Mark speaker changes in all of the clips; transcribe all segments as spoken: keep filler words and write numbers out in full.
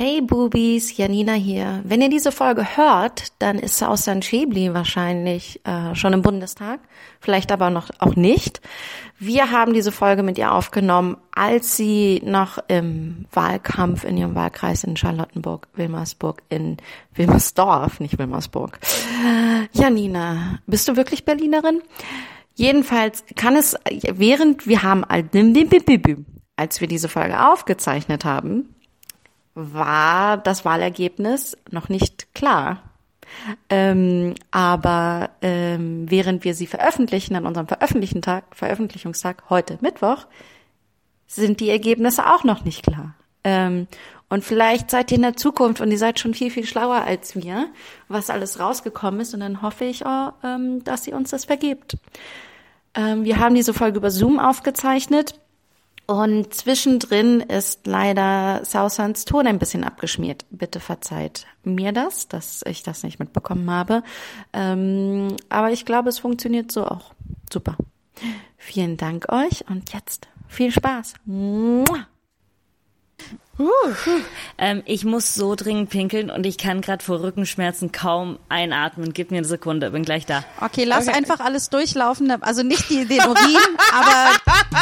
Speaker 1: Hey Bubis, Janina hier. Wenn ihr diese Folge hört, dann ist Sausan Schäbli wahrscheinlich äh, schon im Bundestag, vielleicht aber noch auch nicht. Wir haben diese Folge mit ihr aufgenommen, als sie noch im Wahlkampf in ihrem Wahlkreis in Charlottenburg, Wilmersburg, in Wilmersdorf, nicht Wilmersburg. Janina, bist du wirklich Berlinerin? Jedenfalls kann es, während wir haben, als wir diese Folge aufgezeichnet haben, war das Wahlergebnis noch nicht klar. Ähm, aber ähm, während wir sie veröffentlichen, an unserem Veröffentlichungstag, Veröffentlichungstag heute Mittwoch, sind die Ergebnisse auch noch nicht klar. Ähm, und vielleicht seid ihr in der Zukunft und ihr seid schon viel, viel schlauer als wir, was alles rausgekommen ist. Und dann hoffe ich, oh, ähm, dass ihr uns das vergebt. Ähm, wir haben diese Folge über Zoom aufgezeichnet. Und zwischendrin ist leider Sausans Ton ein bisschen abgeschmiert. Bitte verzeiht mir das, dass ich das nicht mitbekommen habe. Ähm, aber ich glaube, es funktioniert so auch. Super. Vielen Dank euch und jetzt viel Spaß. Mua.
Speaker 2: Uh. Ähm, ich muss so dringend pinkeln und ich kann gerade vor Rückenschmerzen kaum einatmen. Gib mir eine Sekunde, bin gleich da.
Speaker 3: Okay, lass okay. einfach alles durchlaufen. Also nicht die, den Urin, aber...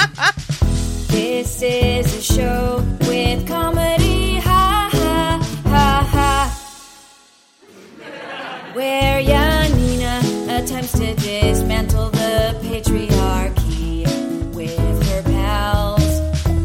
Speaker 4: This is a show with comedy, ha, ha, ha, ha. Where Janina attempts to dismantle the patriarchy with her pals.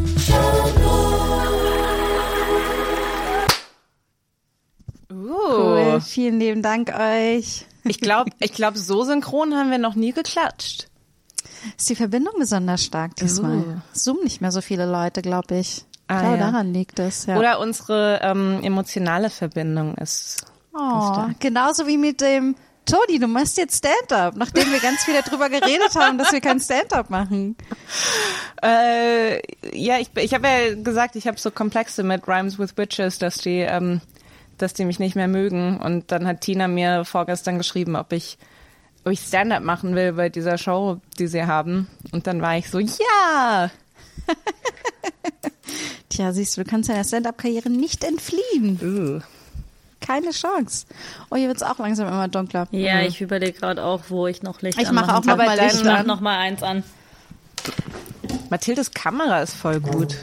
Speaker 3: Cool, vielen lieben Dank euch.
Speaker 5: Ich glaube, ich glaub, so synchron haben wir noch nie geklatscht.
Speaker 3: Ist die Verbindung besonders stark diesmal? Uh. Zoomen nicht mehr so viele Leute, glaube ich. Ich
Speaker 5: ah,
Speaker 3: glaube,
Speaker 5: ja.
Speaker 3: daran liegt es. Ja.
Speaker 5: Oder unsere ähm, emotionale Verbindung ist
Speaker 3: Oh, genauso wie mit dem Toni, du machst jetzt Stand-up, nachdem wir ganz viel darüber geredet haben, dass wir kein Stand-up machen.
Speaker 5: Äh, ja, ich, ich habe ja gesagt, ich habe so Komplexe mit Rhymes with Bitches, dass die, ähm, dass die mich nicht mehr mögen. Und dann hat Tina mir vorgestern geschrieben, ob ich ob ich Stand-up machen will bei dieser Show, die sie haben. Und dann war ich so, ja!
Speaker 3: Tja, siehst du, du kannst deiner Stand-up-Karriere nicht entfliehen.
Speaker 5: Uh.
Speaker 3: Keine Chance. Oh, hier wird's auch langsam immer dunkler.
Speaker 2: Ja, ich überlege gerade auch, wo ich noch Licht
Speaker 3: ich anmachen kann. Ich mache auch noch mal Licht
Speaker 2: Ich mach noch mal eins an.
Speaker 5: Mathildes Kamera ist voll gut.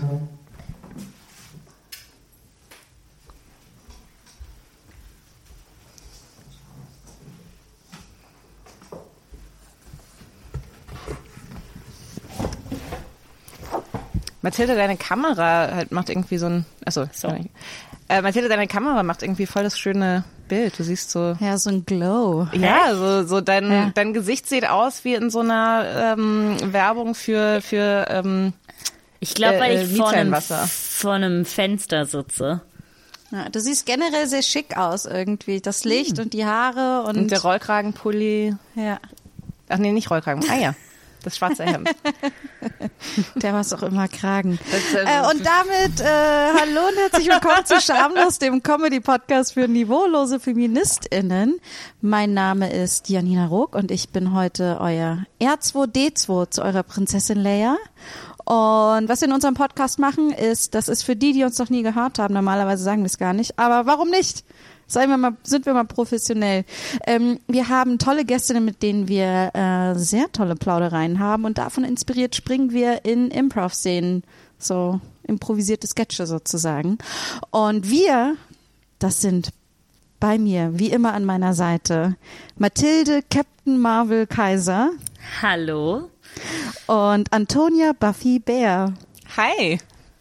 Speaker 5: Mathilde, deine Kamera halt macht irgendwie so ein, achso, sorry. Äh, Mathilde, deine Kamera macht irgendwie voll das schöne Bild. Du siehst so.
Speaker 3: Ja, so ein Glow.
Speaker 5: Ja, so, so dein,
Speaker 3: ja.
Speaker 5: dein Gesicht sieht aus wie in so einer ähm, Werbung für, für, ähm,
Speaker 2: ich glaube, weil
Speaker 5: äh,
Speaker 2: ich vor einem, vor einem Fenster sitze.
Speaker 3: Ja, du siehst generell sehr schick aus irgendwie. Das Licht hm. und die Haare und.
Speaker 5: Und der Rollkragenpulli.
Speaker 3: Ja.
Speaker 5: Ach nee, nicht Rollkragen. Ah ja. Das schwarze Hemd.
Speaker 3: Der war auch immer Kragen. Das, äh, äh, und damit äh, hallo und herzlich willkommen zu Schamlos, dem Comedy-Podcast für niveaulose FeministInnen. Mein Name ist Janina Rook und ich bin heute euer R zwei D zwei zu eurer Prinzessin Leia. Und was wir in unserem Podcast machen, ist, das ist für die, die uns noch nie gehört haben, normalerweise sagen wir es gar nicht, aber warum nicht? Seien wir mal, sind wir mal professionell. Ähm, wir haben tolle Gästinnen, mit denen wir äh, sehr tolle Plaudereien haben und davon inspiriert springen wir in Improv-Szenen, so improvisierte Sketche sozusagen. Und wir, das sind bei mir, wie immer an meiner Seite, Mathilde Captain Marvel Kaiser.
Speaker 2: Hallo.
Speaker 3: Und Antonia Buffy Bär.
Speaker 5: Hi.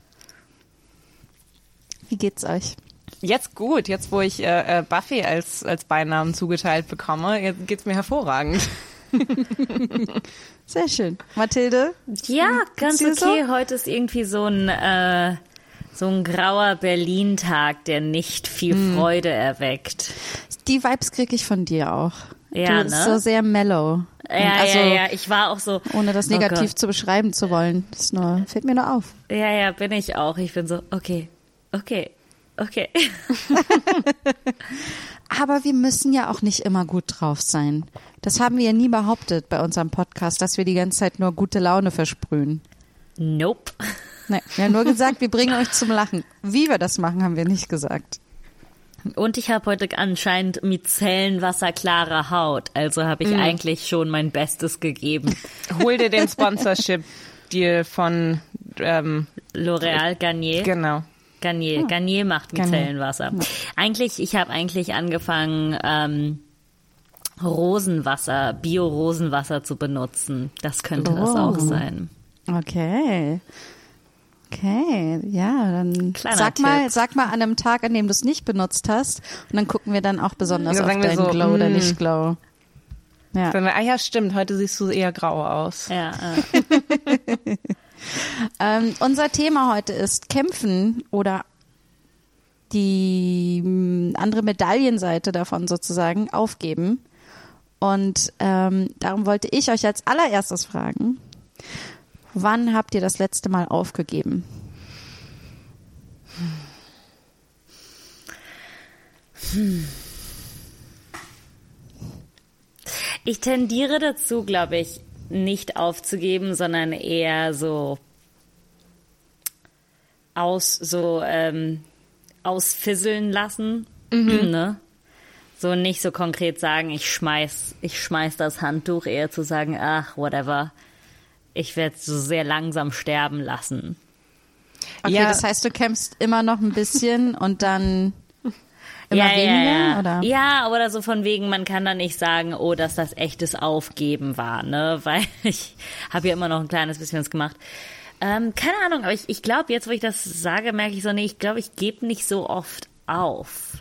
Speaker 3: Wie geht's euch?
Speaker 5: Jetzt gut, jetzt wo ich äh, Buffy als als Beinamen zugeteilt bekomme, jetzt geht's mir hervorragend.
Speaker 3: Sehr schön. Mathilde?
Speaker 2: Ja, ganz okay. So? Heute ist irgendwie so ein äh, so ein grauer Berlin-Tag, der nicht viel mm. Freude erweckt.
Speaker 3: Die Vibes kriege ich von dir auch.
Speaker 2: Ja,
Speaker 3: du bist
Speaker 2: ne?
Speaker 3: so sehr mellow.
Speaker 2: Ja,
Speaker 3: also,
Speaker 2: ja, ja, ich war auch so.
Speaker 3: Ohne das negativ oh zu beschreiben zu wollen. Das ist nur, fällt mir nur auf.
Speaker 2: Ja, ja, bin ich auch. Ich bin so, okay, okay. Okay.
Speaker 3: Aber wir müssen ja auch nicht immer gut drauf sein. Das haben wir ja nie behauptet bei unserem Podcast, dass wir die ganze Zeit nur gute Laune versprühen.
Speaker 2: Nope.
Speaker 3: Nee, wir haben nur gesagt, wir bringen euch zum Lachen. Wie wir das machen, haben wir nicht gesagt.
Speaker 2: Und ich habe heute anscheinend micellenwasserklare Haut, also habe ich mm. eigentlich schon mein Bestes gegeben.
Speaker 5: Hol dir den Sponsorship-Deal von ähm,
Speaker 2: L'Oréal Garnier.
Speaker 5: Genau.
Speaker 2: Garnier, oh. Garnier macht Micellenwasser. Garnier. Eigentlich, ich habe eigentlich angefangen, ähm, Rosenwasser, Bio-Rosenwasser zu benutzen. Das könnte oh. das auch sein.
Speaker 3: Okay. Okay, ja, dann
Speaker 2: Kleiner
Speaker 3: sag
Speaker 2: Tipp.
Speaker 3: mal, sag mal an einem Tag, an dem du es nicht benutzt hast, und dann gucken wir dann auch besonders
Speaker 5: ja,
Speaker 3: auf deinen
Speaker 5: so,
Speaker 3: Glow oder
Speaker 5: mm.
Speaker 3: nicht Glow. Ja.
Speaker 5: Wir, ah ja, stimmt, heute siehst du eher grau aus.
Speaker 2: Ja. Äh.
Speaker 3: ähm, unser Thema heute ist Kämpfen oder die m, andere Medaillenseite davon sozusagen, aufgeben. Und ähm, darum wollte ich euch als allererstes fragen, wann habt ihr das letzte Mal aufgegeben?
Speaker 2: Hm. Ich tendiere dazu, glaube ich, nicht aufzugeben, sondern eher so aus, so ähm, ausfisseln lassen, mhm. ne? So nicht so konkret sagen, ich schmeiß, ich schmeiß das Handtuch, eher zu sagen, ach, whatever. Ich werde so sehr langsam sterben lassen.
Speaker 3: Okay,
Speaker 5: ja.
Speaker 3: Das heißt, du kämpfst immer noch ein bisschen und dann immer
Speaker 2: ja,
Speaker 3: weniger,
Speaker 2: ja, ja.
Speaker 3: oder?
Speaker 2: Ja, oder so von wegen, man kann dann nicht sagen, oh, dass das echtes Aufgeben war, ne? Weil ich habe ja immer noch ein kleines bisschen was gemacht. Ähm, keine Ahnung, aber ich, ich glaube, jetzt, wo ich das sage, merke ich so, nee, ich glaube, ich gebe nicht so oft auf.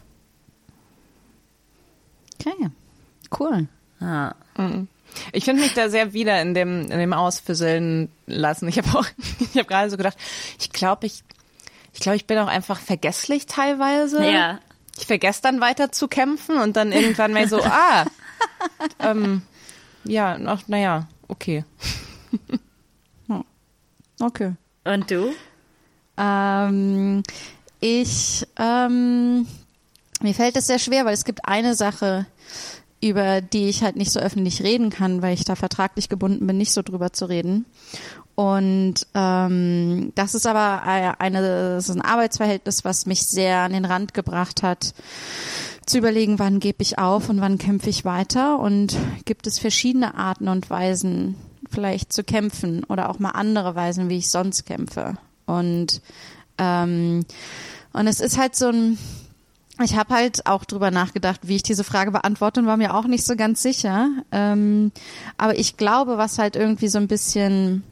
Speaker 3: Okay, cool.
Speaker 2: Ah.
Speaker 5: Mhm. Ich finde mich da sehr wieder in dem in dem Ausfisseln lassen. Ich habe auch, ich habe gerade so gedacht, ich glaube, ich, ich glaube, ich bin auch einfach vergesslich teilweise.
Speaker 2: Ja.
Speaker 5: Ich vergesse dann weiter zu kämpfen und dann irgendwann mal so, ah, ähm, ja, ach, naja, okay.
Speaker 3: Okay.
Speaker 2: Und du?
Speaker 3: Ähm, ich, ähm, mir fällt es sehr schwer, weil es gibt eine Sache, über die ich halt nicht so öffentlich reden kann, weil ich da vertraglich gebunden bin, nicht so drüber zu reden. Und ähm, das ist aber eine, das ist ein Arbeitsverhältnis, was mich sehr an den Rand gebracht hat, zu überlegen, wann gebe ich auf und wann kämpfe ich weiter. Und gibt es verschiedene Arten und Weisen, vielleicht zu kämpfen oder auch mal andere Weisen, wie ich sonst kämpfe. Und ähm, und es ist halt so ein Ich habe halt auch drüber nachgedacht, wie ich diese Frage beantworte und war mir auch nicht so ganz sicher. Ähm, aber ich glaube, was halt irgendwie so ein bisschen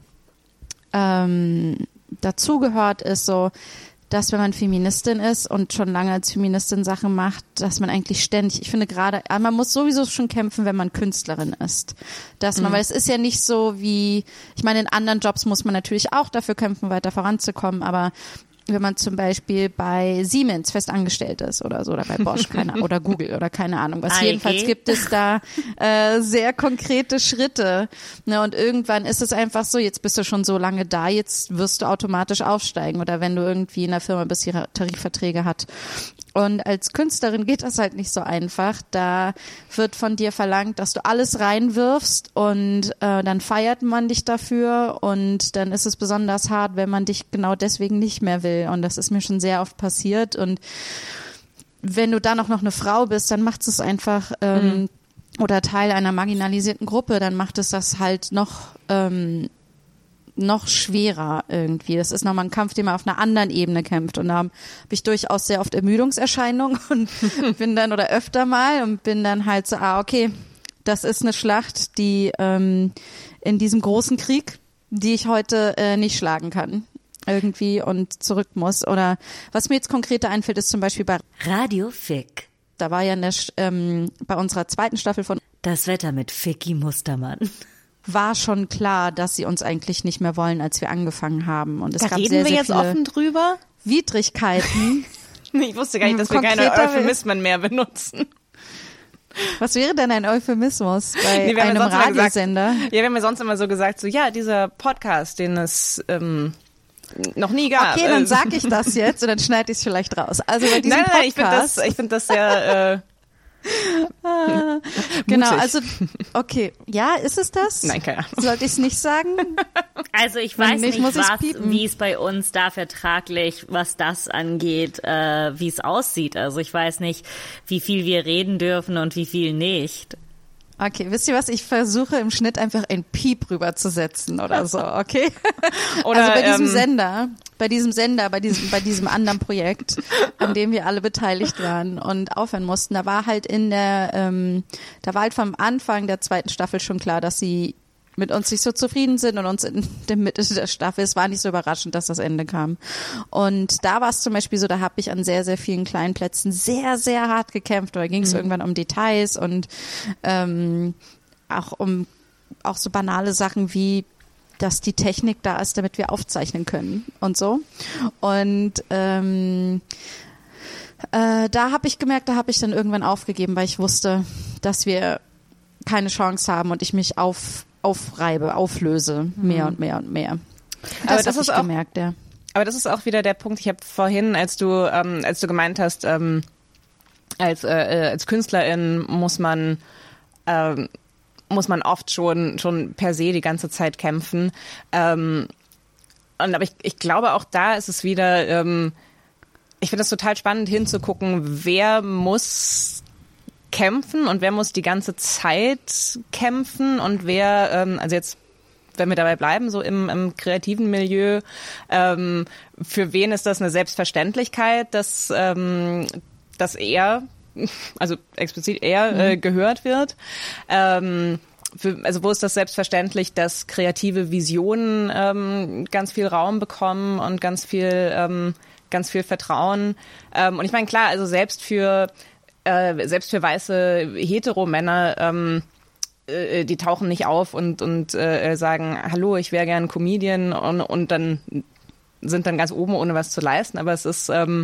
Speaker 3: ähm, dazugehört, ist so, dass wenn man Feministin ist und schon lange als Feministin Sachen macht, dass man eigentlich ständig, ich finde gerade, man muss sowieso schon kämpfen, wenn man Künstlerin ist. Dass man, mhm. weil es ist ja nicht so wie, ich meine, in anderen Jobs muss man natürlich auch dafür kämpfen, weiter voranzukommen, aber wenn man zum Beispiel bei Siemens festangestellt ist oder so, oder bei Bosch, keine, oder Google oder keine Ahnung was. Jedenfalls gibt es da äh, sehr konkrete Schritte. Ne, und irgendwann ist es einfach so, jetzt bist du schon so lange da, jetzt wirst du automatisch aufsteigen. Oder wenn du irgendwie in einer Firma bist, die Tarifverträge hat. Und als Künstlerin geht das halt nicht so einfach. Da wird von dir verlangt, dass du alles reinwirfst und äh, dann feiert man dich dafür und dann ist es besonders hart, wenn man dich genau deswegen nicht mehr will. Und das ist mir schon sehr oft passiert. Und wenn du dann auch noch eine Frau bist, dann macht es einfach ähm, mhm. oder Teil einer marginalisierten Gruppe, dann macht es das halt noch ähm, noch schwerer irgendwie. Das ist nochmal ein Kampf, den man auf einer anderen Ebene kämpft. Und da habe ich durchaus sehr oft Ermüdungserscheinungen und bin dann oder öfter mal und bin dann halt so, ah, okay, das ist eine Schlacht, die ähm, in diesem großen Krieg, die ich heute äh, nicht schlagen kann irgendwie und zurück muss. Oder was mir jetzt konkreter einfällt, ist zum Beispiel bei
Speaker 2: Radio Fick.
Speaker 3: Da war ja in der, ähm, bei unserer zweiten Staffel von
Speaker 2: Das Wetter mit Ficky Mustermann.
Speaker 3: War schon klar, dass sie uns eigentlich nicht mehr wollen, als wir angefangen haben. Und es
Speaker 5: da
Speaker 3: gab
Speaker 5: reden
Speaker 3: sehr,
Speaker 5: wir
Speaker 3: sehr
Speaker 5: jetzt
Speaker 3: viele
Speaker 5: offen drüber?
Speaker 3: Widrigkeiten.
Speaker 5: Ich wusste gar nicht, dass wir keine Euphemismen mehr benutzen.
Speaker 3: Was wäre denn ein Euphemismus bei
Speaker 5: nee,
Speaker 3: einem Radiosender?
Speaker 5: Gesagt, ja, wir haben ja sonst immer so gesagt, so ja, dieser Podcast, den es ähm, noch nie gab.
Speaker 3: Okay, dann sag ich das jetzt und dann schneide ich es vielleicht raus. Also bei diesem
Speaker 5: nein, nein,
Speaker 3: Podcast.
Speaker 5: Nein, ich finde das, ich finde das sehr... Äh,
Speaker 3: Ah, genau, also okay. Ja, ist es das?
Speaker 5: Nein, keine Ahnung.
Speaker 3: Sollte ich es nicht sagen?
Speaker 2: Also ich weiß
Speaker 3: nicht,
Speaker 2: nicht,
Speaker 3: muss ich's
Speaker 2: was,
Speaker 3: piepen?
Speaker 2: wie es bei uns da vertraglich, was das angeht, äh, wie es aussieht. Also ich weiß nicht, wie viel wir reden dürfen und wie viel nicht.
Speaker 3: Okay, wisst ihr was? Ich versuche im Schnitt einfach ein Piep rüberzusetzen oder so, okay?
Speaker 5: Oder,
Speaker 3: also bei diesem
Speaker 5: ähm,
Speaker 3: Sender, bei diesem Sender, bei diesem, bei diesem anderen Projekt, an dem wir alle beteiligt waren und aufhören mussten, da war halt in der, ähm, da war halt vom Anfang der zweiten Staffel schon klar, dass sie mit uns nicht so zufrieden sind und uns in der Mitte der Staffel. Es war nicht so überraschend, dass das Ende kam. Und da war es zum Beispiel so, da habe ich an sehr, sehr vielen kleinen Plätzen sehr, sehr hart gekämpft. Da ging es mhm. irgendwann um Details und ähm, auch um auch so banale Sachen wie, dass die Technik da ist, damit wir aufzeichnen können und so. Und ähm, äh, da habe ich gemerkt, da habe ich dann irgendwann aufgegeben, weil ich wusste, dass wir keine Chance haben und ich mich auf aufreibe, auflöse, mehr und mehr und mehr. Das
Speaker 5: aber das
Speaker 3: habe
Speaker 5: ist
Speaker 3: ich
Speaker 5: auch,
Speaker 3: gemerkt, ja.
Speaker 5: Aber das ist auch wieder der Punkt, ich habe vorhin, als du ähm, als du gemeint hast, ähm, als äh, als Künstlerin muss man ähm, muss man oft schon schon per se die ganze Zeit kämpfen. Ähm, und aber ich, ich glaube auch da ist es wieder, ähm, ich finde es total spannend hinzugucken, wer muss kämpfen und wer muss die ganze Zeit kämpfen und wer, ähm, also jetzt, wenn wir dabei bleiben, so im, im kreativen Milieu, ähm, für wen ist das eine Selbstverständlichkeit, dass, ähm, dass er, also explizit er, mhm. äh, gehört wird? Ähm, Für, also wo ist das selbstverständlich, dass kreative Visionen ähm, ganz viel Raum bekommen und ganz viel, ähm, ganz viel Vertrauen? Ähm, und ich meine, klar, also selbst für äh, selbst für weiße Hetero-Männer, ähm, äh, die tauchen nicht auf und und äh, sagen, hallo, ich wäre gern Comedian und und dann sind dann ganz oben, ohne was zu leisten. Aber es ist ähm,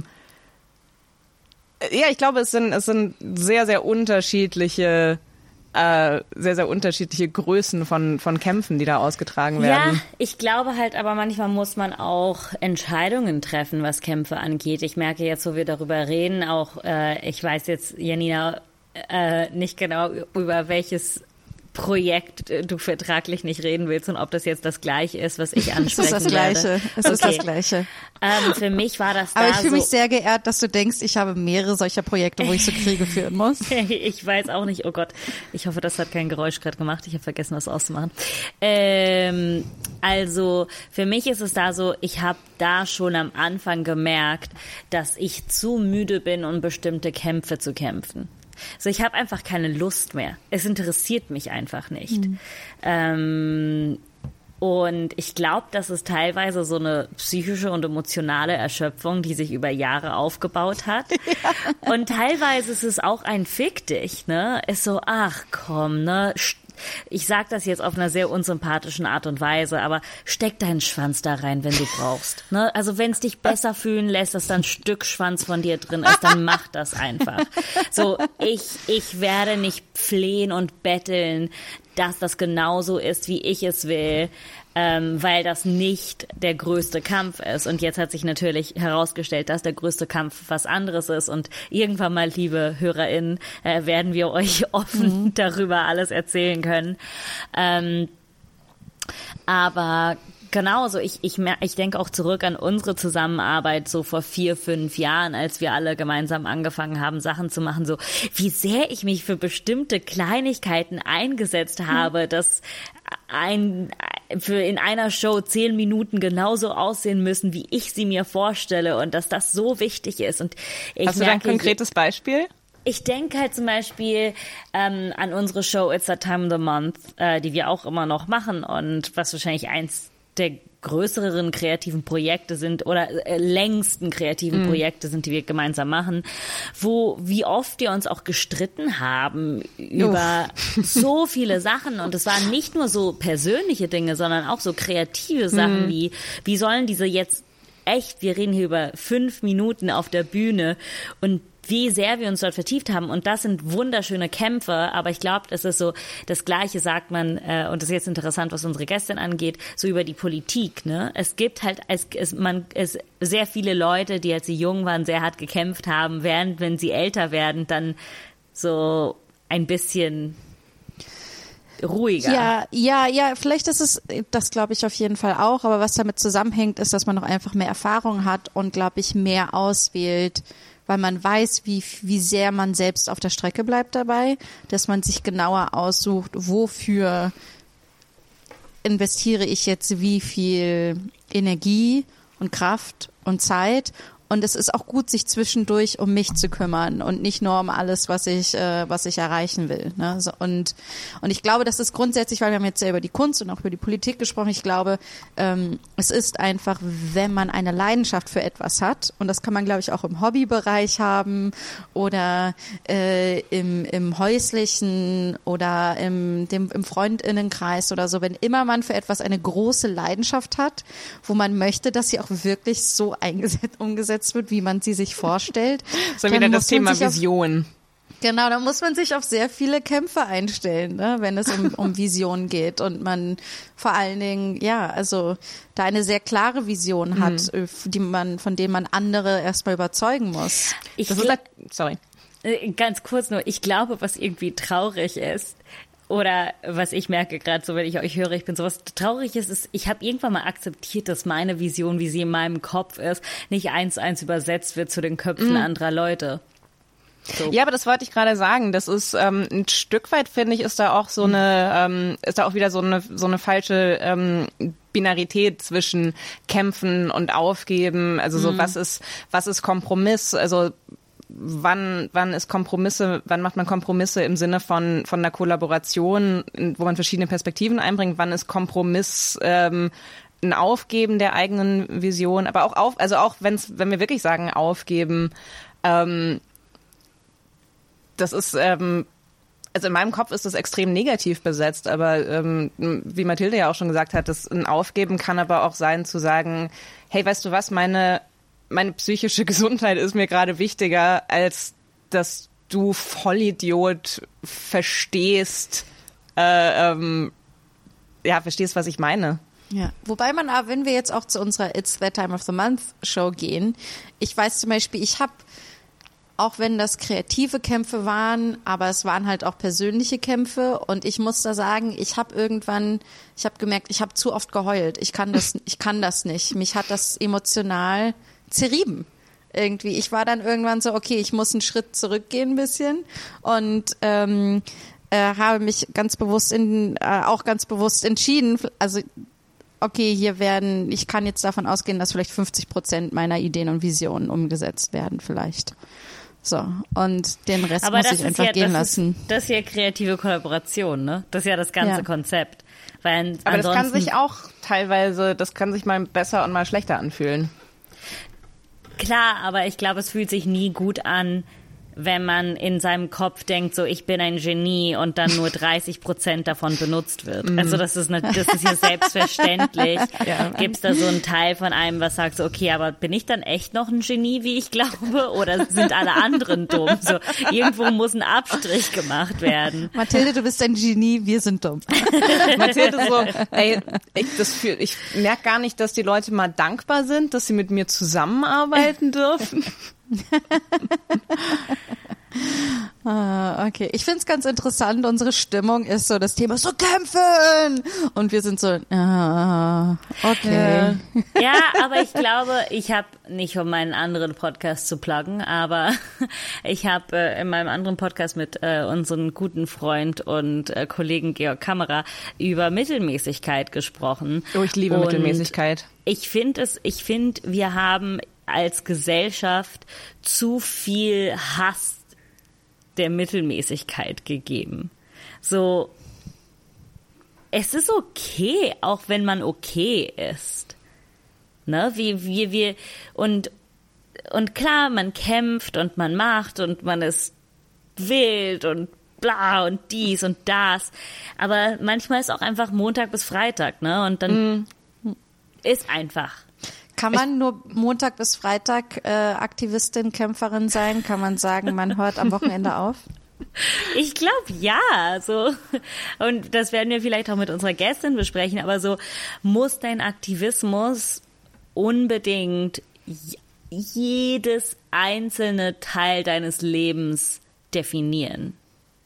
Speaker 5: ja, ich glaube, es sind es sind sehr sehr unterschiedliche Äh, sehr, sehr unterschiedliche Größen von, von Kämpfen, die da ausgetragen werden.
Speaker 2: Ja, ich glaube halt, aber manchmal muss man auch Entscheidungen treffen, was Kämpfe angeht. Ich merke jetzt, wo wir darüber reden, auch, äh, ich weiß jetzt, Janina, äh, nicht genau, über welches Projekt du vertraglich nicht reden willst und ob das jetzt das Gleiche ist, was ich ansprechen
Speaker 3: werde. Es ist das Gleiche.
Speaker 2: Werde.
Speaker 3: Es ist
Speaker 2: okay.
Speaker 3: das Gleiche.
Speaker 2: Ähm, für mich war das da
Speaker 3: Aber ich fühle
Speaker 2: so
Speaker 3: mich sehr geehrt, dass du denkst, ich habe mehrere solcher Projekte, wo ich so Kriege führen muss.
Speaker 2: Ich weiß auch nicht, oh Gott, ich hoffe, das hat kein Geräusch gerade gemacht. Ich habe vergessen, das auszumachen. Ähm, also für mich ist es da so, ich habe da schon am Anfang gemerkt, dass ich zu müde bin, um bestimmte Kämpfe zu kämpfen. So, ich habe einfach keine Lust mehr. Es interessiert mich einfach nicht. Mhm. Ähm, und ich glaube, das ist teilweise so eine psychische und emotionale Erschöpfung, die sich über Jahre aufgebaut hat. Ja. Und teilweise ist es auch ein Fick dich, ne? Ist so, ach komm, ne? Ich sag das jetzt auf einer sehr unsympathischen Art und Weise, aber steck deinen Schwanz da rein, wenn du brauchst. Ne? Also wenn es dich besser fühlen lässt, dass da ein Stück Schwanz von dir drin ist, dann mach das einfach. So, ich, ich werde nicht flehen und betteln, dass das genauso ist, wie ich es will, ähm, weil das nicht der größte Kampf ist. Und jetzt hat sich natürlich herausgestellt, dass der größte Kampf was anderes ist. Und irgendwann mal, liebe HörerInnen, äh, werden wir euch offen mhm. darüber alles erzählen können. Ähm, aber genauso, ich, ich, ich denke auch zurück an unsere Zusammenarbeit so vor vier, fünf Jahren, als wir alle gemeinsam angefangen haben, Sachen zu machen, so wie sehr ich mich für bestimmte Kleinigkeiten eingesetzt habe, mhm. dass ein für in einer Show zehn Minuten genauso aussehen müssen, wie ich sie mir vorstelle und dass das so wichtig ist. Und ich
Speaker 5: Hast du da ein konkretes Beispiel?
Speaker 2: Ich denke halt zum Beispiel ähm, an unsere Show It's That Time of the Month, äh, die wir auch immer noch machen und was wahrscheinlich eins der größeren kreativen Projekte sind oder äh, längsten kreativen mm. Projekte sind, die wir gemeinsam machen, wo wie oft wir uns auch gestritten haben über Uff. so viele Sachen und es waren nicht nur so persönliche Dinge, sondern auch so kreative Sachen mm. wie, wie sollen diese jetzt echt, wir reden hier über fünf Minuten auf der Bühne und wie sehr wir uns dort vertieft haben. Und das sind wunderschöne Kämpfe, aber ich glaube, es ist so, das Gleiche sagt man, äh, und das ist jetzt interessant, was unsere Gästin angeht, so über die Politik, ne? Es gibt halt, es, es, man, es, sehr viele Leute, die als sie jung waren, sehr hart gekämpft haben, während, wenn sie älter werden, dann so ein bisschen ruhiger.
Speaker 3: Ja, ja, ja, vielleicht ist es, das glaube ich auf jeden Fall auch, aber was damit zusammenhängt, ist, dass man noch einfach mehr Erfahrung hat und, glaube ich, mehr auswählt, weil man weiß, wie, wie sehr man selbst auf der Strecke bleibt dabei, dass man sich genauer aussucht, wofür investiere ich jetzt wie viel Energie und Kraft und Zeit. Und es ist auch gut, sich zwischendurch um mich zu kümmern und nicht nur um alles, was ich, äh, was ich erreichen will. Ne? So, und, und ich glaube, das ist grundsätzlich, weil wir haben jetzt ja über die Kunst und auch über die Politik gesprochen. Ich glaube, ähm, es ist einfach, wenn man eine Leidenschaft für etwas hat, und das kann man, glaube ich, auch im Hobbybereich haben oder äh, im, im häuslichen oder im, dem, im Freundinnenkreis oder so, wenn immer man für etwas eine große Leidenschaft hat, wo man möchte, dass sie auch wirklich so eingesetzt, umgesetzt wird, wie man sie sich vorstellt.
Speaker 5: So wieder das Thema Vision.
Speaker 3: Auf, genau, da muss man sich auf sehr viele Kämpfe einstellen, ne, wenn es um, um Vision geht und man vor allen Dingen, ja, also da eine sehr klare Vision hat, mhm. die man, von der man andere erstmal überzeugen muss.
Speaker 2: Ich
Speaker 5: das ist halt, sorry.
Speaker 2: Ganz kurz nur, ich glaube, was irgendwie traurig ist, oder was ich merke gerade so, wenn ich euch höre, ich bin sowas Trauriges, ist, ich habe irgendwann mal akzeptiert, dass meine Vision, wie sie in meinem Kopf ist, nicht eins zu eins übersetzt wird zu den Köpfen mm. anderer Leute. So.
Speaker 5: Ja, aber das wollte ich gerade sagen. Das ist ähm, ein Stück weit, finde ich, ist da auch so eine, ähm, ist da auch wieder so eine so eine falsche ähm, Binarität zwischen Kämpfen und Aufgeben. Also so, mm. was ist was ist Kompromiss? Also Wann, wann ist Kompromisse, wann macht man Kompromisse im Sinne von, von einer Kollaboration, wo man verschiedene Perspektiven einbringt? Wann ist Kompromiss, ähm, ein Aufgeben der eigenen Vision? Aber auch auf, also auch wenn's, wenn wir wirklich sagen aufgeben, ähm, das ist, ähm, also in meinem Kopf ist das extrem negativ besetzt, aber ähm, wie Mathilde ja auch schon gesagt hat, das ein Aufgeben kann aber auch sein zu sagen, hey, weißt du was, meine meine psychische Gesundheit ist mir gerade wichtiger, als dass du Vollidiot verstehst, äh, ähm, ja, verstehst, was ich meine.
Speaker 3: Ja, wobei man, wenn wir jetzt auch zu unserer It's That Time of the Month Show gehen, ich weiß zum Beispiel, ich habe, auch wenn das kreative Kämpfe waren, aber es waren halt auch persönliche Kämpfe und ich muss da sagen, ich habe irgendwann, ich habe gemerkt, ich habe zu oft geheult. Ich kann das, ich kann das nicht. Mich hat das emotional zerrieben. Irgendwie. Ich war dann irgendwann so, okay, ich muss einen Schritt zurückgehen ein bisschen und ähm, äh, habe mich ganz bewusst in, äh, auch ganz bewusst entschieden, also okay, hier werden, ich kann jetzt davon ausgehen, dass vielleicht fünfzig Prozent meiner Ideen und Visionen umgesetzt werden vielleicht. So, und den Rest
Speaker 2: Aber
Speaker 3: muss ich einfach
Speaker 2: ja,
Speaker 3: gehen
Speaker 2: das
Speaker 3: lassen.
Speaker 2: Ist, das ist ja kreative Kollaboration, ne? Das ist ja das ganze
Speaker 3: Ja.
Speaker 2: Konzept. Weil
Speaker 5: Aber das kann sich auch teilweise, das kann sich mal besser und mal schlechter anfühlen.
Speaker 2: Klar, aber ich glaube, es fühlt sich nie gut an, wenn man in seinem Kopf denkt, so ich bin ein Genie und dann nur dreißig Prozent davon benutzt wird. Mm. Also das ist eine, das ist ja selbstverständlich. Ja. Gibt es da so einen Teil von einem, was sagt so, okay, aber bin ich dann echt noch ein Genie, wie ich glaube, oder sind alle anderen dumm? So irgendwo muss ein Abstrich gemacht werden.
Speaker 3: Mathilde, du bist ein Genie, wir sind dumm.
Speaker 5: Mathilde so, ey, ich, das fühl, ich merke gar nicht, dass die Leute mal dankbar sind, dass sie mit mir zusammenarbeiten dürfen.
Speaker 3: Ah, okay. Ich find's ganz interessant, unsere Stimmung ist so, das Thema ist so kämpfen und wir sind so, ah, okay.
Speaker 2: Ja, aber ich glaube, ich habe nicht, um meinen anderen Podcast zu pluggen, aber ich habe äh, in meinem anderen Podcast mit äh, unserem guten Freund und äh, Kollegen Georg Kammerer über Mittelmäßigkeit gesprochen.
Speaker 5: Oh, ich liebe
Speaker 2: und
Speaker 5: Mittelmäßigkeit.
Speaker 2: Ich finde es, ich finde, wir haben als Gesellschaft zu viel Hass der Mittelmäßigkeit gegeben. So, es ist okay, auch wenn man okay ist. Ne, wie, wie, wir, und, und klar, man kämpft und man macht und man ist wild und bla und dies und das. Aber manchmal ist auch einfach Montag bis Freitag, ne, und dann mm. ist einfach.
Speaker 3: Kann man nur Montag bis Freitag äh, Aktivistin, Kämpferin sein? Kann man sagen, man hört am Wochenende auf?
Speaker 2: Ich glaube, ja. So. Und das werden wir vielleicht auch mit unserer Gästin besprechen. Aber so, muss dein Aktivismus unbedingt jedes einzelne Teil deines Lebens definieren.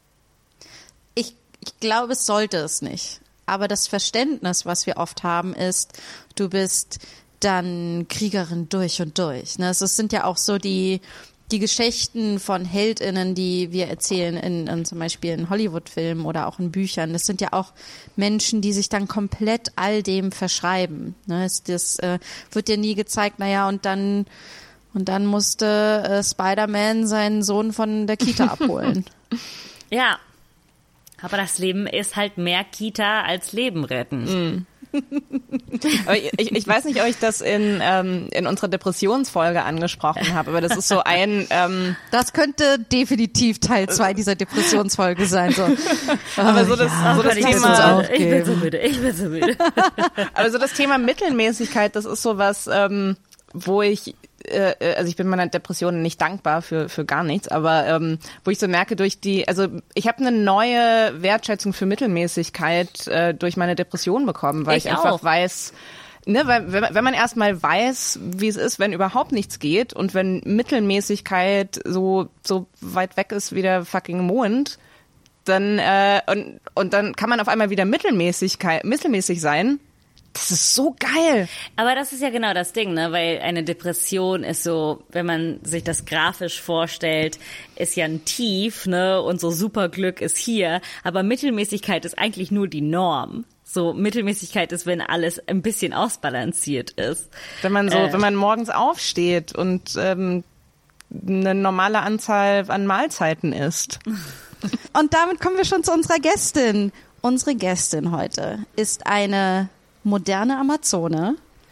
Speaker 3: Ich, ich glaube, es sollte es nicht. Aber das Verständnis, was wir oft haben, ist, du bist dann Kriegerin durch und durch. Ne? Also es sind ja auch so die, die Geschichten von HeldInnen, die wir erzählen in, in zum Beispiel in Hollywood-Filmen oder auch in Büchern. Das sind ja auch Menschen, die sich dann komplett all dem verschreiben. Ne? Das, das äh, wird dir nie gezeigt, naja, und dann, und dann musste äh, Spider-Man seinen Sohn von der Kita abholen.
Speaker 2: Ja. Aber das Leben ist halt mehr Kita als Leben retten.
Speaker 5: Mm. Aber ich, ich weiß nicht, ob ich das in, ähm, in unserer Depressionsfolge angesprochen habe, aber das ist so ein... Ähm
Speaker 3: das könnte definitiv Teil zwei dieser Depressionsfolge sein. So.
Speaker 5: aber so das,
Speaker 2: ja,
Speaker 5: so das
Speaker 2: ich
Speaker 5: Thema...
Speaker 2: Ich bin so müde, ich bin so müde.
Speaker 5: Aber so das Thema Mittelmäßigkeit, das ist so was, ähm, wo ich... also ich bin meiner Depression nicht dankbar für für gar nichts, aber ähm, wo ich so merke durch die, also ich habe eine neue Wertschätzung für Mittelmäßigkeit äh, durch meine Depression bekommen, weil ich, ich einfach weiß, ne, weil wenn, wenn man erstmal weiß, wie es ist, wenn überhaupt nichts geht und wenn Mittelmäßigkeit so so weit weg ist wie der fucking Mond, dann äh, und und dann kann man auf einmal wieder Mittelmäßigkeit mittelmäßig sein. Das ist so geil.
Speaker 2: Aber das ist ja genau das Ding, ne? Weil eine Depression ist so, wenn man sich das grafisch vorstellt, ist ja ein Tief, ne? Und so Superglück ist hier. Aber Mittelmäßigkeit ist eigentlich nur die Norm. So Mittelmäßigkeit ist, wenn alles ein bisschen ausbalanciert ist.
Speaker 5: Wenn man so,
Speaker 2: äh.
Speaker 5: wenn man morgens aufsteht und ähm, eine normale Anzahl an Mahlzeiten isst.
Speaker 3: Und damit kommen wir schon zu unserer Gästin. Unsere Gästin heute ist eine moderne Amazone,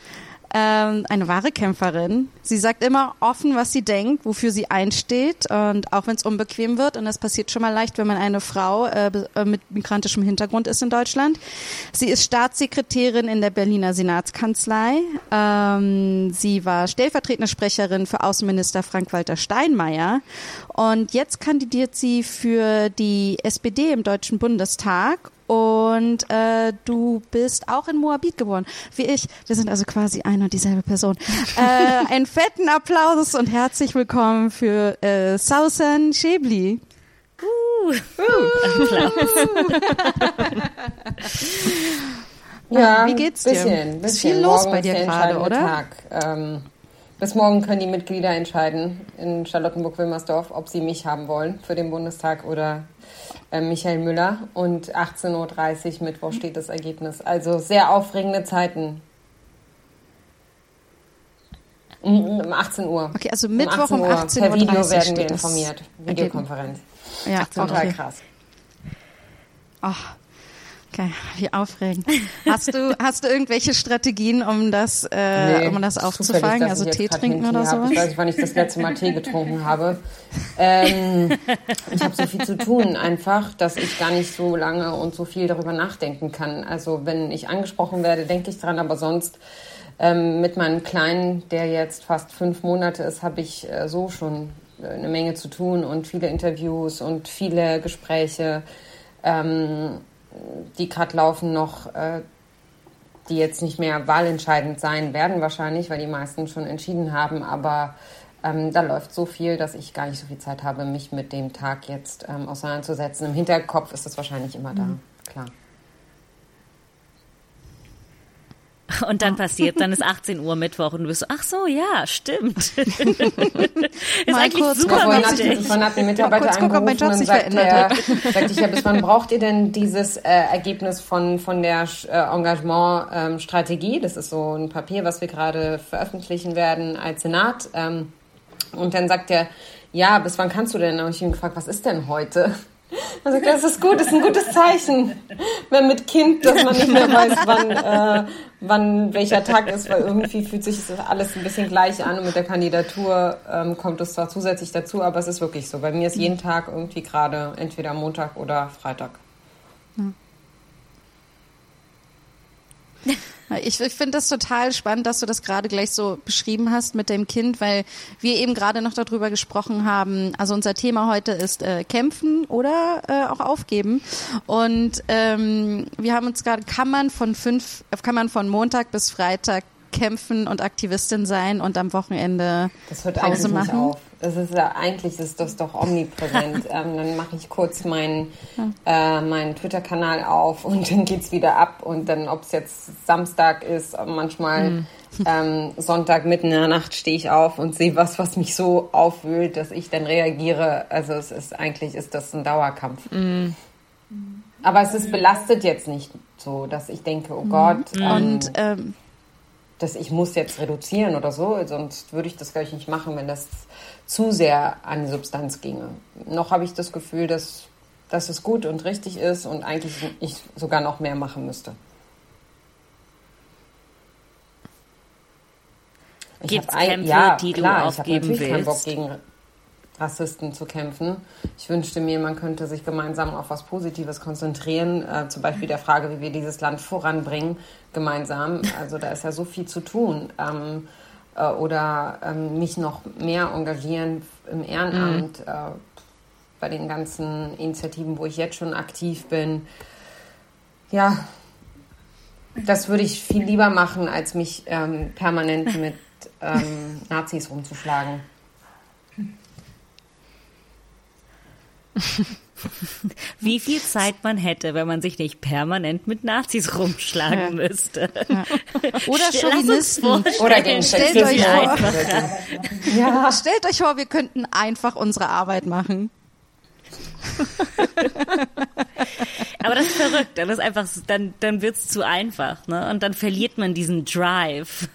Speaker 3: ähm, eine wahre Kämpferin. Sie sagt immer offen, was sie denkt, wofür sie einsteht, und auch wenn es unbequem wird, und das passiert schon mal leicht, wenn man eine Frau äh, mit migrantischem Hintergrund ist in Deutschland. Sie ist Staatssekretärin in der Berliner Senatskanzlei. Ähm, sie war stellvertretende Sprecherin für Außenminister Frank-Walter Steinmeier, und jetzt kandidiert sie für die S P D im Deutschen Bundestag. Und äh, du bist auch in Moabit geboren, wie ich. Wir sind also quasi eine und dieselbe Person. Äh, einen fetten Applaus und herzlich willkommen für äh, Sausan Schäbli.
Speaker 2: Uh, uh, Applaus.
Speaker 6: Ja,
Speaker 3: wie geht's dir?
Speaker 6: Bisschen, bisschen.
Speaker 3: Ist viel los
Speaker 6: morgen
Speaker 3: bei dir gerade, oder?
Speaker 6: Tag. Ähm, bis morgen können die Mitglieder entscheiden in Charlottenburg-Wilmersdorf, ob sie mich haben wollen für den Bundestag oder äh, Michael Müller. Und achtzehn Uhr dreißig Mittwoch steht das Ergebnis. Also sehr aufregende Zeiten. Um achtzehn Uhr.
Speaker 3: Okay, also Mittwoch um achtzehn Uhr.
Speaker 6: Per Video
Speaker 3: dreißig
Speaker 6: werden wir
Speaker 3: steht
Speaker 6: informiert. Videokonferenz.
Speaker 3: Ja,
Speaker 6: Total
Speaker 3: okay.
Speaker 6: krass.
Speaker 3: Ach, okay, wie aufregend. Hast du, hast du irgendwelche Strategien, um das, äh,
Speaker 6: Nee,
Speaker 3: um das
Speaker 6: zufällig,
Speaker 3: aufzufangen?
Speaker 6: dass
Speaker 3: Also
Speaker 6: ich jetzt
Speaker 3: Tee
Speaker 6: grad
Speaker 3: trinken
Speaker 6: einen Tee
Speaker 3: oder
Speaker 6: hab.
Speaker 3: sowas?
Speaker 6: Ich weiß nicht, wann ich das letzte Mal Tee getrunken habe. Ähm, ich habe so viel zu tun einfach, dass ich gar nicht so lange und so viel darüber nachdenken kann. Also wenn ich angesprochen werde, denke ich dran, aber sonst ähm, mit meinem Kleinen, der jetzt fast fünf Monate ist, habe ich äh, so schon äh, eine Menge zu tun und viele Interviews und viele Gespräche, ähm, die gerade laufen noch, äh, die jetzt nicht mehr wahlentscheidend sein werden wahrscheinlich, weil die meisten schon entschieden haben, aber ähm, da läuft so viel, dass ich gar nicht so viel Zeit habe, mich mit dem Tag jetzt ähm, auseinanderzusetzen. Im Hinterkopf ist das wahrscheinlich immer da, mhm. klar.
Speaker 2: Und dann passiert, dann ist achtzehn Uhr Mittwoch und du bist so, ach so, ja, stimmt. ist
Speaker 3: Mal
Speaker 2: eigentlich
Speaker 3: kurz,
Speaker 2: super
Speaker 6: vorhin hat,
Speaker 2: wichtig.
Speaker 6: vorhin hat ein Mitarbeiter
Speaker 3: kurz gucken, ob mein
Speaker 6: angerufen
Speaker 3: Job
Speaker 6: und
Speaker 3: sich
Speaker 6: sagt,
Speaker 3: verändert
Speaker 6: er, sagt ich, ja, bis wann braucht ihr denn dieses äh, Ergebnis von, von der äh, Engagement-Strategie? Ähm, das ist so ein Papier, was wir gerade veröffentlichen werden als Senat. Ähm, und dann sagt er, ja, bis wann kannst du denn? Und ich habe ihn gefragt, was ist denn heute? Er sagt, das ist gut, das ist ein gutes Zeichen, wenn mit Kind, dass man nicht mehr weiß, wann, äh, wann welcher Tag ist, weil irgendwie fühlt sich das alles ein bisschen gleich an, und mit der Kandidatur ähm, kommt es zwar zusätzlich dazu, aber es ist wirklich so. Bei mir ist jeden Tag irgendwie gerade entweder Montag oder Freitag.
Speaker 3: Hm. Ich, ich finde das total spannend, dass du das gerade gleich so beschrieben hast mit dem Kind, weil wir eben gerade noch darüber gesprochen haben. Also unser Thema heute ist äh, kämpfen oder äh, auch aufgeben. Und ähm, wir haben uns gerade, kann man von fünf, kann man von Montag bis Freitag kämpfen und Aktivistin sein und am Wochenende
Speaker 6: Das hört
Speaker 3: Pause
Speaker 6: eigentlich
Speaker 3: machen?
Speaker 6: nicht auf. Das ist ja, eigentlich ist das doch omnipräsent. ähm, dann mache ich kurz meinen äh, meinen Twitter-Kanal auf und dann geht's wieder ab. Und dann, ob es jetzt Samstag ist, manchmal mhm. ähm, Sonntag mitten in der Nacht stehe ich auf und sehe was, was mich so aufwühlt, dass ich dann reagiere. Also es ist eigentlich ist das ein Dauerkampf. Mhm. Aber es ist belastet jetzt nicht so, dass ich denke, oh Gott,
Speaker 3: mhm.
Speaker 6: ähm,
Speaker 3: und ähm,
Speaker 6: dass ich muss jetzt reduzieren oder so, sonst würde ich das gleich nicht machen, wenn das zu sehr an die Substanz ginge. Noch habe ich das Gefühl, dass, dass es gut und richtig ist und eigentlich ich sogar noch mehr machen müsste.
Speaker 2: Gibt es Kämpfe, ja, die klar, du aufgeben willst? Ich habe natürlich keinen Bock, gegen
Speaker 6: Rassisten zu kämpfen. Ich wünschte mir, man könnte sich gemeinsam auf was Positives konzentrieren, äh, zum Beispiel der Frage, wie wir dieses Land voranbringen, gemeinsam. Also da ist ja so viel zu tun. Ähm, äh, oder ähm, mich noch mehr engagieren im Ehrenamt, mhm. äh, bei den ganzen Initiativen, wo ich jetzt schon aktiv bin. Ja, das würde ich viel lieber machen, als mich ähm, permanent mit ähm, Nazis rumzuschlagen.
Speaker 2: Wie viel Zeit man hätte, wenn man sich nicht permanent mit Nazis rumschlagen ja. müsste.
Speaker 3: Ja. Oder Chauvinisten.
Speaker 6: Oder gegen
Speaker 3: stellt euch vor, ja. Stellt euch vor, wir könnten einfach unsere Arbeit machen.
Speaker 2: Aber das ist verrückt. Dann ist einfach, dann, dann wird's zu einfach, ne? Und dann verliert man diesen Drive.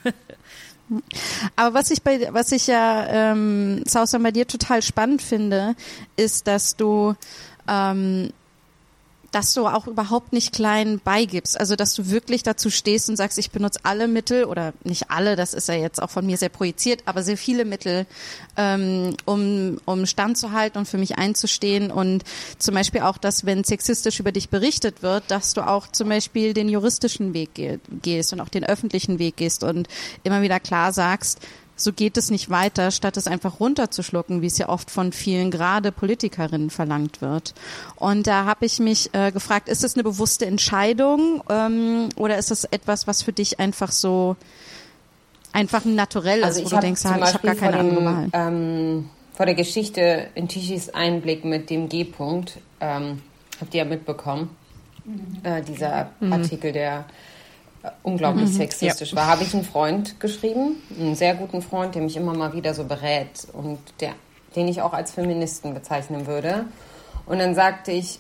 Speaker 3: Aber was ich bei, was ich ja, ähm, Sausan, bei dir total spannend finde, ist, dass du, ähm, dass du auch überhaupt nicht klein beigibst. Also, dass du wirklich dazu stehst und sagst, ich benutze alle Mittel, oder nicht alle, das ist ja jetzt auch von mir sehr projiziert, aber sehr viele Mittel, ähm, um, um standzuhalten und für mich einzustehen. Und zum Beispiel auch, dass, wenn sexistisch über dich berichtet wird, dass du auch zum Beispiel den juristischen Weg ge- gehst und auch den öffentlichen Weg gehst und immer wieder klar sagst, so geht es nicht weiter, statt es einfach runterzuschlucken, wie es ja oft von vielen, gerade Politikerinnen, verlangt wird. Und da habe ich mich äh, gefragt, ist das eine bewusste Entscheidung ähm, oder ist das etwas, was für dich einfach so einfach ein Naturell
Speaker 6: also
Speaker 3: ist, wo du denkst, ah, ich habe gar keine andere Wahl?
Speaker 6: Ähm, vor der Geschichte in Tichys Einblick mit dem G-Punkt, ähm, habt ihr ja mitbekommen, mhm. äh, dieser mhm. Artikel, der unglaublich mhm. sexistisch ja. war, habe ich einen Freund geschrieben, einen sehr guten Freund, der mich immer mal wieder so berät und der, den ich auch als Feministen bezeichnen würde. Und dann sagte ich,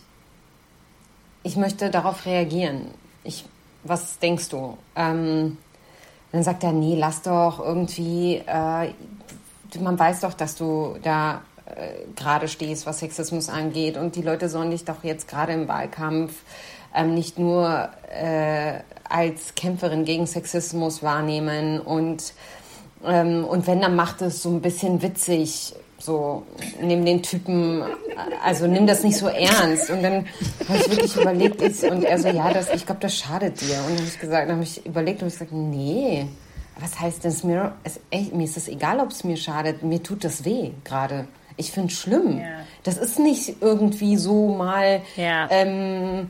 Speaker 6: ich möchte darauf reagieren. Ich, was denkst du? Ähm, dann sagt er, nee, lass doch irgendwie, äh, man weiß doch, dass du da äh, gerade stehst, was Sexismus angeht und die Leute sollen dich doch jetzt gerade im Wahlkampf ähm, nicht nur äh, als Kämpferin gegen Sexismus wahrnehmen und, ähm, und wenn, dann macht es so ein bisschen witzig, so, nimm den Typen, also nimm das nicht so ernst. Und dann habe ich wirklich überlegt, ich, und er so, ja, das, ich glaube, das schadet dir. Und dann habe ich gesagt, dann habe ich überlegt und ich gesagt, nee, was heißt denn, mir, es, echt, mir ist es egal, ob es mir schadet, mir tut das weh gerade. Ich finde es schlimm. Ja. Das ist nicht irgendwie so mal, ja. ähm,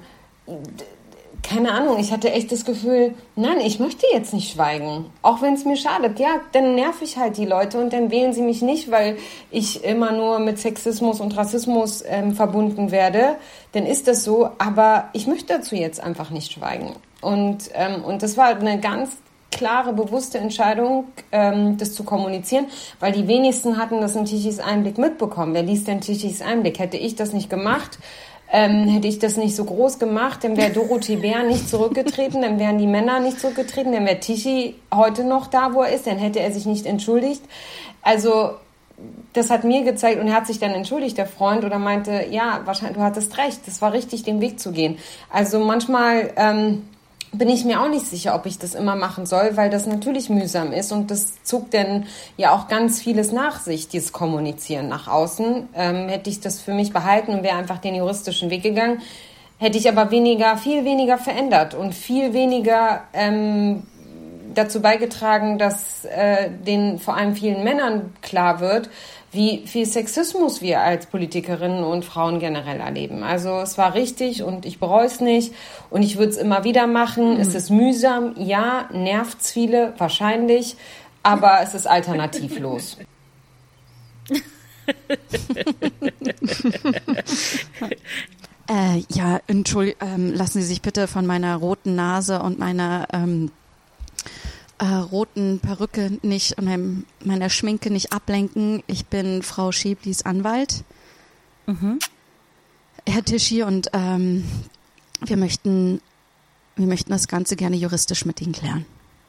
Speaker 6: keine Ahnung, ich hatte echt das Gefühl, nein, ich möchte jetzt nicht schweigen, auch wenn es mir schadet. Ja, dann nerv ich halt die Leute und dann wählen sie mich nicht, weil ich immer nur mit Sexismus und Rassismus ähm, verbunden werde. Dann ist das so, aber ich möchte dazu jetzt einfach nicht schweigen. Und, ähm, und das war eine ganz klare, bewusste Entscheidung, ähm, das zu kommunizieren, weil die wenigsten hatten das in Tichys Einblick mitbekommen. Wer liest denn Tichys Einblick? Hätte ich das nicht gemacht, Ähm, hätte ich das nicht so groß gemacht, dann wäre Dorothee Bär nicht zurückgetreten, dann wären die Männer nicht zurückgetreten, dann wäre Tichy heute noch da, wo er ist, dann hätte er sich nicht entschuldigt. Also das hat mir gezeigt und er hat sich dann entschuldigt, der Freund, oder meinte, ja, wahrscheinlich, du hattest recht, das war richtig, den Weg zu gehen. Also manchmal ähm, bin ich mir auch nicht sicher, ob ich das immer machen soll, weil das natürlich mühsam ist und das zog dann ja auch ganz vieles nach sich, dieses Kommunizieren nach außen. Ähm, hätte ich das für mich behalten und wäre einfach den juristischen Weg gegangen, hätte ich aber weniger, viel weniger verändert und viel weniger ähm, dazu beigetragen, dass äh, den vor allem vielen Männern klar wird, wie viel Sexismus wir als Politikerinnen und Frauen generell erleben. Also es war richtig und ich bereue es nicht und ich würde es immer wieder machen. Mhm. Es ist mühsam, ja, nervt's viele, wahrscheinlich, aber es ist alternativlos.
Speaker 3: Äh, ja, Entschuldigung, ähm, lassen Sie sich bitte von meiner roten Nase und meiner ähm, äh, roten Perücke nicht und meinem, meiner Schminke nicht ablenken. Ich bin Frau Schäblis Anwalt, mhm. Herr Tischi, und ähm, wir möchten, wir möchten das Ganze gerne juristisch mit Ihnen klären.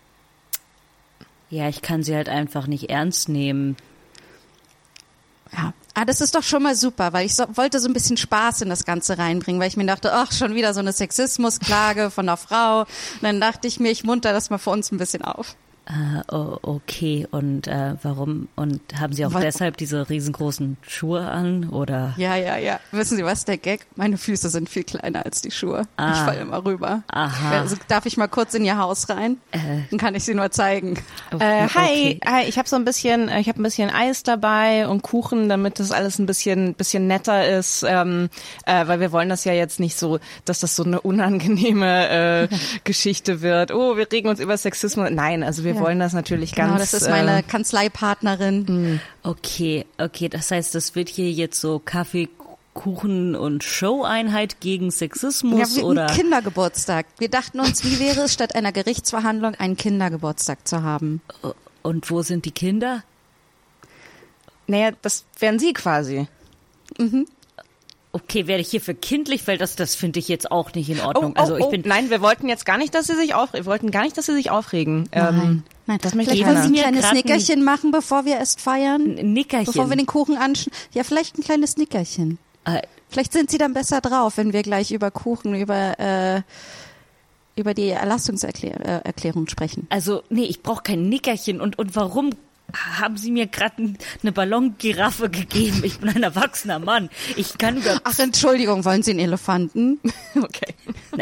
Speaker 2: Ja, ich kann Sie halt einfach nicht ernst nehmen.
Speaker 3: Ja, ah, das ist doch schon mal super, weil ich so, wollte so ein bisschen Spaß in das Ganze reinbringen, weil ich mir dachte, ach, schon wieder so eine Sexismusklage von einer Frau. Und dann dachte ich mir, ich munter das mal für uns ein bisschen auf.
Speaker 2: Äh, oh, okay, und äh, warum? Und haben Sie auch
Speaker 3: Weil,
Speaker 2: deshalb diese riesengroßen Schuhe an, oder?
Speaker 3: Ja, ja, ja. Wissen Sie was, der Gag? Meine Füße sind viel kleiner als die Schuhe.
Speaker 2: Ah.
Speaker 3: Ich falle immer rüber.
Speaker 2: Aha.
Speaker 3: Also, darf ich mal kurz in Ihr Haus rein? Äh. Dann kann ich Sie nur zeigen.
Speaker 5: Äh, hi,
Speaker 2: Okay.
Speaker 5: hi, ich habe so ein bisschen, ich habe ein bisschen Eis dabei und Kuchen, damit das alles ein bisschen, bisschen netter ist, ähm, äh, weil wir wollen das ja jetzt nicht so, dass das so eine unangenehme äh, Geschichte wird. Oh, wir regen uns über Sexismus. Nein, also wir
Speaker 3: Ja.
Speaker 5: wollen das natürlich ganz.
Speaker 3: Genau, das ist meine
Speaker 5: äh,
Speaker 3: Kanzleipartnerin.
Speaker 2: Okay, okay, das heißt, das wird hier jetzt so Kaffee, Kuchen und Show-Einheit gegen Sexismus,
Speaker 3: Ja, wie
Speaker 2: oder?
Speaker 3: ein Kindergeburtstag. Wir dachten uns, wie wäre es, statt einer Gerichtsverhandlung einen Kindergeburtstag zu haben?
Speaker 2: Und wo sind die Kinder?
Speaker 5: Naja, das wären Sie quasi.
Speaker 2: Okay, werde ich hier für kindlich, weil das, das finde ich jetzt auch nicht in Ordnung.
Speaker 5: Oh, oh,
Speaker 2: also ich
Speaker 5: oh,
Speaker 2: bin
Speaker 5: nein, wir wollten jetzt gar nicht, dass Sie sich aufregen. Wir wollten gar nicht, dass Sie sich aufregen.
Speaker 3: Nein,
Speaker 5: Ähm,
Speaker 3: nein.
Speaker 5: das möchte
Speaker 3: Vielleicht
Speaker 5: keiner.
Speaker 3: wollen Sie ein
Speaker 2: Mir
Speaker 3: kleines
Speaker 2: grad ein-
Speaker 3: Nickerchen machen, bevor wir erst feiern?
Speaker 2: ein Nickerchen.
Speaker 3: Bevor wir den Kuchen anschneiden? Ja, vielleicht ein kleines Nickerchen.
Speaker 2: äh,
Speaker 3: Vielleicht sind Sie dann besser drauf, wenn wir gleich über Kuchen, über, äh, über die Erlassungserklärung sprechen.
Speaker 2: also, nee, ich brauche kein Nickerchen. Und, und warum haben Sie mir gerade eine Ballongiraffe gegeben? Ich bin ein erwachsener Mann. Ich kann über...
Speaker 3: Ach, Entschuldigung, wollen Sie einen Elefanten?
Speaker 5: Okay.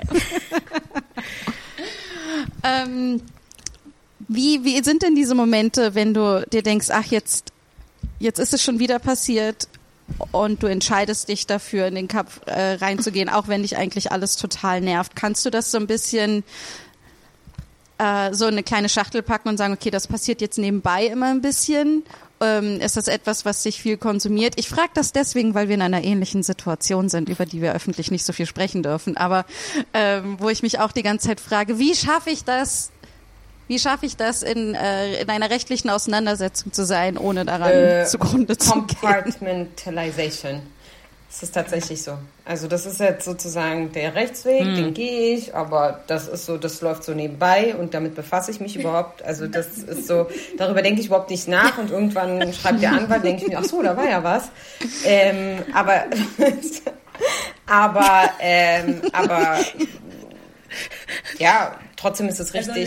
Speaker 3: ähm, wie, wie sind denn diese Momente, wenn du dir denkst, ach, jetzt, jetzt ist es schon wieder passiert und du entscheidest dich dafür, in den Kampf äh, reinzugehen, auch wenn dich eigentlich alles total nervt? Kannst du das so ein bisschen äh, so in eine kleine Schachtel packen und sagen, okay, das passiert jetzt nebenbei immer ein bisschen? Ähm, ist das etwas, was dich viel konsumiert? Ich frage das deswegen, weil wir in einer ähnlichen Situation sind, über die wir öffentlich nicht so viel sprechen dürfen, aber ähm, wo ich mich auch die ganze Zeit frage, wie schaffe ich das, Wie schaffe ich das, in, äh, in einer rechtlichen Auseinandersetzung zu sein, ohne daran
Speaker 6: Äh,
Speaker 3: zugrunde zu gehen?
Speaker 6: Compartmentalization. Das ist tatsächlich so. Also das ist jetzt sozusagen der Rechtsweg,
Speaker 2: Hm.
Speaker 6: den gehe ich, aber das ist so, das läuft so nebenbei und damit befasse ich mich überhaupt. Also das ist so, darüber denke ich überhaupt nicht nach und irgendwann schreibt der Anwalt, denke ich mir, ach so, da war ja was. Ähm, aber, aber, ähm, aber, ja, trotzdem ist es richtig.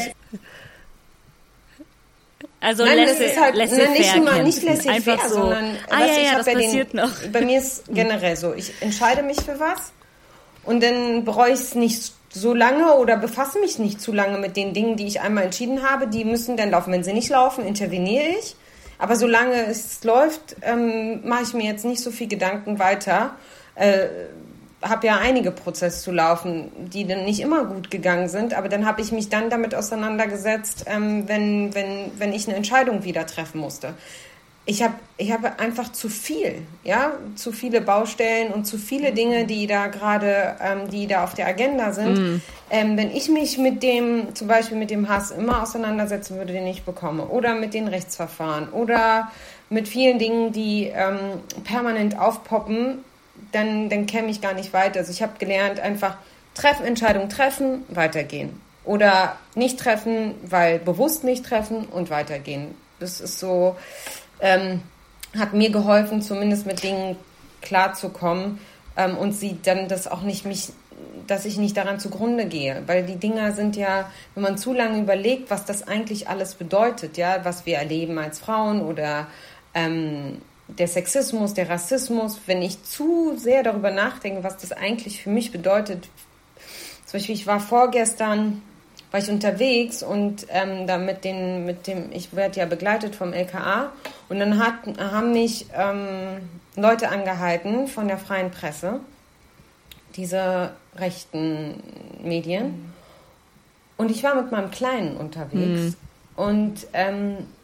Speaker 2: Also
Speaker 6: Nein, das
Speaker 2: laissez-
Speaker 6: ist halt
Speaker 2: laissez-faire
Speaker 6: nein, nicht nur nicht
Speaker 2: kämpfen.
Speaker 6: laissez-faire,
Speaker 2: Einfach so.
Speaker 6: sondern
Speaker 2: Ah
Speaker 6: was
Speaker 2: ja,
Speaker 6: ich
Speaker 2: ja,
Speaker 6: hab
Speaker 2: das
Speaker 6: ja
Speaker 2: passiert
Speaker 6: den,
Speaker 2: noch.
Speaker 6: Bei mir ist generell so, ich entscheide mich für was und dann bereue ich es nicht so lange oder befasse mich nicht zu lange mit den Dingen, die ich einmal entschieden habe. Die müssen dann laufen. Wenn sie nicht laufen, interveniere ich. Aber solange es läuft, ähm, mache ich mir jetzt nicht so viel Gedanken weiter. Äh, habe ja einige Prozesse zu laufen, die dann nicht immer gut gegangen sind, aber dann habe ich mich dann damit auseinandergesetzt, ähm, wenn, wenn, wenn ich eine Entscheidung wieder treffen musste. Ich habe ich habe einfach zu viel, ja, zu viele Baustellen und zu viele Dinge, die da gerade, ähm, die da auf der Agenda sind. Mm. Ähm, wenn ich mich mit dem, zum Beispiel mit dem Hass immer auseinandersetzen würde, den ich bekomme, oder mit den Rechtsverfahren oder mit vielen Dingen, die ähm, permanent aufpoppen, dann, dann käme ich gar nicht weiter. Also ich habe gelernt, einfach treffen, Entscheidungen treffen, weitergehen. Oder nicht treffen, weil bewusst nicht treffen und weitergehen. Das ist so, ähm, hat mir geholfen, zumindest mit Dingen klarzukommen ähm, und sie dann das auch nicht mich, dass ich nicht daran zugrunde gehe. Weil die Dinger sind ja, wenn man zu lange überlegt, was das eigentlich alles bedeutet, ja, was wir erleben als Frauen oder ähm, der Sexismus, der Rassismus, wenn ich zu sehr darüber nachdenke, was das eigentlich für mich bedeutet. Zum Beispiel, ich war vorgestern, war ich unterwegs und ähm, da mit, den, mit dem, ich werde ja begleitet vom L K A und dann hat, haben mich ähm, Leute angehalten von der freien Presse, diese rechten Medien. Und ich war mit meinem Kleinen unterwegs mhm. und ähm,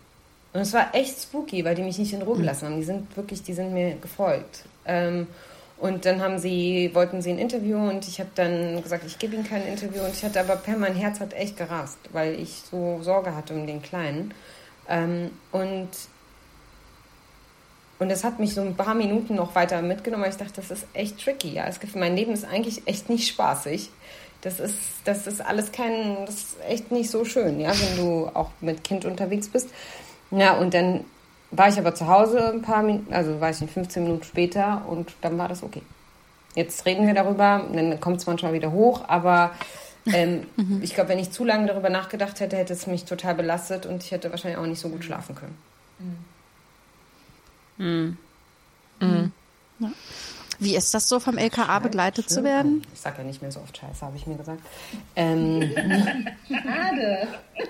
Speaker 6: Und es war echt spooky, weil die mich nicht in Ruhe gelassen haben. Die sind wirklich, die sind mir gefolgt. Ähm, und dann haben sie, wollten sie ein Interview und ich habe dann gesagt, ich gebe ihnen kein Interview. Und ich hatte aber, per mein Herz hat echt gerast, weil ich so Sorge hatte um den Kleinen. Ähm, und Und das hat mich so ein paar Minuten noch weiter mitgenommen, weil ich dachte, das ist echt tricky. Ja, es, mein Leben ist eigentlich echt nicht spaßig. Das ist, das ist alles kein, das ist echt nicht so schön, ja, wenn du auch mit Kind unterwegs bist. Ja, und dann war ich aber zu Hause ein paar Minuten, also weiß ich nicht, fünfzehn Minuten später und dann war das okay. Jetzt reden wir darüber, dann kommt es manchmal wieder hoch, aber ähm, mhm. ich glaube, wenn ich zu lange darüber nachgedacht hätte, hätte es mich total belastet und ich hätte wahrscheinlich auch nicht so gut schlafen können.
Speaker 2: Mhm.
Speaker 3: Mhm. Ja. Wie ist das so, vom L K A begleitet Schön. zu werden?
Speaker 6: Ich sage ja nicht mehr so oft Scheiße, habe ich mir gesagt. Ähm, Schade.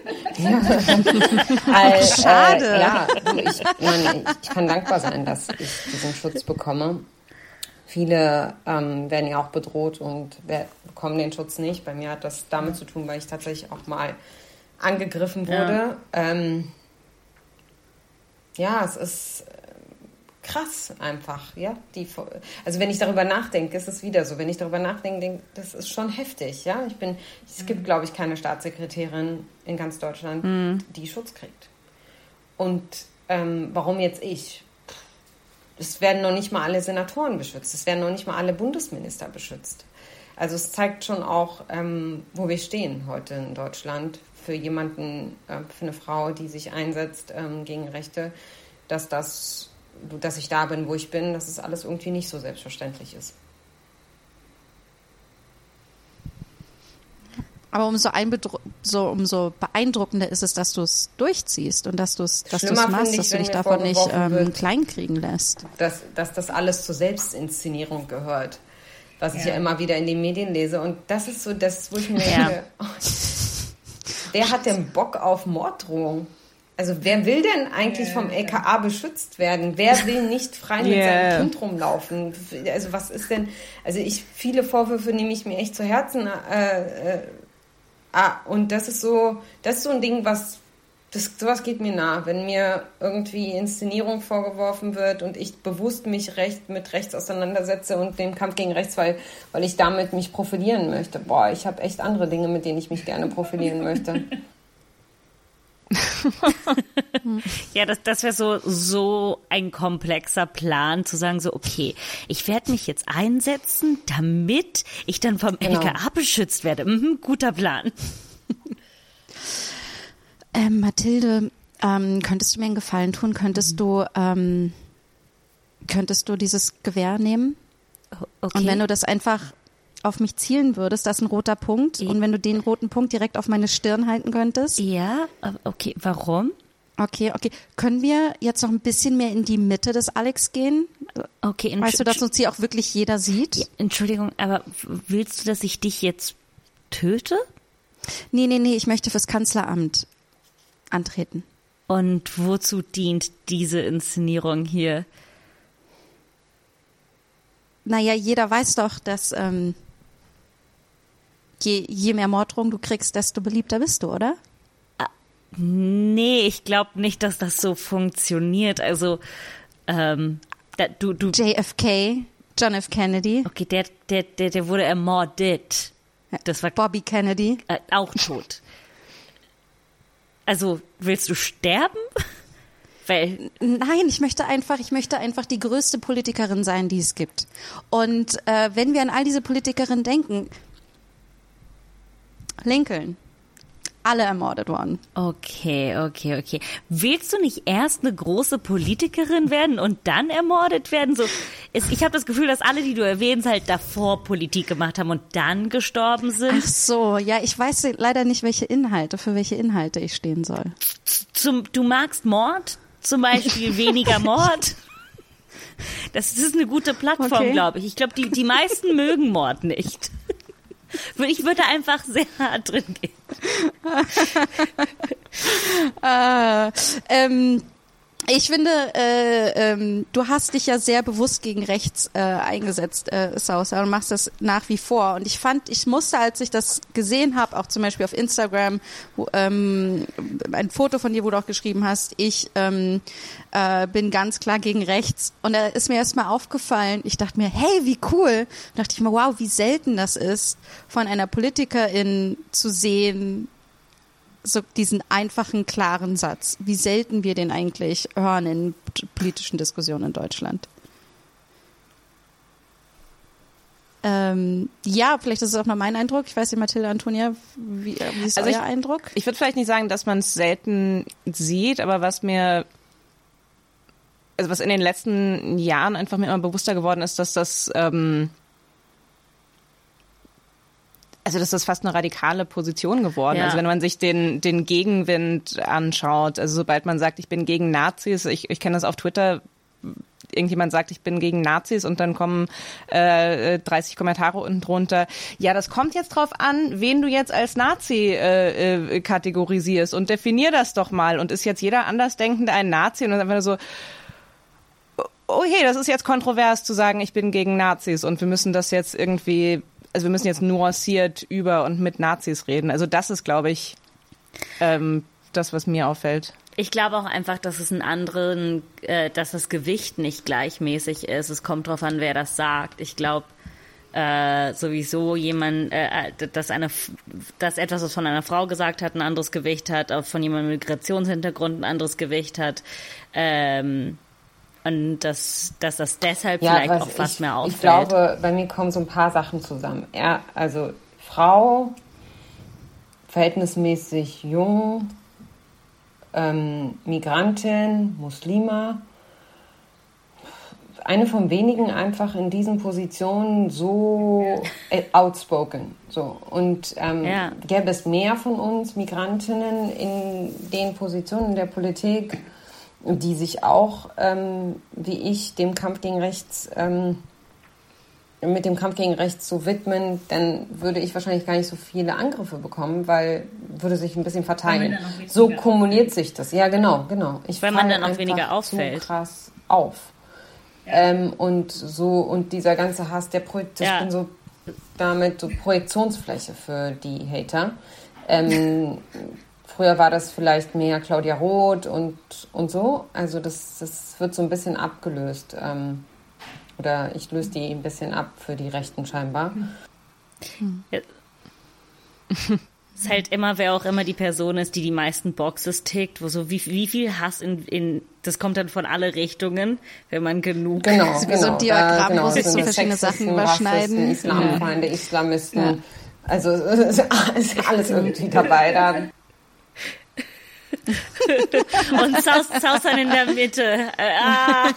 Speaker 6: Ja. All,
Speaker 3: Schade.
Speaker 6: Äh, ja, du, ich, man, ich kann dankbar sein, dass ich diesen Schutz bekomme. Viele ähm, werden ja auch bedroht und bekommen den Schutz nicht. Bei mir hat das damit zu tun, weil ich tatsächlich auch mal angegriffen wurde. Ja, ähm, ja es ist krass einfach, ja. Die, also wenn ich darüber nachdenke, ist es wieder so. Wenn ich darüber nachdenke, denke, das ist schon heftig, ja. Ich bin, es gibt, glaube ich, keine Staatssekretärin in ganz Deutschland, mhm. die Schutz kriegt. Und ähm, warum jetzt ich? Es werden noch nicht mal alle Senatoren beschützt. Es werden noch nicht mal alle Bundesminister beschützt. Also es zeigt schon auch, ähm, wo wir stehen heute in Deutschland für jemanden, äh, für eine Frau, die sich einsetzt ähm, gegen Rechte, dass das dass ich da bin, wo ich bin, dass es alles irgendwie nicht so selbstverständlich ist.
Speaker 3: Aber umso, so, umso beeindruckender ist es, dass du es durchziehst und dass du es dass du's machst, ich, dass du dich davon nicht ähm, kleinkriegen lässt.
Speaker 6: Dass, dass das alles zur Selbstinszenierung gehört, was ja. ich ja immer wieder in den Medien lese. Und das ist so das, wo ich mir denke, ja. oh, wer hat denn Bock auf Morddrohung? Also wer will denn eigentlich yeah, vom L K A beschützt werden? Wer will nicht frei mit yeah. seinem Kind rumlaufen? Also was ist denn, also ich, viele Vorwürfe nehme ich mir echt zu Herzen. Äh, äh, ah, und das ist so, das ist so ein Ding, was, das, sowas geht mir nah. Wenn mir irgendwie Inszenierung vorgeworfen wird und ich bewusst mich recht mit rechts auseinandersetze und dem Kampf gegen rechts, weil, weil ich damit mich profilieren möchte. Boah, ich habe echt andere Dinge, mit denen ich mich gerne profilieren möchte.
Speaker 2: Ja, das, das wäre so, so ein komplexer Plan, zu sagen so, okay, ich werde mich jetzt einsetzen, damit ich dann vom genau. L K A beschützt werde. Mhm, guter Plan.
Speaker 3: Ähm, Mathilde, ähm, könntest du mir einen Gefallen tun? Könntest mhm. du, ähm, könntest du dieses Gewehr nehmen? Okay. Und wenn du das einfach auf mich zielen würdest, das ist ein roter Punkt. Ja. Und wenn du den roten Punkt direkt auf meine Stirn halten könntest.
Speaker 2: Ja, okay. Warum?
Speaker 3: Okay, okay. Können wir jetzt noch ein bisschen mehr in die Mitte des Alex gehen?
Speaker 2: Okay.
Speaker 3: Weißt du, dass uns hier auch wirklich jeder sieht?
Speaker 2: Ja, Entschuldigung, aber willst du, dass ich dich jetzt töte?
Speaker 3: Nee, nee, nee, ich möchte fürs Kanzleramt antreten.
Speaker 2: Und wozu dient diese Inszenierung hier?
Speaker 3: Naja, jeder weiß doch, dass ähm, je, je mehr Morddrohungen du kriegst, desto beliebter bist du, oder?
Speaker 2: Ah, nee, ich glaube nicht, dass das so funktioniert. Also, ähm, da, du, du.
Speaker 3: J F K, John F. Kennedy.
Speaker 2: Okay, der, der, der, der wurde ermordet. Das war
Speaker 3: Bobby Kennedy.
Speaker 2: Äh, auch tot. Also, willst du sterben? Weil
Speaker 3: Nein, ich möchte einfach, ich möchte einfach die größte Politikerin sein, die es gibt. Und äh, wenn wir an all diese Politikerinnen denken, Lincoln, alle ermordet worden.
Speaker 2: Okay, okay, okay. Willst du nicht erst eine große Politikerin werden und dann ermordet werden? So, ist, ich habe das Gefühl, dass alle, die du erwähnst, halt davor Politik gemacht haben und dann gestorben sind.
Speaker 3: Ach so, ja, ich weiß leider nicht, welche Inhalte, für welche Inhalte ich stehen soll.
Speaker 2: Zum, du magst Mord? Zum Beispiel weniger Mord. Das ist eine gute Plattform, okay. glaube ich. Ich glaube, die, die meisten mögen Mord nicht. Ich würde einfach sehr hart drin gehen.
Speaker 3: äh, ähm, Ich finde, äh, ähm, du hast dich ja sehr bewusst gegen rechts äh, eingesetzt, äh, Sausa, und machst das nach wie vor. Und ich fand, ich musste, als ich das gesehen habe, auch zum Beispiel auf Instagram, wo, ähm, ein Foto von dir, wo du auch geschrieben hast, ich ähm, äh, bin ganz klar gegen rechts. Und da ist mir erstmal aufgefallen, ich dachte mir, hey, wie cool. Da dachte ich mir, wow, wie selten das ist, von einer Politikerin zu sehen, so diesen einfachen, klaren Satz. Wie selten wir den eigentlich hören in politischen Diskussionen in Deutschland. Ähm, ja, vielleicht ist es auch nur mein Eindruck. Ich weiß nicht, Mathilda, Antonia, wie, wie ist
Speaker 5: also
Speaker 3: euer
Speaker 5: ich,
Speaker 3: Eindruck?
Speaker 5: Ich würde vielleicht nicht sagen, dass man es selten sieht, aber was mir, also was in den letzten Jahren einfach mir immer bewusster geworden ist, dass das ähm, Also dass das fast eine radikale Position geworden.
Speaker 2: Ja.
Speaker 5: Also wenn man sich den den Gegenwind anschaut, also sobald man sagt, ich bin gegen Nazis, ich, ich kenne das auf Twitter, irgendjemand sagt, ich bin gegen Nazis und dann kommen äh, dreißig Kommentare unten drunter. Ja, das kommt jetzt drauf an, wen du jetzt als Nazi äh, äh, kategorisierst und definier das doch mal. Und ist jetzt jeder Andersdenkende ein Nazi? Und dann einfach so, oh hey, das ist jetzt kontrovers zu sagen, ich bin gegen Nazis und wir müssen das jetzt irgendwie... Also wir müssen jetzt nuanciert über und mit Nazis reden. Also das ist, glaube ich, ähm, das, was mir auffällt.
Speaker 2: Ich glaube auch einfach, dass es einen anderen, äh, dass das Gewicht nicht gleichmäßig ist. Es kommt drauf an, wer das sagt. Ich glaube äh, sowieso jemand, äh, dass eine, dass etwas, was von einer Frau gesagt hat, ein anderes Gewicht hat, auch von jemandem mit Migrationshintergrund ein anderes Gewicht hat. Ähm, Und dass, dass das deshalb
Speaker 6: ja,
Speaker 2: vielleicht auch fast
Speaker 6: ich,
Speaker 2: mehr auffällt.
Speaker 6: Ich glaube, bei mir kommen so ein paar Sachen zusammen. Ja, also Frau, verhältnismäßig jung, ähm, Migrantin, Muslima. Eine von wenigen einfach in diesen Positionen so outspoken. So. Und ähm, ja. gäbe es mehr von uns Migrantinnen in den Positionen der Politik, die sich auch, ähm, wie ich, dem Kampf gegen Rechts, ähm, mit dem Kampf gegen Rechts so widmen, dann würde ich wahrscheinlich gar nicht so viele Angriffe bekommen, weil würde sich ein bisschen verteilen. So kumuliert sich das. Ja, genau, genau. Ich
Speaker 2: weil man dann auch weniger auffällt.
Speaker 6: So krass auf. Ja. Ähm, und so, und dieser ganze Hass, der Projekt, ja. ich bin so damit so Projektionsfläche für die Hater. Ähm, Früher war das vielleicht mehr Claudia Roth und, und so. Also das, das wird so ein bisschen abgelöst. Ähm, oder ich löse die ein bisschen ab für die Rechten scheinbar.
Speaker 2: Ja. Es ist halt immer, wer auch immer die Person ist, die die meisten Boxes tickt, wo so wie, wie viel Hass in, in, das kommt dann von alle Richtungen, wenn man genug...
Speaker 6: Genau,
Speaker 3: das ist
Speaker 6: genau.
Speaker 3: So ein Diagramm,
Speaker 6: genau,
Speaker 3: wo sich so verschiedene Sachen überschneiden.
Speaker 6: Islamfeinde, ja. Islamisten. Ja. Also es ist alles irgendwie dabei da.
Speaker 2: Und Sausan in der Mitte. Ah.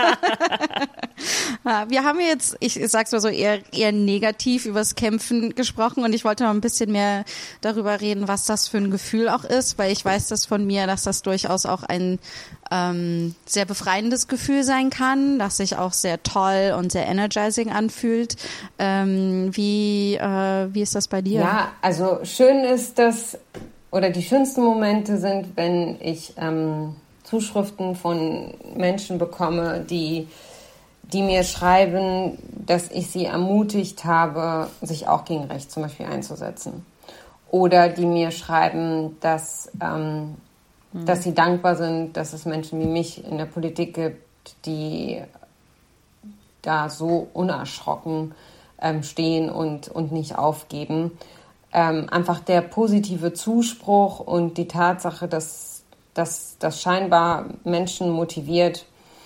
Speaker 3: Wir haben jetzt, ich sag's mal so, eher, eher negativ übers Kämpfen gesprochen und ich wollte noch ein bisschen mehr darüber reden, was das für ein Gefühl auch ist, weil ich weiß das von mir, dass das durchaus auch ein ähm, sehr befreiendes Gefühl sein kann, das sich auch sehr toll und sehr energizing anfühlt. Ähm, wie, äh, wie ist das bei dir?
Speaker 6: Ja, also schön ist das, oder die schönsten Momente sind, wenn ich ähm, Zuschriften von Menschen bekomme, die, die mir schreiben, dass ich sie ermutigt habe, sich auch gegen Rechts zum Beispiel einzusetzen. Oder die mir schreiben, dass, ähm, mhm. dass sie dankbar sind, dass es Menschen wie mich in der Politik gibt, die da so unerschrocken ähm, stehen und, und nicht aufgeben. Ähm, einfach der positive Zuspruch und die Tatsache, dass, dass das scheinbar Menschen motiviert,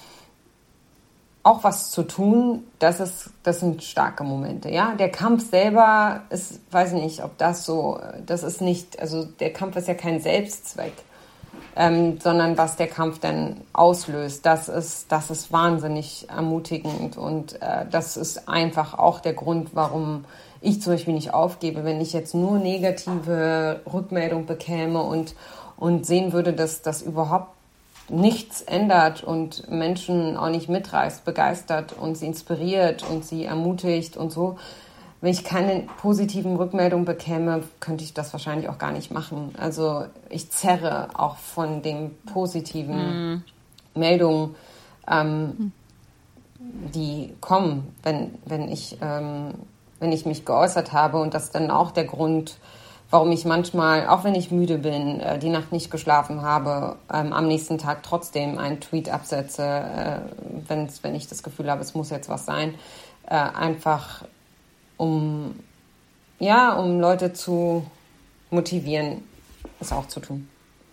Speaker 6: auch was zu tun, das ist, das sind starke Momente. Ja, der Kampf selber ist, weiß nicht, ob das so, das ist nicht, also der Kampf ist ja kein Selbstzweck, ähm, sondern was der Kampf dann auslöst, das ist, das ist wahnsinnig ermutigend und äh, das ist einfach auch der Grund, warum ich zum Beispiel nicht aufgebe, wenn ich jetzt nur negative Rückmeldung bekäme und, und sehen würde, dass das überhaupt nichts ändert und Menschen auch nicht mitreißt, begeistert und sie inspiriert und sie ermutigt und so. Wenn ich keine positiven Rückmeldungen bekäme, könnte ich das wahrscheinlich auch gar nicht machen. Also ich zerre auch von dem positiven mm. Meldungen, ähm, die kommen, wenn, wenn ich, ähm, wenn ich mich geäußert habe. Und das ist dann auch der Grund, warum ich manchmal, auch wenn ich müde bin, äh, die Nacht nicht geschlafen habe, ähm, am nächsten Tag trotzdem einen Tweet absetze, äh, wenn's, wenn ich das Gefühl habe, es muss jetzt was sein. Äh, einfach um, ja, um Leute zu motivieren, es auch zu tun.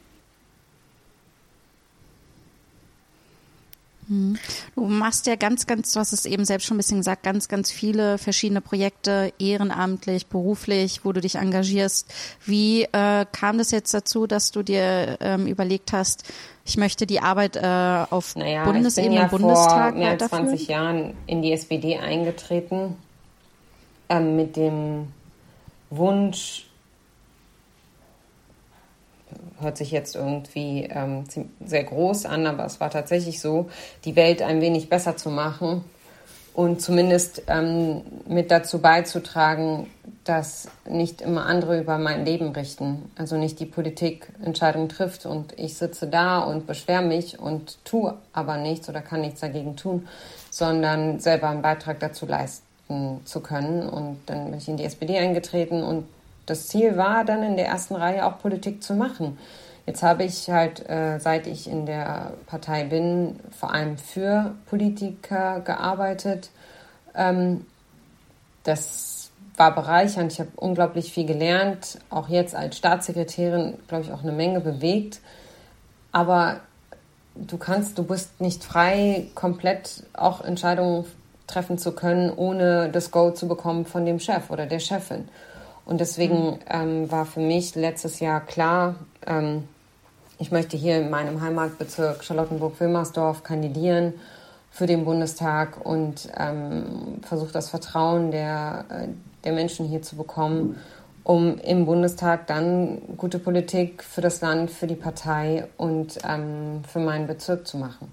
Speaker 3: Du machst ja ganz, ganz, du hast es eben selbst schon ein bisschen gesagt, ganz, ganz viele verschiedene Projekte, ehrenamtlich, beruflich, wo du dich engagierst. Wie äh, kam das jetzt dazu, dass du dir ähm, überlegt hast, ich möchte die Arbeit äh, auf
Speaker 6: naja,
Speaker 3: Bundesebene,
Speaker 6: ich
Speaker 3: im
Speaker 6: bin ja
Speaker 3: Bundestag
Speaker 6: vor mehr als
Speaker 3: weiterführen?
Speaker 6: zwanzig Jahren in die S P D eingetreten, ähm, mit dem Wunsch, hört sich jetzt irgendwie ähm, sehr groß an, aber es war tatsächlich so, die Welt ein wenig besser zu machen und zumindest ähm, mit dazu beizutragen, dass nicht immer andere über mein Leben richten. Also nicht die Politik Entscheidungen trifft und ich sitze da und beschwere mich und tue aber nichts oder kann nichts dagegen tun, sondern selber einen Beitrag dazu leisten zu können. Und dann bin ich in die S P D eingetreten und das Ziel war dann in der ersten Reihe auch Politik zu machen. Jetzt habe ich halt, äh, seit ich in der Partei bin, vor allem für Politiker gearbeitet. Ähm, das war bereichernd. Ich habe unglaublich viel gelernt. Auch jetzt als Staatssekretärin, glaube ich, auch eine Menge bewegt. Aber du kannst, du bist nicht frei, komplett auch Entscheidungen treffen zu können, ohne das Go zu bekommen von dem Chef oder der Chefin. Und deswegen ähm, war für mich letztes Jahr klar, ähm, ich möchte hier in meinem Heimatbezirk Charlottenburg-Wilmersdorf kandidieren für den Bundestag und ähm, versuche das Vertrauen der, der Menschen hier zu bekommen, um im Bundestag dann gute Politik für das Land, für die Partei und ähm, für meinen Bezirk zu machen.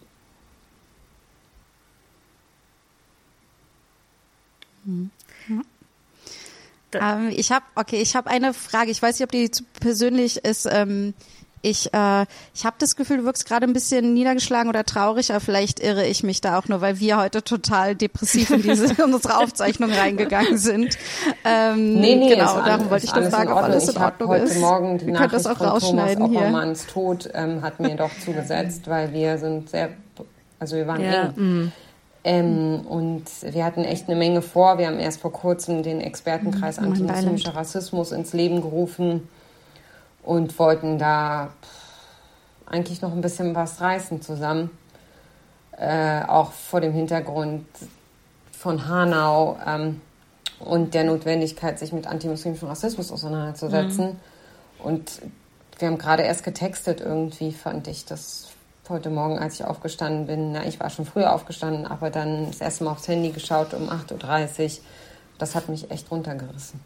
Speaker 3: Mhm. Ja. Ähm, ich habe, okay, ich habe eine Frage. Ich weiß nicht, ob die zu persönlich ist. Ähm, ich, äh, ich habe das Gefühl, du wirkst gerade ein bisschen niedergeschlagen oder traurig, aber vielleicht irre ich mich da auch nur, weil wir heute total depressiv in diese in unsere Aufzeichnung reingegangen sind. Ähm,
Speaker 6: nee, nee,
Speaker 3: genau, darum
Speaker 6: alles,
Speaker 3: wollte ich nur fragen, ob alles in Ordnung
Speaker 6: heute
Speaker 3: ist.
Speaker 6: Heute Morgen die
Speaker 3: wir
Speaker 6: Nachricht
Speaker 3: das auch
Speaker 6: von
Speaker 3: rausschneiden
Speaker 6: Thomas
Speaker 3: hier.
Speaker 6: Oppermanns Tod ähm, hat mir doch zugesetzt, weil wir sind sehr, also wir waren
Speaker 2: ja.
Speaker 6: eng.
Speaker 2: Mm.
Speaker 6: Ähm, und wir hatten echt eine Menge vor. Wir haben erst vor kurzem den Expertenkreis
Speaker 3: Mein
Speaker 6: Antimuslimischer
Speaker 3: Beileid.
Speaker 6: Rassismus ins Leben gerufen und wollten da eigentlich noch ein bisschen was reißen zusammen. Äh, auch vor dem Hintergrund von Hanau ähm, und der Notwendigkeit, sich mit antimuslimischem Rassismus auseinanderzusetzen. Mhm. Und wir haben gerade erst getextet irgendwie, fand ich das heute Morgen, als ich aufgestanden bin. Na, ich war schon früher aufgestanden, aber dann das erste Mal aufs Handy geschaut um acht Uhr dreißig. Das hat mich echt runtergerissen.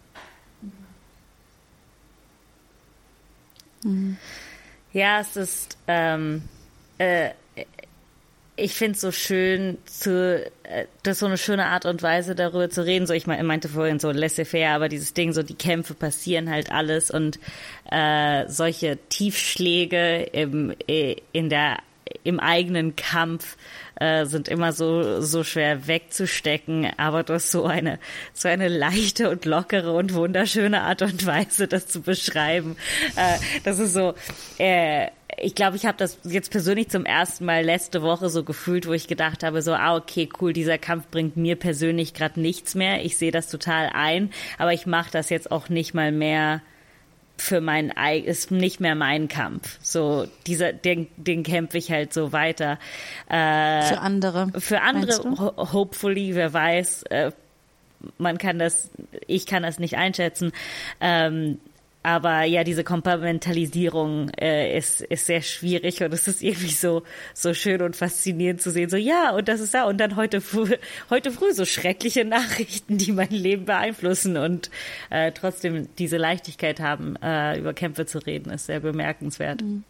Speaker 3: Mhm.
Speaker 2: Ja, es ist, ähm, äh, ich finde es so schön, zu, äh, das ist so eine schöne Art und Weise, darüber zu reden. So, ich mein, meinte vorhin so laissez-faire, aber dieses Ding, so die Kämpfe passieren halt alles und äh, solche Tiefschläge im, in der, im eigenen Kampf äh, sind immer so so schwer wegzustecken, aber du hast so eine so eine leichte und lockere und wunderschöne Art und Weise, das zu beschreiben. Äh, das ist so, äh, ich glaube, ich habe das jetzt persönlich zum ersten Mal letzte Woche so gefühlt, wo ich gedacht habe, so, ah, okay, cool, dieser Kampf bringt mir persönlich gerade nichts mehr. Ich sehe das total ein, aber ich mache das jetzt auch nicht mal mehr für mein Ei, ist nicht mehr mein Kampf. So, dieser, den, den kämpfe ich halt so weiter. Äh,
Speaker 3: für andere.
Speaker 2: Für andere, ho- hopefully, wer weiß, äh, man kann das, ich kann das nicht einschätzen. Ähm, aber ja, diese Kompartmentalisierung äh, ist ist sehr schwierig und es ist irgendwie so so schön und faszinierend zu sehen. So, ja, und das ist da und dann heute früh, heute früh so schreckliche Nachrichten, die mein Leben beeinflussen und äh, trotzdem diese Leichtigkeit haben, äh, über Kämpfe zu reden, ist sehr bemerkenswert.
Speaker 3: Mhm.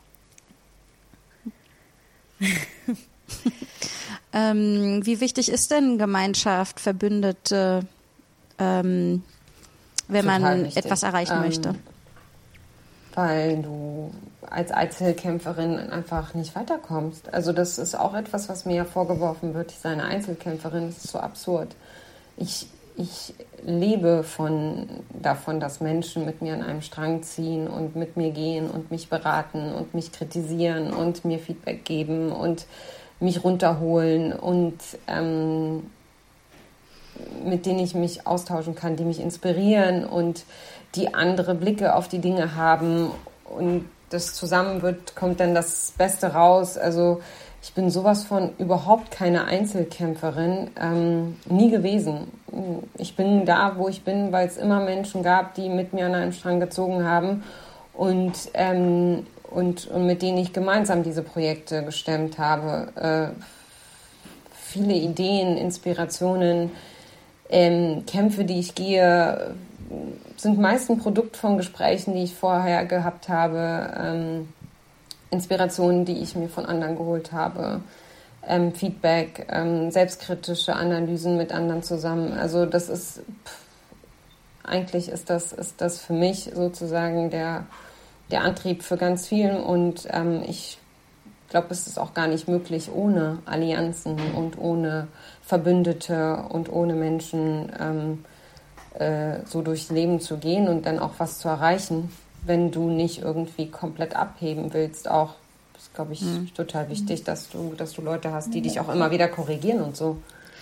Speaker 3: ähm, wie wichtig ist denn Gemeinschaft, Verbündete, ähm, wenn
Speaker 6: Total
Speaker 3: man
Speaker 6: wichtig.
Speaker 3: etwas erreichen
Speaker 6: ähm,
Speaker 3: möchte?
Speaker 6: Weil du als Einzelkämpferin einfach nicht weiterkommst. Also das ist auch etwas, was mir ja vorgeworfen wird, ich sei eine Einzelkämpferin. Das ist so absurd. Ich, ich lebe von, davon, dass Menschen mit mir an einem Strang ziehen und mit mir gehen und mich beraten und mich kritisieren und mir Feedback geben und mich runterholen und ähm, mit denen ich mich austauschen kann, die mich inspirieren und die andere Blicke auf die Dinge haben. Und das zusammen wird, kommt dann das Beste raus. Also ich bin sowas von überhaupt keine Einzelkämpferin, ähm, nie gewesen. Ich bin da, wo ich bin, weil es immer Menschen gab, die mit mir an einem Strang gezogen haben und, ähm, und, und mit denen ich gemeinsam diese Projekte gestemmt habe. Äh, viele Ideen, Inspirationen, ähm, Kämpfe, die ich gehe, sind meist ein Produkt von Gesprächen, die ich vorher gehabt habe, ähm, Inspirationen, die ich mir von anderen geholt habe, ähm, Feedback, ähm, selbstkritische Analysen mit anderen zusammen. Also das ist, pff, eigentlich ist das, ist das für mich sozusagen der, der Antrieb für ganz viel und ähm, ich glaube, es ist auch gar nicht möglich ohne Allianzen und ohne Verbündete und ohne Menschen ähm, äh, so durchs Leben zu gehen und dann auch was zu erreichen, wenn du nicht irgendwie komplett abheben willst. Auch, das ist, glaube ich, mhm. total wichtig, dass du, dass du Leute hast, die dich auch immer wieder korrigieren und so.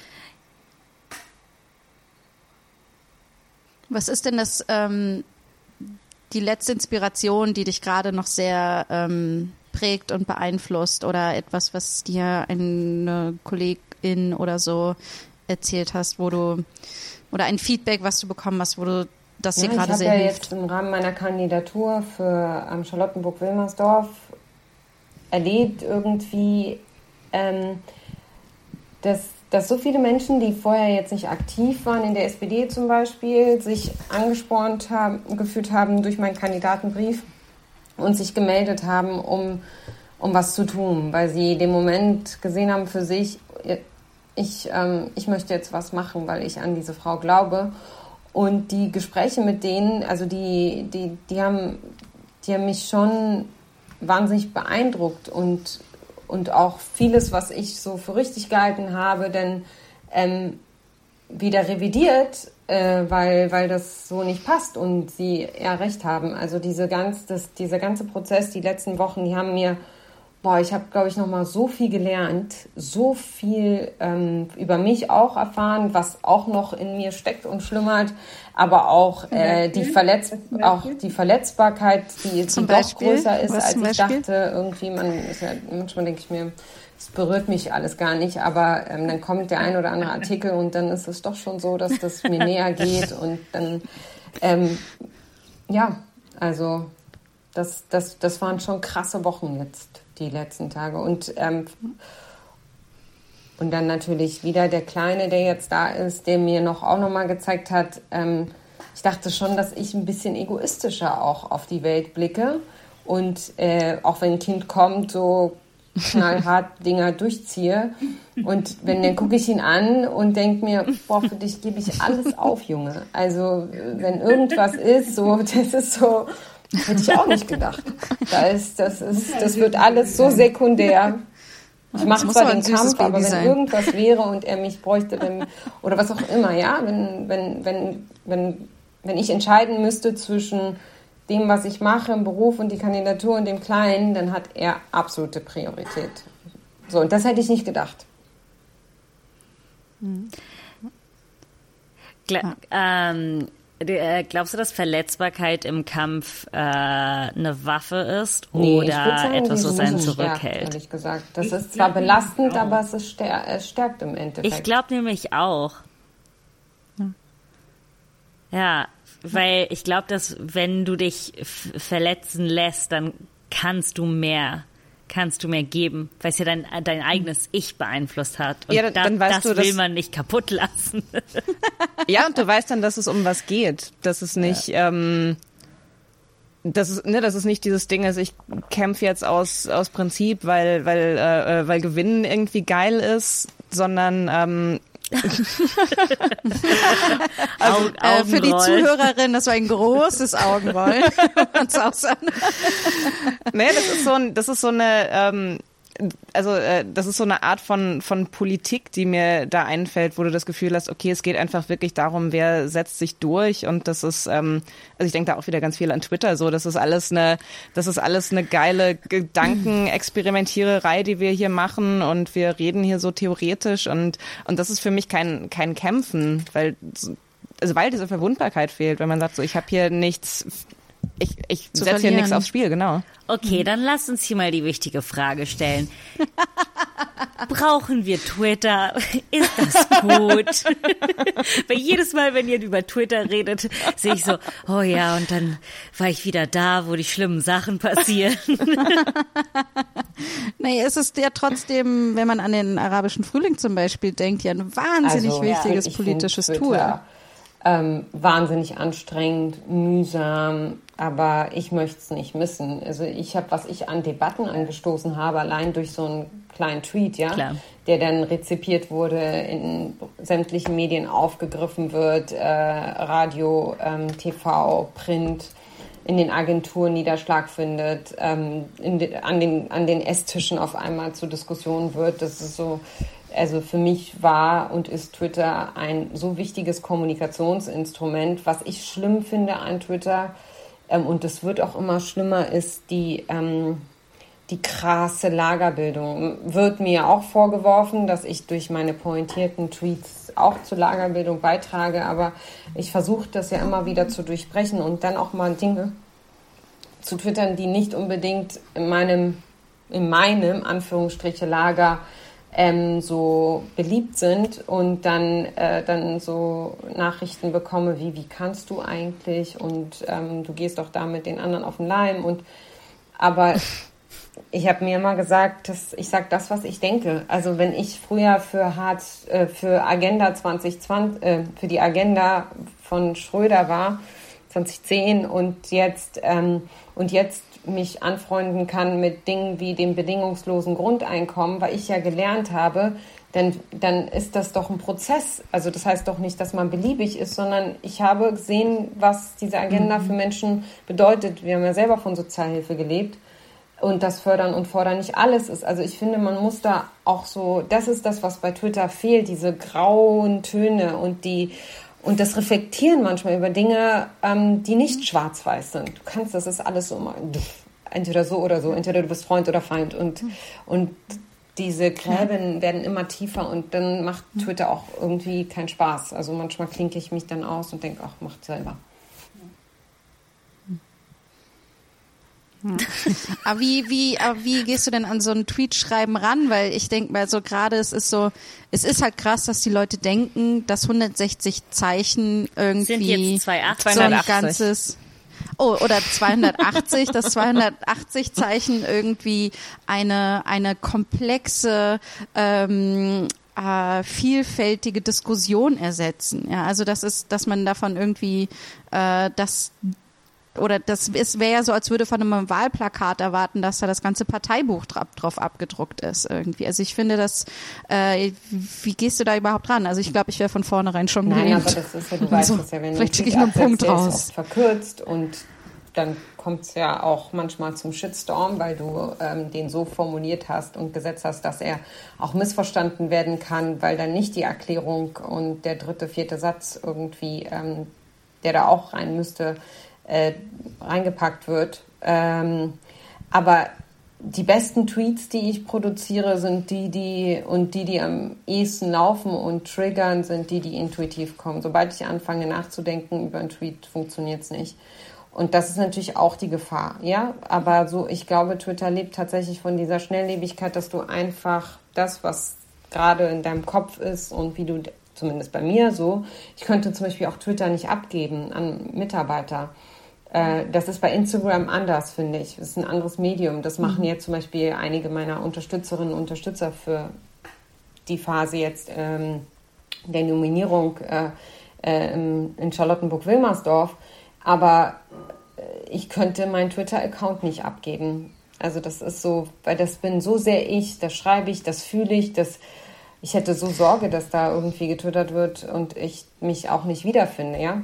Speaker 3: Was ist denn das, ähm, die letzte Inspiration, die dich gerade noch sehr ähm, prägt und beeinflusst oder etwas, was dir eine Kollegin oder so erzählt hast, wo du, oder ein Feedback, was du bekommen hast, wo du das dir
Speaker 6: ja,
Speaker 3: gerade sehr
Speaker 6: ja
Speaker 3: hilft?
Speaker 6: Ich habe ja jetzt im Rahmen meiner Kandidatur für ähm, Charlottenburg-Wilmersdorf erlebt irgendwie, ähm, dass, dass so viele Menschen, die vorher jetzt nicht aktiv waren, in der S P D zum Beispiel, sich angespornt haben, gefühlt haben durch meinen Kandidatenbrief und sich gemeldet haben, um, um was zu tun, weil sie den Moment gesehen haben für sich, ich, ähm, ich möchte jetzt was machen, weil ich an diese Frau glaube. Und die Gespräche mit denen, also die, die, die, haben, die haben mich schon wahnsinnig beeindruckt und, und auch vieles, was ich so für richtig gehalten habe, denn ähm, wieder revidiert, äh, weil, weil das so nicht passt und sie eher recht haben. Also diese ganz, das, dieser ganze Prozess, die letzten Wochen, die haben mir, boah, ich habe, glaube ich, nochmal so viel gelernt, so viel ähm, über mich auch erfahren, was auch noch in mir steckt und schlummert, aber auch, äh, die, Verletz auch die Verletzbarkeit, die, die doch größer ist, als ich dachte. Irgendwie, man ist ja, manchmal denke ich mir, es berührt mich alles gar nicht, aber ähm, dann kommt der ein oder andere Artikel und dann ist es doch schon so, dass das mir näher geht und dann, ähm, ja, also das, das, das waren schon krasse Wochen jetzt, die letzten Tage und ähm, und dann natürlich wieder der Kleine, der jetzt da ist, der mir noch auch nochmal gezeigt hat, ähm, ich dachte schon, dass ich ein bisschen egoistischer auch auf die Welt blicke und äh, auch wenn ein Kind kommt, so knallhart Dinger durchziehe. Und wenn, dann gucke ich ihn an und denke mir, boah, für dich gebe ich alles auf, Junge. Also, wenn irgendwas ist, so, das ist so, hätte ich auch nicht gedacht. Da ist, das ist, das wird alles so sekundär. Ich mache zwar den Kampf, aber wenn sein. irgendwas wäre und er mich bräuchte, dann, oder was auch immer, ja, wenn, wenn, wenn, wenn, wenn ich entscheiden müsste zwischen dem, was ich mache im Beruf und die Kandidatur und dem Kleinen, dann hat er absolute Priorität. So, und das hätte ich nicht gedacht.
Speaker 2: Mhm. Gla- ähm, glaubst du, dass Verletzbarkeit im Kampf äh, eine Waffe ist
Speaker 6: nee,
Speaker 2: oder
Speaker 6: sagen,
Speaker 2: etwas, was einen
Speaker 6: stärkt,
Speaker 2: zurückhält?
Speaker 6: Ehrlich gesagt. Das ich ist zwar belastend, aber es, ist stär- es stärkt im Endeffekt.
Speaker 2: Ich glaube nämlich auch. Ja, ja, weil ich glaube, dass wenn du dich f- verletzen lässt, dann kannst du mehr, kannst du mehr geben, weil es ja dein, dein eigenes Ich beeinflusst hat. Und
Speaker 5: ja, dann,
Speaker 2: da,
Speaker 5: dann weißt
Speaker 2: das
Speaker 5: du,
Speaker 2: will
Speaker 5: dass,
Speaker 2: man nicht kaputt lassen.
Speaker 5: Ja, und du weißt dann, dass es um was geht. Dass es nicht, ja. ähm, dass es, ne, dass es nicht dieses Ding ist, ich kämpfe jetzt aus, aus Prinzip, weil, weil, äh, weil Gewinnen irgendwie geil ist, sondern ähm,
Speaker 3: also, äh, für die Zuhörerin, das war ein großes Augenrollen.
Speaker 5: Nee, das ist so ein, das ist so eine, ähm, also äh, das ist so eine Art von von Politik, die mir da einfällt, wo du das Gefühl hast, okay, es geht einfach wirklich darum, wer setzt sich durch, und das ist, ähm, also ich denke da auch wieder ganz viel an Twitter, so, das ist alles eine, das ist alles eine geile Gedankenexperimentiererei, die wir hier machen, und wir reden hier so theoretisch, und und das ist für mich kein kein Kämpfen, weil also weil diese Verwundbarkeit fehlt, wenn man sagt, so, ich habe hier nichts, ich ich setze hier nichts aufs Spiel, genau.
Speaker 2: Okay, dann lasst uns hier mal die wichtige Frage stellen. Brauchen wir Twitter? Ist das gut? Weil jedes Mal, wenn ihr über Twitter redet, sehe ich so, oh ja, und dann war ich wieder da, wo die schlimmen Sachen passieren.
Speaker 3: Nee, es ist ja trotzdem, wenn man an den arabischen Frühling zum Beispiel denkt, ja ein wahnsinnig
Speaker 6: also,
Speaker 3: wichtiges
Speaker 6: ja, ich
Speaker 3: politisches
Speaker 6: Twitter,
Speaker 3: Tool.
Speaker 6: Ähm, wahnsinnig anstrengend, mühsam, aber ich möchte es nicht missen. Also ich habe, was ich an Debatten angestoßen habe, allein durch so einen kleinen Tweet, ja,
Speaker 2: Klar.
Speaker 6: der dann rezipiert wurde, in sämtlichen Medien aufgegriffen wird, äh, Radio, ähm, T V, Print, in den Agenturen Niederschlag findet, ähm, in de, an den an den Esstischen auf einmal zur Diskussion wird. Das ist so. Also für mich war und ist Twitter ein so wichtiges Kommunikationsinstrument. Was ich schlimm finde an Twitter, ähm, und das wird auch immer schlimmer, ist die, ähm, die krasse Lagerbildung. Wird mir auch vorgeworfen, dass ich durch meine pointierten Tweets auch zur Lagerbildung beitrage, aber ich versuche das ja immer wieder zu durchbrechen und dann auch mal Dinge zu twittern, die nicht unbedingt in meinem, in meinem Anführungsstriche Lager Ähm, so beliebt sind, und dann, äh, dann so Nachrichten bekomme wie, wie kannst du eigentlich, und ähm, du gehst doch da mit den anderen auf den Leim, und aber ich habe mir immer gesagt, dass ich sage das, was ich denke. Also wenn ich früher für Hartz, äh, für Agenda zwanzig zwanzig, äh, für die Agenda von Schröder war, zwanzig zehn, und jetzt ähm, und jetzt mich anfreunden kann mit Dingen wie dem bedingungslosen Grundeinkommen, weil ich ja gelernt habe, denn dann ist das doch ein Prozess. Also das heißt doch nicht, dass man beliebig ist, sondern ich habe gesehen, was diese Agenda für Menschen bedeutet. Wir haben ja selber von Sozialhilfe gelebt, und das Fördern und Fordern nicht alles ist. Also ich finde, man muss da auch so, das ist das, was bei Twitter fehlt, diese grauen Töne und die Und das Reflektieren manchmal über Dinge, ähm, die nicht schwarz-weiß sind. Du kannst, das ist alles so mal, entweder so oder so, entweder du bist Freund oder Feind. Und, und diese Gräben werden immer tiefer, und dann macht Twitter auch irgendwie keinen Spaß. Also manchmal klinke ich mich dann aus und denke, ach, macht selber.
Speaker 3: Aber wie, wie, aber wie gehst du denn an so ein Tweetschreiben ran? Weil ich denke mal so gerade, es ist so, es ist halt krass, dass die Leute denken, dass hundertsechzig Zeichen irgendwie
Speaker 2: Sind jetzt zweihundertachtzig.
Speaker 3: so ein ganzes, oh, oder zweihundertachtzig, dass zweihundertachtzig Zeichen irgendwie eine, eine komplexe, ähm, äh, vielfältige Diskussion ersetzen. Ja, also das ist, dass man davon irgendwie, äh, das Oder das wäre ja so, als würde von einem Wahlplakat erwarten, dass da das ganze Parteibuch drauf, drauf abgedruckt ist irgendwie. Also ich finde das, äh, wie gehst du da überhaupt ran? Also ich glaube, ich wäre von vornherein schon
Speaker 6: Nein,
Speaker 3: gelähmt.
Speaker 6: aber das ist ja, du weißt
Speaker 3: so,
Speaker 6: das ja, wenn du
Speaker 3: vielleicht schicke ich nur einen Punkt raus.
Speaker 6: Ist verkürzt, und dann kommt es ja auch manchmal zum Shitstorm, weil du ähm, den so formuliert hast und gesetzt hast, dass er auch missverstanden werden kann, weil dann nicht die Erklärung und der dritte, vierte Satz irgendwie, ähm, der da auch rein müsste, Äh, reingepackt wird. Ähm, aber die besten Tweets, die ich produziere, sind die, die und die, die am ehesten laufen und triggern, sind die, die intuitiv kommen. Sobald ich anfange nachzudenken über einen Tweet, funktioniert es nicht. Und das ist natürlich auch die Gefahr, ja. Aber so, ich glaube, Twitter lebt tatsächlich von dieser Schnelllebigkeit, dass du einfach das, was gerade in deinem Kopf ist und wie du, zumindest bei mir so, ich könnte zum Beispiel auch Twitter nicht abgeben an Mitarbeiter. Das ist bei Instagram anders, finde ich. Das ist ein anderes Medium. Das machen jetzt zum Beispiel einige meiner Unterstützerinnen und Unterstützer für die Phase jetzt ähm, der Nominierung äh, äh, in Charlottenburg-Wilmersdorf. Aber ich könnte meinen Twitter-Account nicht abgeben. Also das ist so, weil das bin so sehr ich, das schreibe ich, das fühle ich, das ich hätte so Sorge, dass da irgendwie getötet wird und ich mich auch nicht wiederfinde, ja.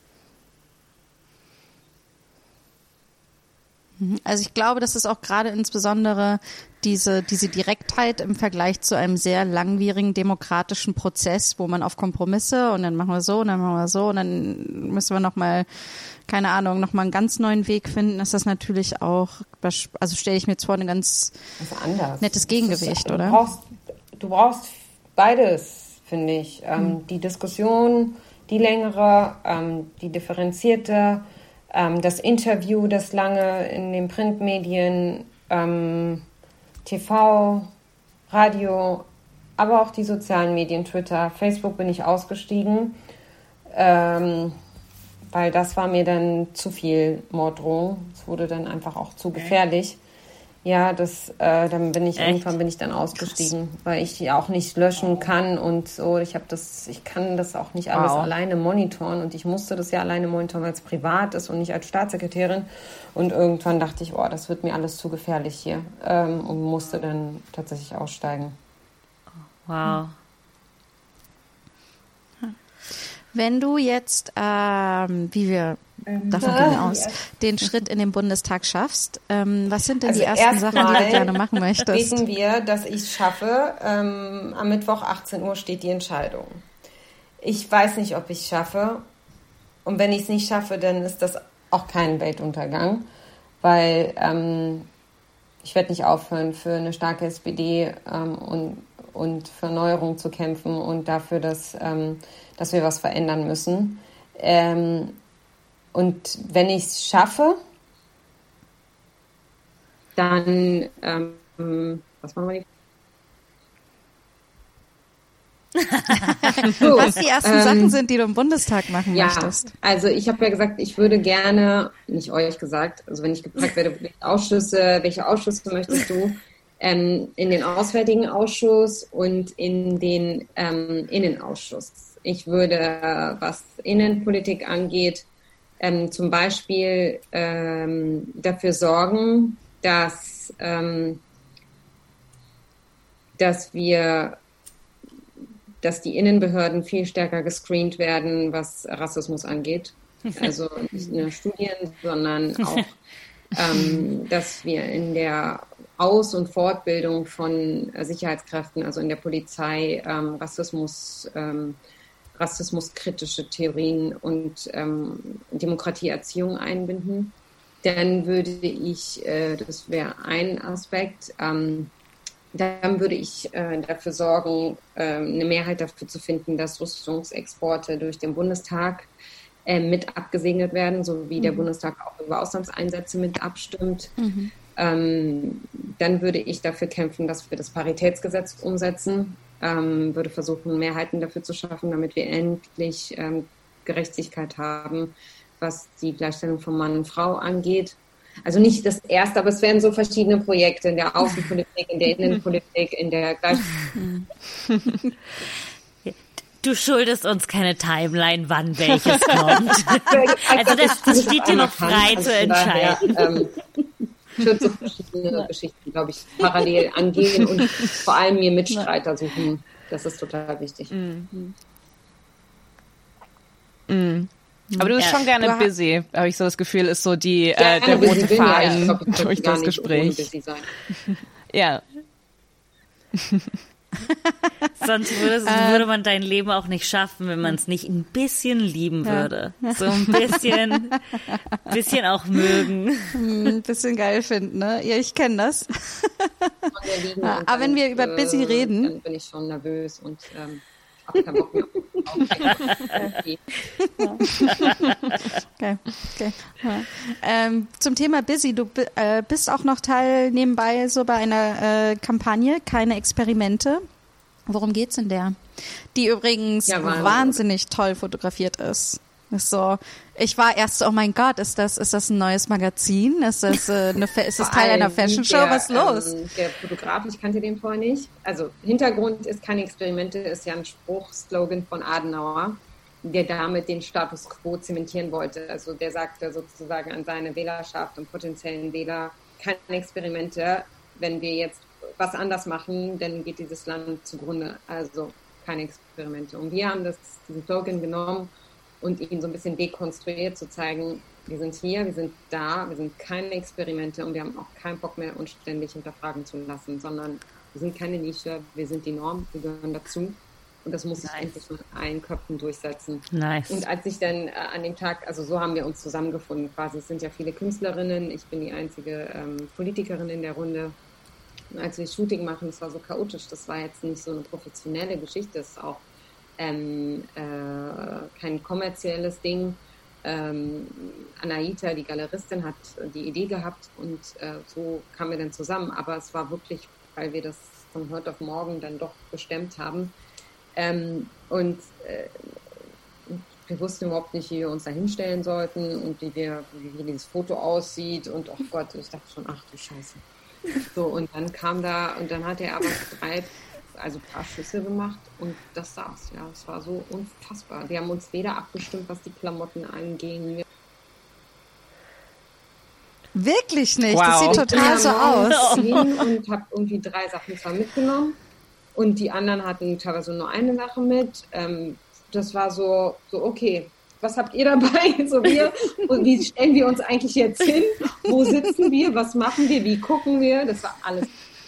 Speaker 3: Also ich glaube, das ist auch gerade insbesondere diese, diese Direktheit im Vergleich zu einem sehr langwierigen demokratischen Prozess, wo man auf Kompromisse und dann machen wir so und dann machen wir so und dann müssen wir nochmal, keine Ahnung, nochmal einen ganz neuen Weg finden, ist das natürlich auch, also stelle ich mir jetzt vor, ein ganz nettes Gegengewicht,
Speaker 6: ist,
Speaker 3: oder?
Speaker 6: Du brauchst, du brauchst beides, finde ich. Ähm, hm. Die Diskussion, die längere, ähm, die differenzierte, das Interview, das lange in den Printmedien, ähm, T V, Radio, aber auch die sozialen Medien, Twitter, Facebook bin ich ausgestiegen, ähm, weil das war mir dann zu viel Morddrohung. Es wurde dann einfach auch zu gefährlich. Ja, das, äh, dann bin ich Echt? irgendwann bin ich dann ausgestiegen, Krass. weil ich auch nicht löschen kann und so. Ich habe das, ich kann das auch nicht alles wow. alleine monitoren und ich musste das ja alleine monitoren, weil es privat ist und nicht als Staatssekretärin. Und irgendwann dachte ich, oh, das wird mir alles zu gefährlich hier, ähm, und musste dann tatsächlich aussteigen.
Speaker 2: Wow.
Speaker 3: Wenn du jetzt, ähm, wie wir, ähm, davon gehen wir aus, ja. den Schritt in den Bundestag schaffst, ähm, was sind denn also die ersten Sachen, die du gerne machen möchtest?
Speaker 6: Wissen wir, dass ich es schaffe. Ähm, am Mittwoch achtzehn Uhr steht die Entscheidung. Ich weiß nicht, ob ich es schaffe. Und wenn ich es nicht schaffe, dann ist das auch kein Weltuntergang, weil ähm, ich werde nicht aufhören, für eine starke S P D ähm, und, und für Neuerung zu kämpfen und dafür, dass ähm, dass wir was verändern müssen. Ähm, und wenn ich es schaffe, dann, ähm, was machen wir
Speaker 3: so, was die ersten ähm, Sachen sind, die du im Bundestag machen
Speaker 6: ja,
Speaker 3: möchtest.
Speaker 6: Also ich habe ja gesagt, ich würde gerne, nicht euch gesagt, also wenn ich gefragt werde, welche Ausschüsse, welche Ausschüsse möchtest du, ähm, in den Auswärtigen Ausschuss und in den ähm, Innenausschuss. Ich würde, was Innenpolitik angeht, ähm, zum Beispiel ähm, dafür sorgen, dass, ähm, dass wir, dass die Innenbehörden viel stärker gescreent werden, was Rassismus angeht. Also nicht nur Studien, sondern auch, ähm, dass wir in der Aus- und Fortbildung von Sicherheitskräften, also in der Polizei, ähm, Rassismus, ähm, rassismuskritische Theorien und ähm, Demokratieerziehung einbinden. Dann würde ich, äh, das wäre ein Aspekt, ähm, dann würde ich äh, dafür sorgen, äh, eine Mehrheit dafür zu finden, dass Rüstungsexporte durch den Bundestag äh, mit abgesegnet werden, so wie mhm. der Bundestag auch über Auslandseinsätze mit abstimmt. Mhm. Ähm, dann würde ich dafür kämpfen, dass wir das Paritätsgesetz umsetzen. Ähm, würde versuchen, Mehrheiten dafür zu schaffen, damit wir endlich ähm, Gerechtigkeit haben, was die Gleichstellung von Mann und Frau angeht. Also nicht das erste, aber es werden so verschiedene Projekte in der Außenpolitik, in der Innenpolitik, in der Gleichstellung.
Speaker 2: Du schuldest uns keine Timeline, wann welches kommt. Also das, das steht dir noch frei zu entscheiden.
Speaker 6: Daher, ähm, ich würde so verschiedene Geschichten, glaube ich, parallel angehen und vor allem mir Mitstreiter suchen. Das ist total wichtig.
Speaker 5: Mhm. Mhm. Aber du bist ja, schon gerne busy, habe ich so das Gefühl, ist so die ja, äh, der rote Faden ja, glaub, durch das Gespräch. Ja.
Speaker 2: Sonst würde, würde man dein Leben auch nicht schaffen, wenn man es nicht ein bisschen lieben würde. Ja. So ein bisschen, bisschen auch mögen.
Speaker 3: Ein bisschen geil finden, ne? Ja, ich kenne das. Ja, aber wenn wir über busy reden,
Speaker 6: dann bin ich schon nervös und ähm, habe keinen Bock mehr.
Speaker 3: Okay. Okay. Okay. Ja. Ähm, zum Thema busy, du äh, bist auch noch Teil nebenbei so bei einer äh, Kampagne, keine Experimente. Worum geht's in der? Die übrigens ja, wahnsinnig toll fotografiert ist. Ist so, ich war erst so, oh mein Gott, ist das, ist das ein neues Magazin? Ist das, äh, eine, ist das Teil einer Fashion Show? Der, was ist los?
Speaker 6: Ähm, der Fotograf, ich kannte den vorher nicht. Also Hintergrund ist keine Experimente, ist ja ein Spruch, Slogan von Adenauer, der damit den Status quo zementieren wollte. Also der sagte sozusagen an seine Wählerschaft und potenziellen Wähler, keine Experimente, wenn wir jetzt was anders machen, dann geht dieses Land zugrunde. Also keine Experimente. Und wir haben das, diesen Slogan genommen und ihn so ein bisschen dekonstruiert, zu zeigen, wir sind hier, wir sind da, wir sind keine Experimente und wir haben auch keinen Bock mehr, uns ständig hinterfragen zu lassen, sondern wir sind keine Nische, wir sind die Norm, wir gehören dazu. Und das muss sich nice. endlich mit allen Köpfen durchsetzen.
Speaker 2: Nice.
Speaker 6: Und als ich dann äh, an dem Tag, also so haben wir uns zusammengefunden quasi. Es sind ja viele Künstlerinnen, ich bin die einzige ähm, Politikerin in der Runde. Und als wir Shooting machen, das war so chaotisch, das war jetzt nicht so eine professionelle Geschichte, das ist auch ähm, äh, kein kommerzielles Ding. Ähm, Anaita, die Galeristin, hat die Idee gehabt und äh, so kamen wir dann zusammen. Aber es war wirklich, weil wir das von heute auf morgen dann doch bestemmt haben. Ähm, und äh, wir wussten überhaupt nicht, wie wir uns da hinstellen sollten und wie, wir, wie, wie dieses Foto aussieht. Und oh Gott, ich dachte schon, ach du Scheiße. So, und dann kam da, und dann hat er aber drei, also ein paar Schüsse gemacht und das saß. Ja, es war so unfassbar. Wir haben uns weder abgestimmt, was die Klamotten anging.
Speaker 3: Wirklich nicht?
Speaker 5: Wow.
Speaker 3: Das sieht total so aus.
Speaker 6: Und habe irgendwie drei Sachen zwar mitgenommen und die anderen hatten teilweise nur eine Sache mit. Ähm, das war so, so okay, was habt ihr dabei? So wir, und wie stellen wir uns eigentlich jetzt hin? Wo sitzen wir? Was machen wir? Wie gucken wir? Das war alles.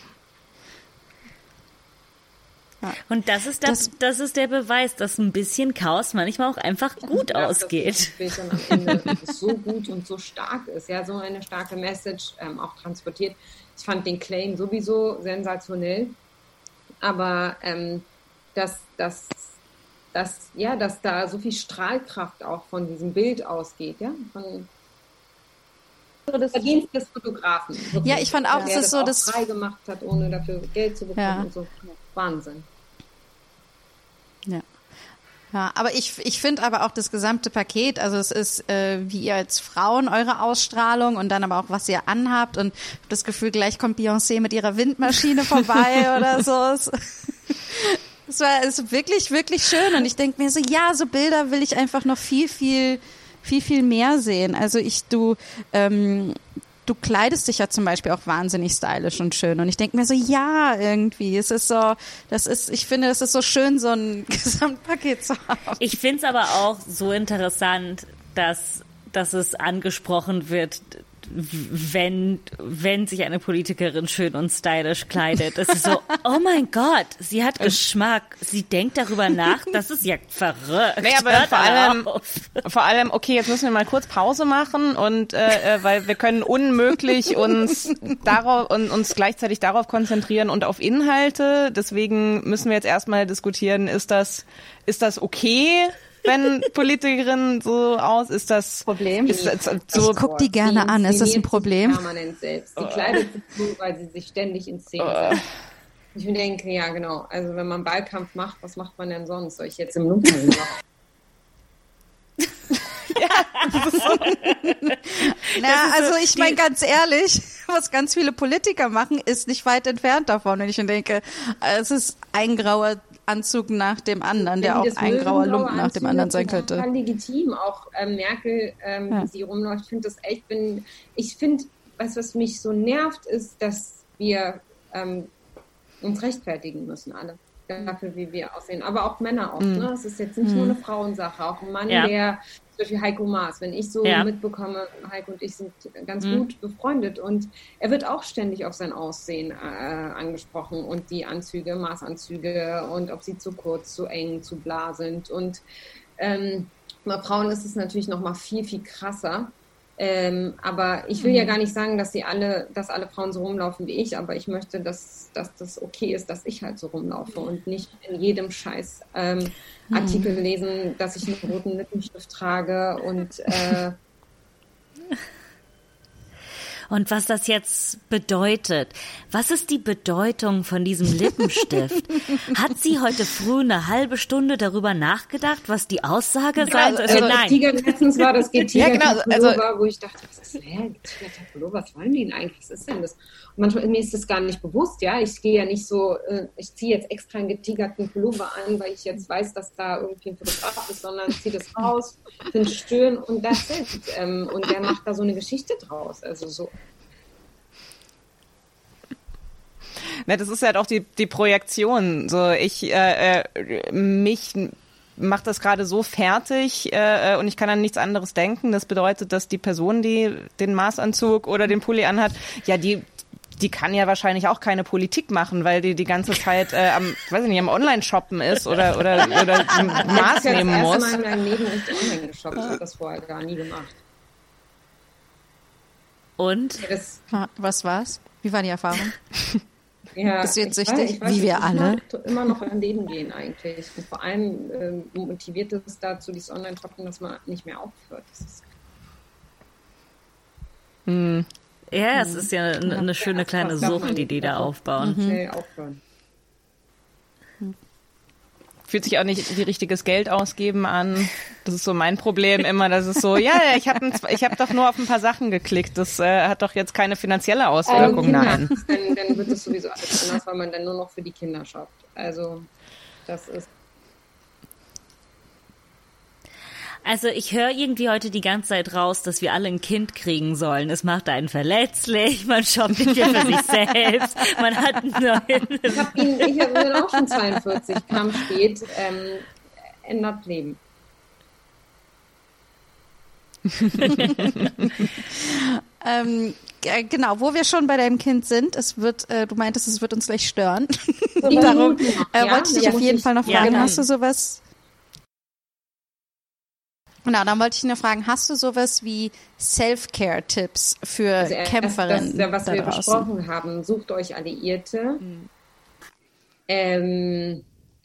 Speaker 2: Und das ist, das, das ist der Beweis, dass ein bisschen Chaos manchmal auch einfach gut ja, ausgeht.
Speaker 6: Das dann am Ende so gut und so stark ist. Ja, so eine starke Message ähm, auch transportiert. Ich fand den Claim sowieso sensationell. Aber ähm, dass, dass, dass, ja, dass da so viel Strahlkraft auch von diesem Bild ausgeht. Ja, von das Verdienst des Fotografen. Wirklich.
Speaker 3: Ja, ich fand auch,
Speaker 6: der
Speaker 3: es ist
Speaker 6: das
Speaker 3: so,
Speaker 6: auch
Speaker 3: dass
Speaker 6: frei gemacht hat, ohne dafür Geld zu bekommen
Speaker 3: ja.
Speaker 6: und so. Wahnsinn.
Speaker 3: Ja. Ja, aber ich, ich finde aber auch das gesamte Paket, also es ist, äh, wie ihr als Frauen eure Ausstrahlung und dann aber auch, was ihr anhabt und das Gefühl, gleich kommt Beyoncé mit ihrer Windmaschine vorbei oder so. Es war ist wirklich, wirklich schön und ich denke mir so, ja, so Bilder will ich einfach noch viel, viel, viel, viel mehr sehen. Also ich, du, ähm, du kleidest dich ja zum Beispiel auch wahnsinnig stylisch und schön. Und ich denke mir so, ja, irgendwie. Es ist so, das ist, ich finde, es ist so schön, so ein Gesamtpaket zu haben.
Speaker 2: Ich finde es aber auch so interessant, dass, dass es angesprochen wird, wenn, wenn sich eine Politikerin schön und stylisch kleidet. Es ist so, oh mein Gott, sie hat Geschmack. Sie denkt darüber nach. Das ist ja verrückt.
Speaker 5: Nee, aber vor allem, vor allem, okay, jetzt müssen wir mal kurz Pause machen und äh, weil wir können unmöglich uns darauf und uns gleichzeitig darauf konzentrieren und auf Inhalte. Deswegen müssen wir jetzt erstmal diskutieren, ist das, ist das okay? Wenn Politikerinnen so aus, ist das
Speaker 6: Problem.
Speaker 5: Ist das so,
Speaker 3: ich guck die gerne an. Ist das ein Problem?
Speaker 6: Permanent selbst. Die kleidet sich so, weil sie sich ständig in Szene setzt. Ich mir denke, ja genau. Also wenn man Wahlkampf macht, was macht man denn sonst? Soll ich jetzt im Lumpen machen?
Speaker 5: ja, das ist so.
Speaker 3: Na, also ich meine ganz ehrlich, was ganz viele Politiker machen, ist nicht weit entfernt davon. Wenn ich mir denke, es ist ein grauer Anzug nach dem anderen, der auch ein grauer Lumpen nach dem anderen sein könnte.
Speaker 6: Total legitim, auch ähm, Merkel, ähm,
Speaker 3: ja.
Speaker 6: wie sie rumläuft, ich finde das echt, bin, ich finde, was, was mich so nervt, ist, dass wir ähm, uns rechtfertigen müssen, alle, dafür, wie wir aussehen, aber auch Männer oft, mhm. ne? Es ist jetzt nicht mhm. nur eine Frauensache, auch ein Mann, ja. der, zum Beispiel Heiko Maas, wenn ich so ja. mitbekomme, Heiko und ich sind ganz mhm. gut befreundet und er wird auch ständig auf sein Aussehen äh, angesprochen und die Anzüge, Maßanzüge und ob sie zu kurz, zu eng, zu bla sind und ähm, bei Frauen ist es natürlich noch mal viel, viel krasser. Ähm, aber ich will mhm. ja gar nicht sagen, dass sie alle, dass alle Frauen so rumlaufen wie ich, aber ich möchte, dass, dass das okay ist, dass ich halt so rumlaufe und nicht in jedem Scheiß ähm, mhm. Artikel lesen, dass ich einen roten Lippenstift trage und äh,
Speaker 2: Und was das jetzt bedeutet. Was ist die Bedeutung von diesem Lippenstift? Hat sie heute früh eine halbe Stunde darüber nachgedacht, was die Aussage
Speaker 6: genau, sein
Speaker 2: soll?
Speaker 6: Also,
Speaker 2: Nein.
Speaker 6: Tiger, letztens war das Getiger
Speaker 5: ja, genau, also,
Speaker 6: Pullover, wo ich dachte, was ist denn Getiger Pullover? Was wollen die denn eigentlich? Was ist denn das? Und manchmal, mir ist das gar nicht bewusst, ja. Ich gehe ja nicht so, ich ziehe jetzt extra einen getigerten Pullover an, weil ich jetzt weiß, dass da irgendwie ein Fotograf ist, sondern ziehe das raus, finde Stirn und das ist. Ähm, und der macht da so eine Geschichte draus. Also so.
Speaker 5: Na, das ist halt auch die, die Projektion. So, ich, äh, äh, mich macht das gerade so fertig äh, und ich kann an nichts anderes denken. Das bedeutet, dass die Person, die den Maßanzug oder den Pulli anhat, ja, die die kann ja wahrscheinlich auch keine Politik machen, weil die die ganze Zeit äh, am, weiß ich nicht, am Online-Shoppen ist oder oder oder Maß nehmen muss.
Speaker 6: Ich habe das erste Mal in meinem Leben richtig online geshoppt. Ich habe das vorher gar nie gemacht.
Speaker 2: Und?
Speaker 6: Ja, das,
Speaker 3: Was war's? Wie war die Erfahrung?
Speaker 6: ja,
Speaker 3: Bist du jetzt
Speaker 6: ich
Speaker 3: süchtig?
Speaker 6: weiß, ich weiß,
Speaker 3: Wie wir
Speaker 6: ich
Speaker 3: alle?
Speaker 6: mag immer noch in Läden gehen eigentlich. Und vor allem ähm, motiviert es dazu, dieses Online-Shoppen, dass man nicht mehr aufhört. Das ist
Speaker 5: Hm.
Speaker 2: Ja, es ist ja eine, eine schöne kleine Sucht, die die da aufbauen.
Speaker 6: schnell aufhören.
Speaker 5: Fühlt sich auch nicht wie richtiges Geld ausgeben an. Das ist so mein Problem immer. Das ist so, ja, ich habe ich hab doch nur auf ein paar Sachen geklickt. Das äh, hat doch jetzt keine finanzielle Auswirkung.
Speaker 6: Ähm,
Speaker 5: Nein.
Speaker 6: Dann, dann wird es sowieso alles anders, weil man dann nur noch für die Kinder shoppt. Also das ist...
Speaker 2: Also ich höre irgendwie heute die ganze Zeit raus, dass wir alle ein Kind kriegen sollen. Es macht einen verletzlich, man shoppt nicht mehr für sich selbst, man hat einen neuen...
Speaker 6: Ich habe ihn, ich bin auch schon zweiundvierzig, kam spät, ähm, ändert Leben.
Speaker 3: ähm, g- genau, wo wir schon bei deinem Kind sind, es wird, äh, du meintest, es wird uns gleich stören.
Speaker 6: Ja,
Speaker 3: Darum äh,
Speaker 6: ja,
Speaker 3: wollte ich dich
Speaker 6: ja,
Speaker 3: auf jeden
Speaker 6: ich-
Speaker 3: Fall noch
Speaker 2: ja,
Speaker 3: fragen,
Speaker 2: dann.
Speaker 3: hast du sowas... Genau, dann wollte ich nur fragen, hast du sowas wie Self-Care-Tipps für
Speaker 6: Also erst
Speaker 3: Kämpferinnen
Speaker 6: das, was
Speaker 3: da
Speaker 6: wir
Speaker 3: draußen?
Speaker 6: besprochen haben, sucht euch Alliierte. Ähm,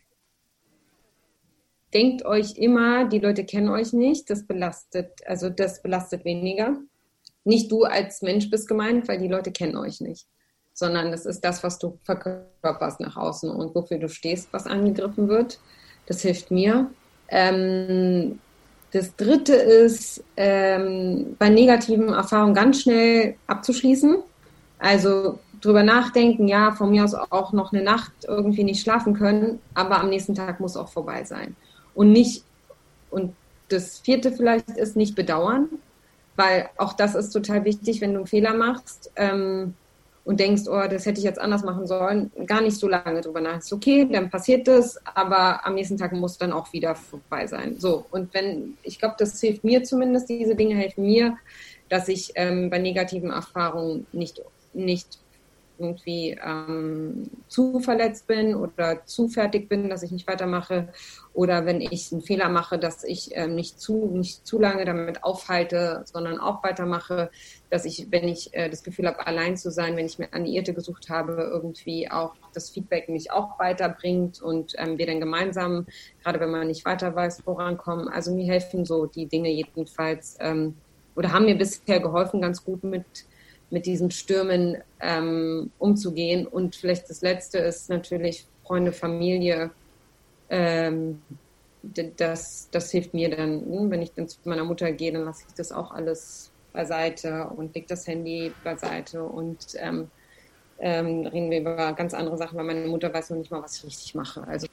Speaker 6: denkt euch immer, die Leute kennen euch nicht, das belastet, also das belastet weniger. Nicht du als Mensch bist gemeint, weil die Leute kennen euch nicht, sondern das ist das, was du verkörperst nach außen und wofür du stehst, was angegriffen wird. Das hilft mir. Ähm, Das dritte ist, ähm, bei negativen Erfahrungen ganz schnell abzuschließen. Also drüber nachdenken, ja, von mir aus auch noch eine Nacht irgendwie nicht schlafen können, aber am nächsten Tag muss auch vorbei sein. Und nicht, und das vierte vielleicht ist nicht bedauern, weil auch das ist total wichtig, wenn du einen Fehler machst, ähm, und denkst, oh, das hätte ich jetzt anders machen sollen, gar nicht so lange drüber nach. Ist okay, dann passiert das, aber am nächsten Tag muss dann auch wieder vorbei sein. So, und wenn, ich glaube, das hilft mir zumindest, diese Dinge helfen mir, dass ich ähm, bei negativen Erfahrungen nicht, nicht irgendwie ähm, zu verletzt bin oder zu fertig bin, dass ich nicht weitermache, oder wenn ich einen Fehler mache, dass ich ähm, nicht zu nicht zu lange damit aufhalte, sondern auch weitermache, dass ich, wenn ich äh, das Gefühl habe, allein zu sein, wenn ich mir Alliierte gesucht habe, irgendwie auch das Feedback mich auch weiterbringt und ähm, wir dann gemeinsam, gerade wenn man nicht weiter weiß, vorankommen. Also mir helfen so die Dinge jedenfalls, ähm, oder haben mir bisher geholfen, ganz gut mit mit diesen Stürmen ähm, umzugehen. Und vielleicht das Letzte ist natürlich Freunde, Familie. Ähm, das, das hilft mir dann. Wenn ich dann zu meiner Mutter gehe, dann lasse ich das auch alles beiseite und lege das Handy beiseite und ähm, ähm, reden wir über ganz andere Sachen, weil meine Mutter weiß noch nicht mal, was ich richtig mache. Also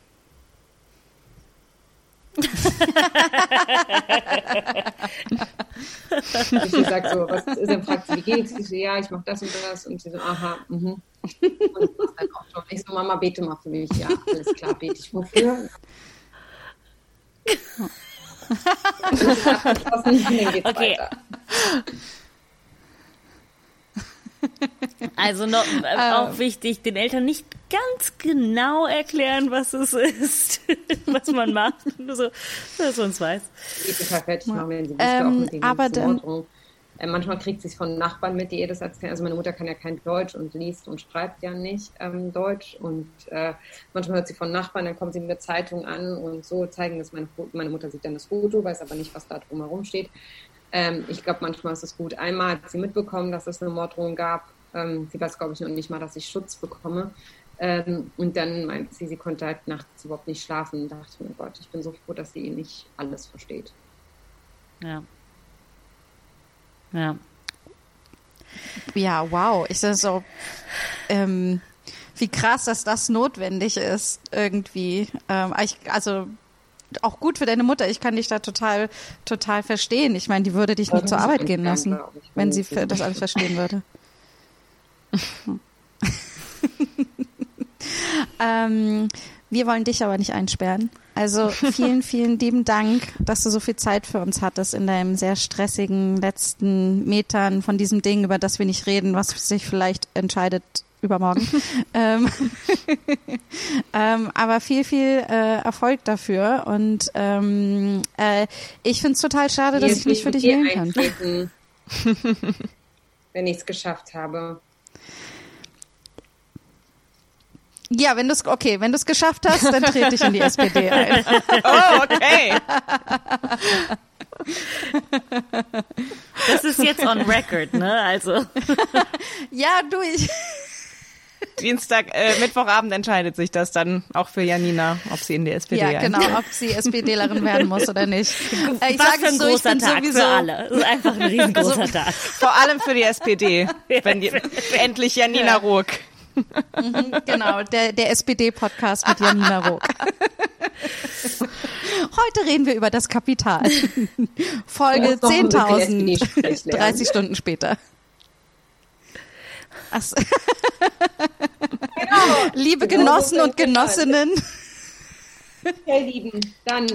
Speaker 6: ich sage so, was ist denn, fragt sie, wie geht's? Ich so, ja, ich mache das und das. Und sie so, aha, mhm. Und das ist dann auch schon. Ich so, Mama, bete mal für mich. Ja, alles klar, bete ich. Wofür? Und das ist abgeschlossen, dann geht's
Speaker 2: Okay.
Speaker 6: weiter.
Speaker 2: Also noch, äh, auch wichtig, den Eltern nicht ganz genau erklären, was es ist, was man macht. Nur so, dass man es weiß.
Speaker 6: Die total fertig machen, wenn sie wüsste,
Speaker 3: Ähm,
Speaker 6: auch mit den
Speaker 3: aber
Speaker 6: ganzen
Speaker 3: dann-
Speaker 6: Morddrohungen. Äh, manchmal kriegt sie es von Nachbarn mit, die ihr das erzählen. Also meine Mutter kann ja kein Deutsch und liest und schreibt ja nicht ähm, Deutsch. Und äh, manchmal hört sie von Nachbarn, dann kommt sie mit der Zeitung an und so zeigen das. Meine, meine Mutter sieht dann das Foto, weiß aber nicht, was da drumherum steht. Ähm, ich glaube, manchmal ist es gut. Einmal hat sie mitbekommen, dass es eine Morddrohung gab. Ähm, sie weiß, glaube ich, noch nicht mal, dass ich Schutz bekomme. Ähm, und dann meint sie, sie konnte halt nachts überhaupt nicht schlafen. Und dachte ich mir, oh Gott, ich bin so froh, dass sie nicht alles versteht.
Speaker 2: Ja. Ja.
Speaker 3: Ja, wow. Ich sage so, ähm, wie krass, dass das notwendig ist, irgendwie. Ähm, ich, also auch gut für deine Mutter. Ich kann dich da total, total verstehen. Ich meine, die würde dich nicht zur Arbeit gehen lassen, wenn sie für das alles verstehen würde. Ähm, wir wollen dich aber nicht einsperren. Also vielen, vielen lieben Dank, dass du so viel Zeit für uns hattest in deinem sehr stressigen letzten Metern von diesem Ding, über das wir nicht reden, was sich vielleicht entscheidet übermorgen. ähm, ähm, aber viel, viel äh, Erfolg dafür. Und ähm, äh, ich finde es total schade, dass ich nicht für dich wählen kann.
Speaker 6: Wenn ich es geschafft habe.
Speaker 3: Ja, wenn du es okay, wenn du es geschafft hast, dann trete ich in die S P D ein.
Speaker 5: Oh, okay.
Speaker 2: Das ist jetzt on record, ne? Also.
Speaker 3: Ja, du, ich.
Speaker 5: Dienstag, äh, Mittwochabend entscheidet sich das dann auch für Janina, ob sie in die S P D
Speaker 3: Ja,
Speaker 5: eintritt.
Speaker 3: genau, ob sie SPDlerin werden muss oder nicht. Äh, ich
Speaker 2: Was
Speaker 3: sage
Speaker 2: für ein
Speaker 3: so, ich
Speaker 2: großer
Speaker 3: bin
Speaker 2: Tag
Speaker 3: sowieso
Speaker 2: für alle. Das ist einfach ein riesengroßer
Speaker 3: Also,
Speaker 2: Tag.
Speaker 5: Vor allem für die S P D, wenn die, endlich Janina Rook.
Speaker 3: Mhm, genau, der, der S P D-Podcast mit Janina Rook. Heute reden wir über das Kapital. Folge zehntausend, dreißig Stunden später. Ach so.
Speaker 6: Genau.
Speaker 3: Liebe Genossen und Genossinnen.
Speaker 6: Ihr Lieben, dann.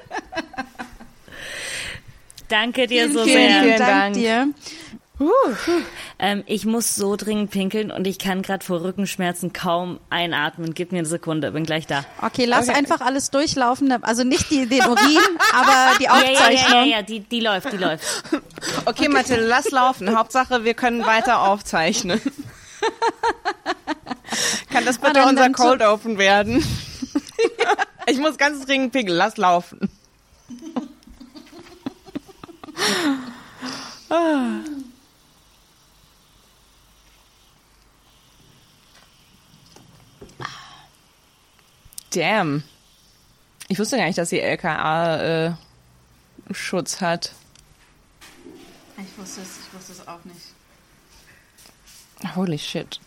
Speaker 2: Danke dir so
Speaker 3: vielen,
Speaker 2: sehr.
Speaker 3: vielen Dank,
Speaker 5: Dank.
Speaker 3: dir.
Speaker 2: Ähm, ich muss so dringend pinkeln und ich kann gerade vor Rückenschmerzen kaum einatmen. Gib mir eine Sekunde, bin gleich da.
Speaker 3: Okay, lass
Speaker 5: Okay.
Speaker 3: einfach alles durchlaufen. Also nicht die, den Urin, aber die
Speaker 2: Ja, ja, ja,
Speaker 3: Aufzeichnung.
Speaker 2: ja, ja, die, die läuft, die läuft.
Speaker 5: Okay, Mathilde, lass laufen. Hauptsache, wir können weiter aufzeichnen. Kann das bitte
Speaker 3: dann-
Speaker 5: unser
Speaker 3: dann zu-
Speaker 5: Cold Open werden? Ich muss ganz dringend pinkeln. Lass laufen. Damn. Ich wusste gar nicht, dass sie L K A-Schutz hat.
Speaker 3: Ich wusste es, ich wusste es auch nicht.
Speaker 5: Holy shit.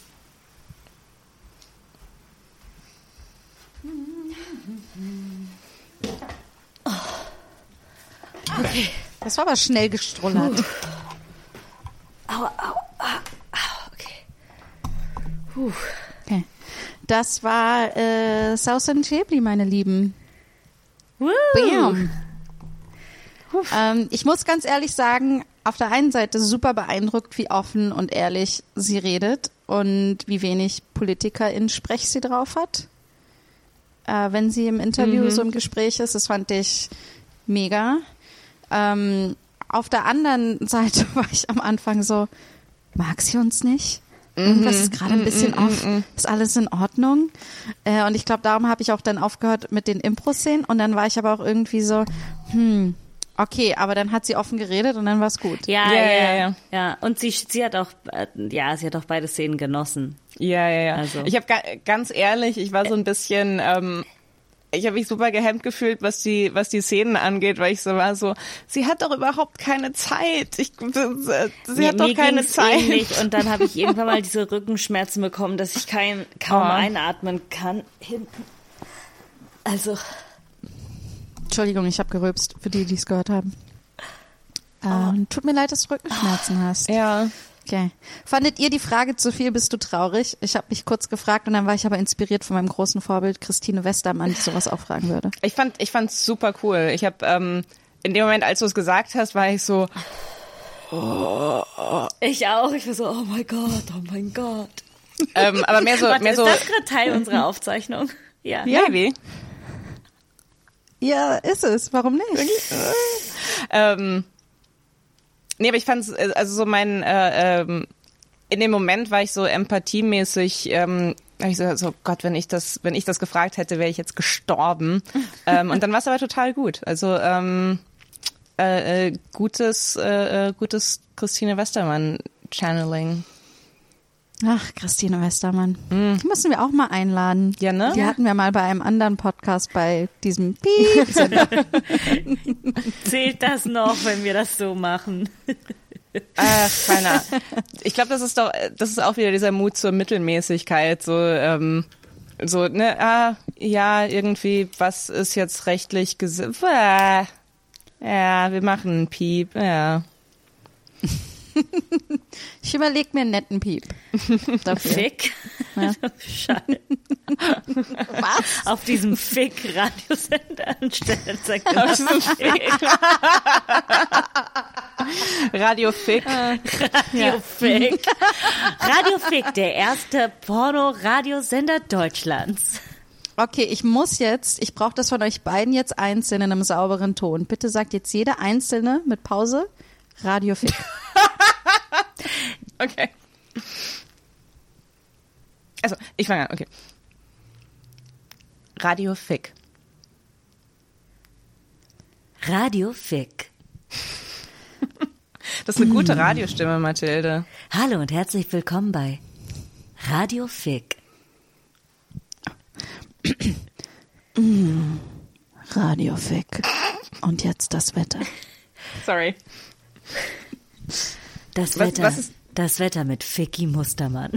Speaker 3: Das war aber schnell gestrullert.
Speaker 2: Aua, aua, aua, aua, okay. Puh.
Speaker 3: Okay. Das war äh, Sausan Chebli, meine Lieben.
Speaker 2: Woo.
Speaker 3: Bam. Ähm, ich muss ganz ehrlich sagen, auf der einen Seite super beeindruckt, wie offen und ehrlich sie redet und wie wenig PolitikerInnen-Sprech sie drauf hat. Äh, wenn sie im Interview
Speaker 5: Mhm.
Speaker 3: so im Gespräch ist, das fand ich mega. Ähm, auf der anderen Seite war ich am Anfang so, mag sie uns nicht? Irgendwas ist gerade ein bisschen off. Ist alles in Ordnung? Äh, und ich glaube, darum habe ich auch dann aufgehört mit den Impro-Szenen. Und dann war ich aber auch irgendwie so, hm, okay, aber dann hat sie offen geredet und dann war es gut.
Speaker 2: Ja,
Speaker 5: Ja,
Speaker 2: ja,
Speaker 5: ja,
Speaker 2: ja,
Speaker 5: ja.
Speaker 2: ja. Und sie, sie hat auch, äh, ja, sie hat auch beide Szenen genossen.
Speaker 5: Ja, ja, ja.
Speaker 2: Also.
Speaker 5: Ich habe ga ganz ehrlich, ich war so ein bisschen, ähm, ich habe mich super gehemmt gefühlt, was die, was die Szenen angeht, weil ich so war so, sie hat doch überhaupt keine Zeit. Ich, sie
Speaker 2: Mir-
Speaker 5: hat doch
Speaker 2: mir
Speaker 5: keine
Speaker 2: ging's
Speaker 5: Zeit.
Speaker 2: ähnlich. Und dann habe ich irgendwann mal diese Rückenschmerzen bekommen, dass ich kein, kaum
Speaker 5: Oh.
Speaker 2: einatmen kann. Hinten. Also,
Speaker 3: Entschuldigung, ich habe gerülpst, für die, die es gehört haben. Ähm, tut mir leid, dass du Rückenschmerzen hast.
Speaker 5: Ja.
Speaker 3: Okay. Fandet ihr die Frage zu viel, bist du traurig? Ich habe mich kurz gefragt und dann war ich aber inspiriert von meinem großen Vorbild Christine Westermann, die sowas auch fragen würde.
Speaker 5: Ich fand, ich fand's super cool. Ich habe ähm, in dem Moment, als du es gesagt hast, war ich so,
Speaker 2: ich auch. Ich war so, oh mein Gott, oh mein Gott.
Speaker 5: ähm, aber mehr so,
Speaker 2: Warte,
Speaker 5: mehr
Speaker 2: ist
Speaker 5: so,
Speaker 2: das gerade Teil unserer Aufzeichnung? Ja.
Speaker 5: maybe.
Speaker 3: Ja, ist es. Warum nicht?
Speaker 5: Ähm, nee, aber ich fand's, äh, also so mein, äh, ähm, in dem Moment war ich so empathiemäßig, ähm, hab ich so, so Gott, wenn ich das, wenn ich das gefragt hätte, wäre ich jetzt gestorben. ähm, und dann war es aber total gut. Also ähm, äh, äh, gutes, äh, äh, gutes Christine Westermann Channeling.
Speaker 3: Ach, Christine Westermann. Die müssen wir auch mal einladen.
Speaker 5: Ja, ne?
Speaker 3: Die hatten wir mal bei einem anderen Podcast bei diesem Piep.
Speaker 2: Zählt das noch, wenn wir das so machen?
Speaker 5: Ach, keine Ahnung. Ich glaube, das ist doch, das ist auch wieder dieser Mut zur Mittelmäßigkeit, so, ähm, so, ne, ah, ja, irgendwie, was ist jetzt rechtlich ges- Ja, wir machen einen Piep, ja.
Speaker 3: Ich überlege mir einen netten Piep. Dafür.
Speaker 2: Fick?
Speaker 3: Ja.
Speaker 2: Scheiße.
Speaker 3: Was?
Speaker 2: Auf diesem Fick-Radiosender anstellen. Sagt er
Speaker 5: Auf diesem
Speaker 2: Fick.
Speaker 5: Radio Fick.
Speaker 2: Radio Fick. Radio Fick, der erste Porno-Radiosender Deutschlands.
Speaker 3: Okay, ich muss jetzt, ich brauche das von euch beiden jetzt einzeln in einem sauberen Ton. Bitte sagt jetzt jeder Einzelne mit Pause Radio Fick.
Speaker 5: Okay. Also, ich fange an, okay. Radio Fick.
Speaker 2: Radio Fick.
Speaker 5: Das ist eine gute Radiostimme, Mathilde.
Speaker 2: Hallo und herzlich willkommen bei Radio Fick.
Speaker 3: Radio Fick. Und jetzt das Wetter.
Speaker 5: Sorry.
Speaker 2: Das
Speaker 5: Was-
Speaker 2: Wetter,
Speaker 5: was ist-
Speaker 2: das Wetter mit Ficky Mustermann.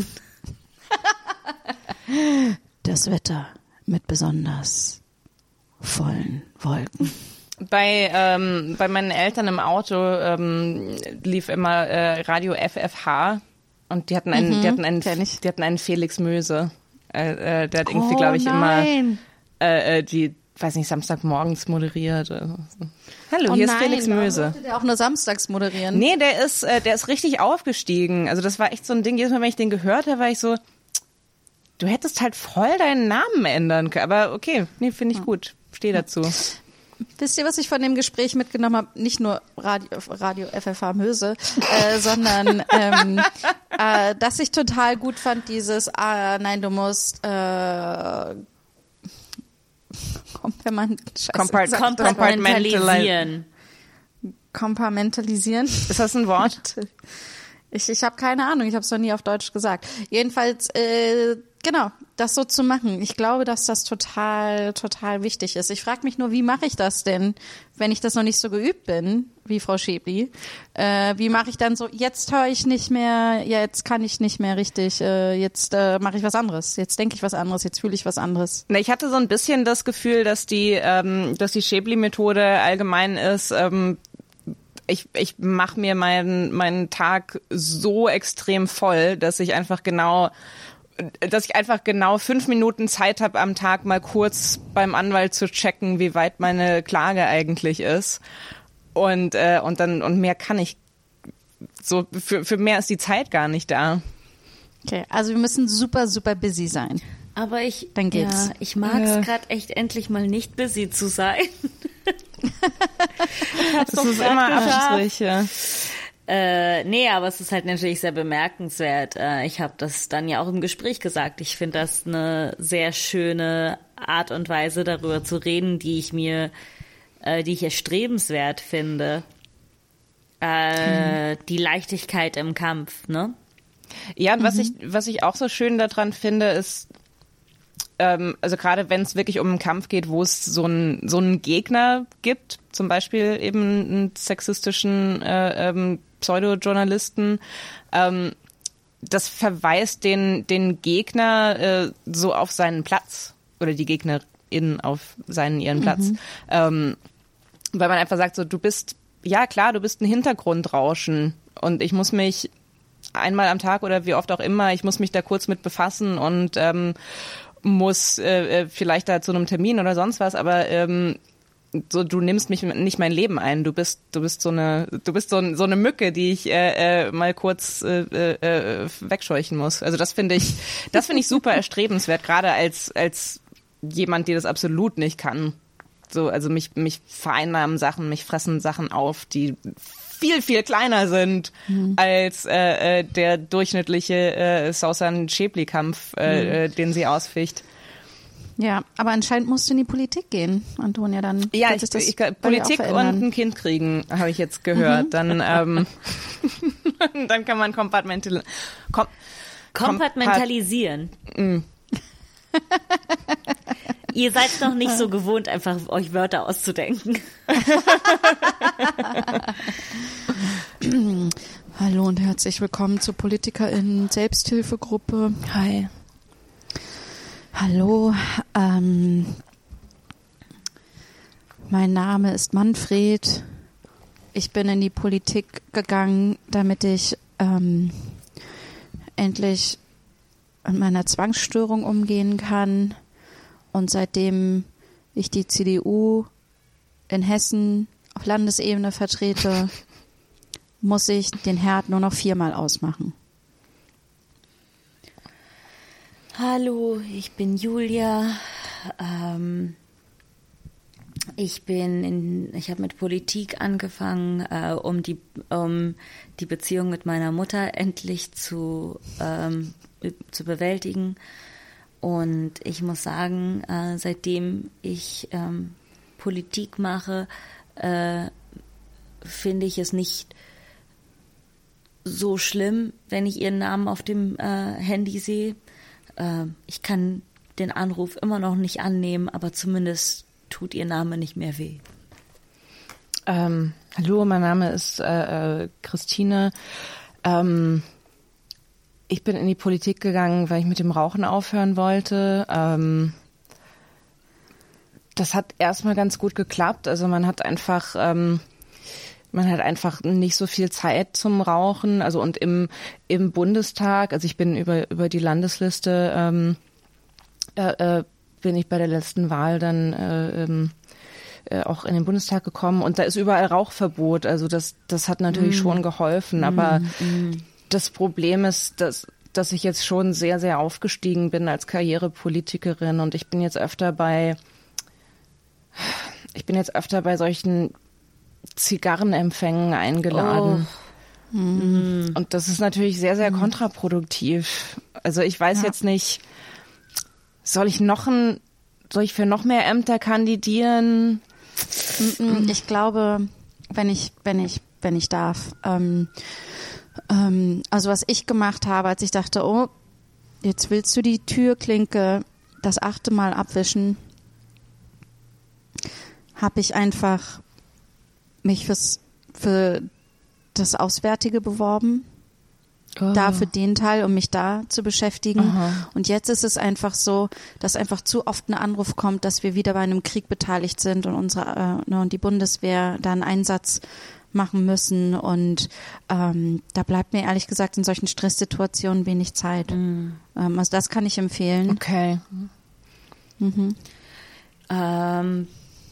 Speaker 3: Das Wetter mit besonders vollen Wolken.
Speaker 5: Bei, ähm, bei meinen Eltern im Auto ähm, lief immer äh, Radio F F H und die hatten einen, die hatten einen,
Speaker 3: kenn ich.
Speaker 5: die hatten einen Felix Möse. Äh, äh, der hat irgendwie,
Speaker 3: Oh,
Speaker 5: glaube ich,
Speaker 3: nein.
Speaker 5: immer äh, äh, die, weiß nicht, Samstagmorgens moderiert. Oder so. Hallo,
Speaker 3: Oh
Speaker 5: hier
Speaker 3: nein,
Speaker 5: ist Felix
Speaker 3: warum
Speaker 5: Möse.
Speaker 3: durfte der auch nur samstags moderieren?
Speaker 5: Nee, der ist, äh, der ist richtig aufgestiegen. Also das war echt so ein Ding. Jedes Mal, wenn ich den gehört habe, war ich so, du hättest halt voll deinen Namen ändern können. Aber okay, nee, finde ich gut. Steh dazu.
Speaker 3: Wisst ihr, was ich von dem Gespräch mitgenommen habe? Nicht nur Radio, Radio F F H Möse, äh, sondern ähm, äh, dass ich total gut fand, dieses, ah, nein, du musst äh, wenn man Scheiße
Speaker 5: Compart-
Speaker 3: gesagt hat.
Speaker 2: Kompartmentalisieren.
Speaker 3: Kompartmentalisieren.
Speaker 5: Ist das ein Wort?
Speaker 3: Ich, ich habe keine Ahnung, ich habe es noch nie auf Deutsch gesagt. Jedenfalls, äh, genau, das so zu machen. Ich glaube, dass das total, total wichtig ist. Ich frage mich nur, wie mache ich das denn, wenn ich das noch nicht so geübt bin, wie Frau Schäbli? Äh, wie mache ich dann so, jetzt höre ich nicht mehr, ja, jetzt kann ich nicht mehr richtig, äh, jetzt äh, mache ich was anderes, jetzt denke ich was anderes, jetzt fühle ich was anderes.
Speaker 5: Na, ich hatte so ein bisschen das Gefühl, dass die, ähm, dass die Schäbli-Methode allgemein ist, ähm, ich, ich mache mir meinen, meinen Tag so extrem voll, dass ich einfach genau, dass ich einfach genau fünf Minuten Zeit habe am Tag mal kurz beim Anwalt zu checken, wie weit meine Klage eigentlich ist. Und, äh, und dann, und mehr kann ich, so, für, für mehr ist die Zeit gar nicht da.
Speaker 3: Okay, also wir müssen super, super busy sein.
Speaker 2: Aber ich,
Speaker 3: Dann geht's.
Speaker 2: Ja, ich mag es
Speaker 5: Ja.
Speaker 2: gerade echt endlich mal nicht busy zu sein.
Speaker 5: Das ist immer Abstriche.
Speaker 2: Äh, nee, aber es ist halt natürlich sehr bemerkenswert. Äh, ich habe das dann ja auch im Gespräch gesagt. Ich finde das eine sehr schöne Art und Weise, darüber zu reden, die ich mir, äh, die ich erstrebenswert finde. Äh, die Leichtigkeit im Kampf, ne?
Speaker 5: Ja, und was ich, was ich auch so schön daran finde, ist, ähm, also gerade wenn es wirklich um einen Kampf geht, wo es so einen, so einen Gegner gibt, zum Beispiel eben einen sexistischen äh, ähm, Pseudojournalisten, ähm, das verweist den, den Gegner äh, so auf seinen Platz oder die Gegnerin auf seinen, ihren Platz. Ähm, weil man einfach sagt, so, du bist, ja klar, du bist ein Hintergrundrauschen und ich muss mich einmal am Tag oder wie oft auch immer, ich muss mich da kurz mit befassen und ähm, muss äh, vielleicht da zu einem Termin oder sonst was, aber ähm, so, du nimmst mich nicht mein Leben ein. Du bist, du bist so eine, du bist so, so eine Mücke, die ich äh, äh, mal kurz äh, äh, wegscheuchen muss. Also das finde ich, das finde ich super erstrebenswert, gerade als als jemand, der das absolut nicht kann. So, also mich mich vereinnahmen Sachen, mich fressen Sachen auf, die viel, viel kleiner sind mhm. als äh, äh, der durchschnittliche äh, Sausan-Schäbli-Kampf, äh, mhm. äh, den sie ausficht.
Speaker 3: Ja, aber anscheinend musst du in die Politik gehen, Antonia, dann
Speaker 5: ja,
Speaker 3: wird
Speaker 5: ich,
Speaker 3: sich das
Speaker 5: ich,
Speaker 3: bei dir auch
Speaker 5: Politik und
Speaker 3: verändern.
Speaker 5: ein Kind kriegen, habe ich jetzt gehört.
Speaker 3: Mhm.
Speaker 5: Dann, ähm, dann kann man kompartmental kom
Speaker 2: Kompartmentalisieren.
Speaker 5: Mm.
Speaker 2: Ihr seid noch nicht so gewohnt, einfach euch Wörter auszudenken.
Speaker 3: Hallo und herzlich willkommen zur PolitikerInnen Selbsthilfegruppe.
Speaker 5: Hi.
Speaker 3: Hallo, ähm, mein Name ist Manfred. ich bin in die Politik gegangen, damit ich ähm, endlich mit meiner Zwangsstörung umgehen kann. Und seitdem ich die C D U in Hessen auf Landesebene vertrete, muss ich den Herd nur noch viermal ausmachen.
Speaker 2: Hallo, ich bin Julia. Ähm, ich bin in, ich habe mit Politik angefangen, äh, um die, um die Beziehung mit meiner Mutter endlich zu, ähm, zu bewältigen. Und ich muss sagen, äh, seitdem ich ähm, Politik mache, äh, finde ich es nicht so schlimm, wenn ich ihren Namen auf dem äh, Handy sehe. Äh, ich kann den Anruf immer noch nicht annehmen, aber zumindest tut ihr Name nicht mehr weh.
Speaker 5: Ähm, hallo, mein Name ist äh, äh, Christine. Ähm, ich bin in die Politik gegangen, weil ich mit dem Rauchen aufhören wollte. Ähm, das hat erstmal ganz gut geklappt. Also man hat einfach... Ähm, Man hat einfach nicht so viel Zeit zum Rauchen. Also und im im Bundestag, also ich bin über über die Landesliste, ähm, äh, äh, bin ich bei der letzten Wahl dann äh, äh, auch in den Bundestag gekommen und da ist überall Rauchverbot. Also das das hat natürlich mm. schon geholfen. Aber mm. das Problem ist, dass dass ich jetzt schon sehr sehr aufgestiegen bin als Karrierepolitikerin und ich bin jetzt öfter bei ich bin jetzt öfter bei solchen Zigarrenempfängen eingeladen. Oh. Mhm. Und das ist natürlich sehr, sehr kontraproduktiv. Also ich weiß ja. jetzt nicht, soll ich noch ein, soll ich für noch mehr Ämter kandidieren?
Speaker 3: Ich glaube, wenn ich, wenn ich, wenn ich darf. Ähm, ähm, also was ich gemacht habe, als ich dachte, oh, jetzt willst du die Türklinke das achte Mal abwischen, habe ich einfach mich fürs, für das Auswärtige beworben, oh. da für den Teil, um mich da zu beschäftigen. Aha. Und jetzt ist es einfach so, dass einfach zu oft ein Anruf kommt, dass wir wieder bei einem Krieg beteiligt sind und unsere äh, ne, und die Bundeswehr da einen Einsatz machen müssen. Und ähm, da bleibt mir ehrlich gesagt in solchen Stresssituationen wenig Zeit. Mhm. Ähm, also das kann ich empfehlen.
Speaker 5: Okay.
Speaker 2: Mhm. Ähm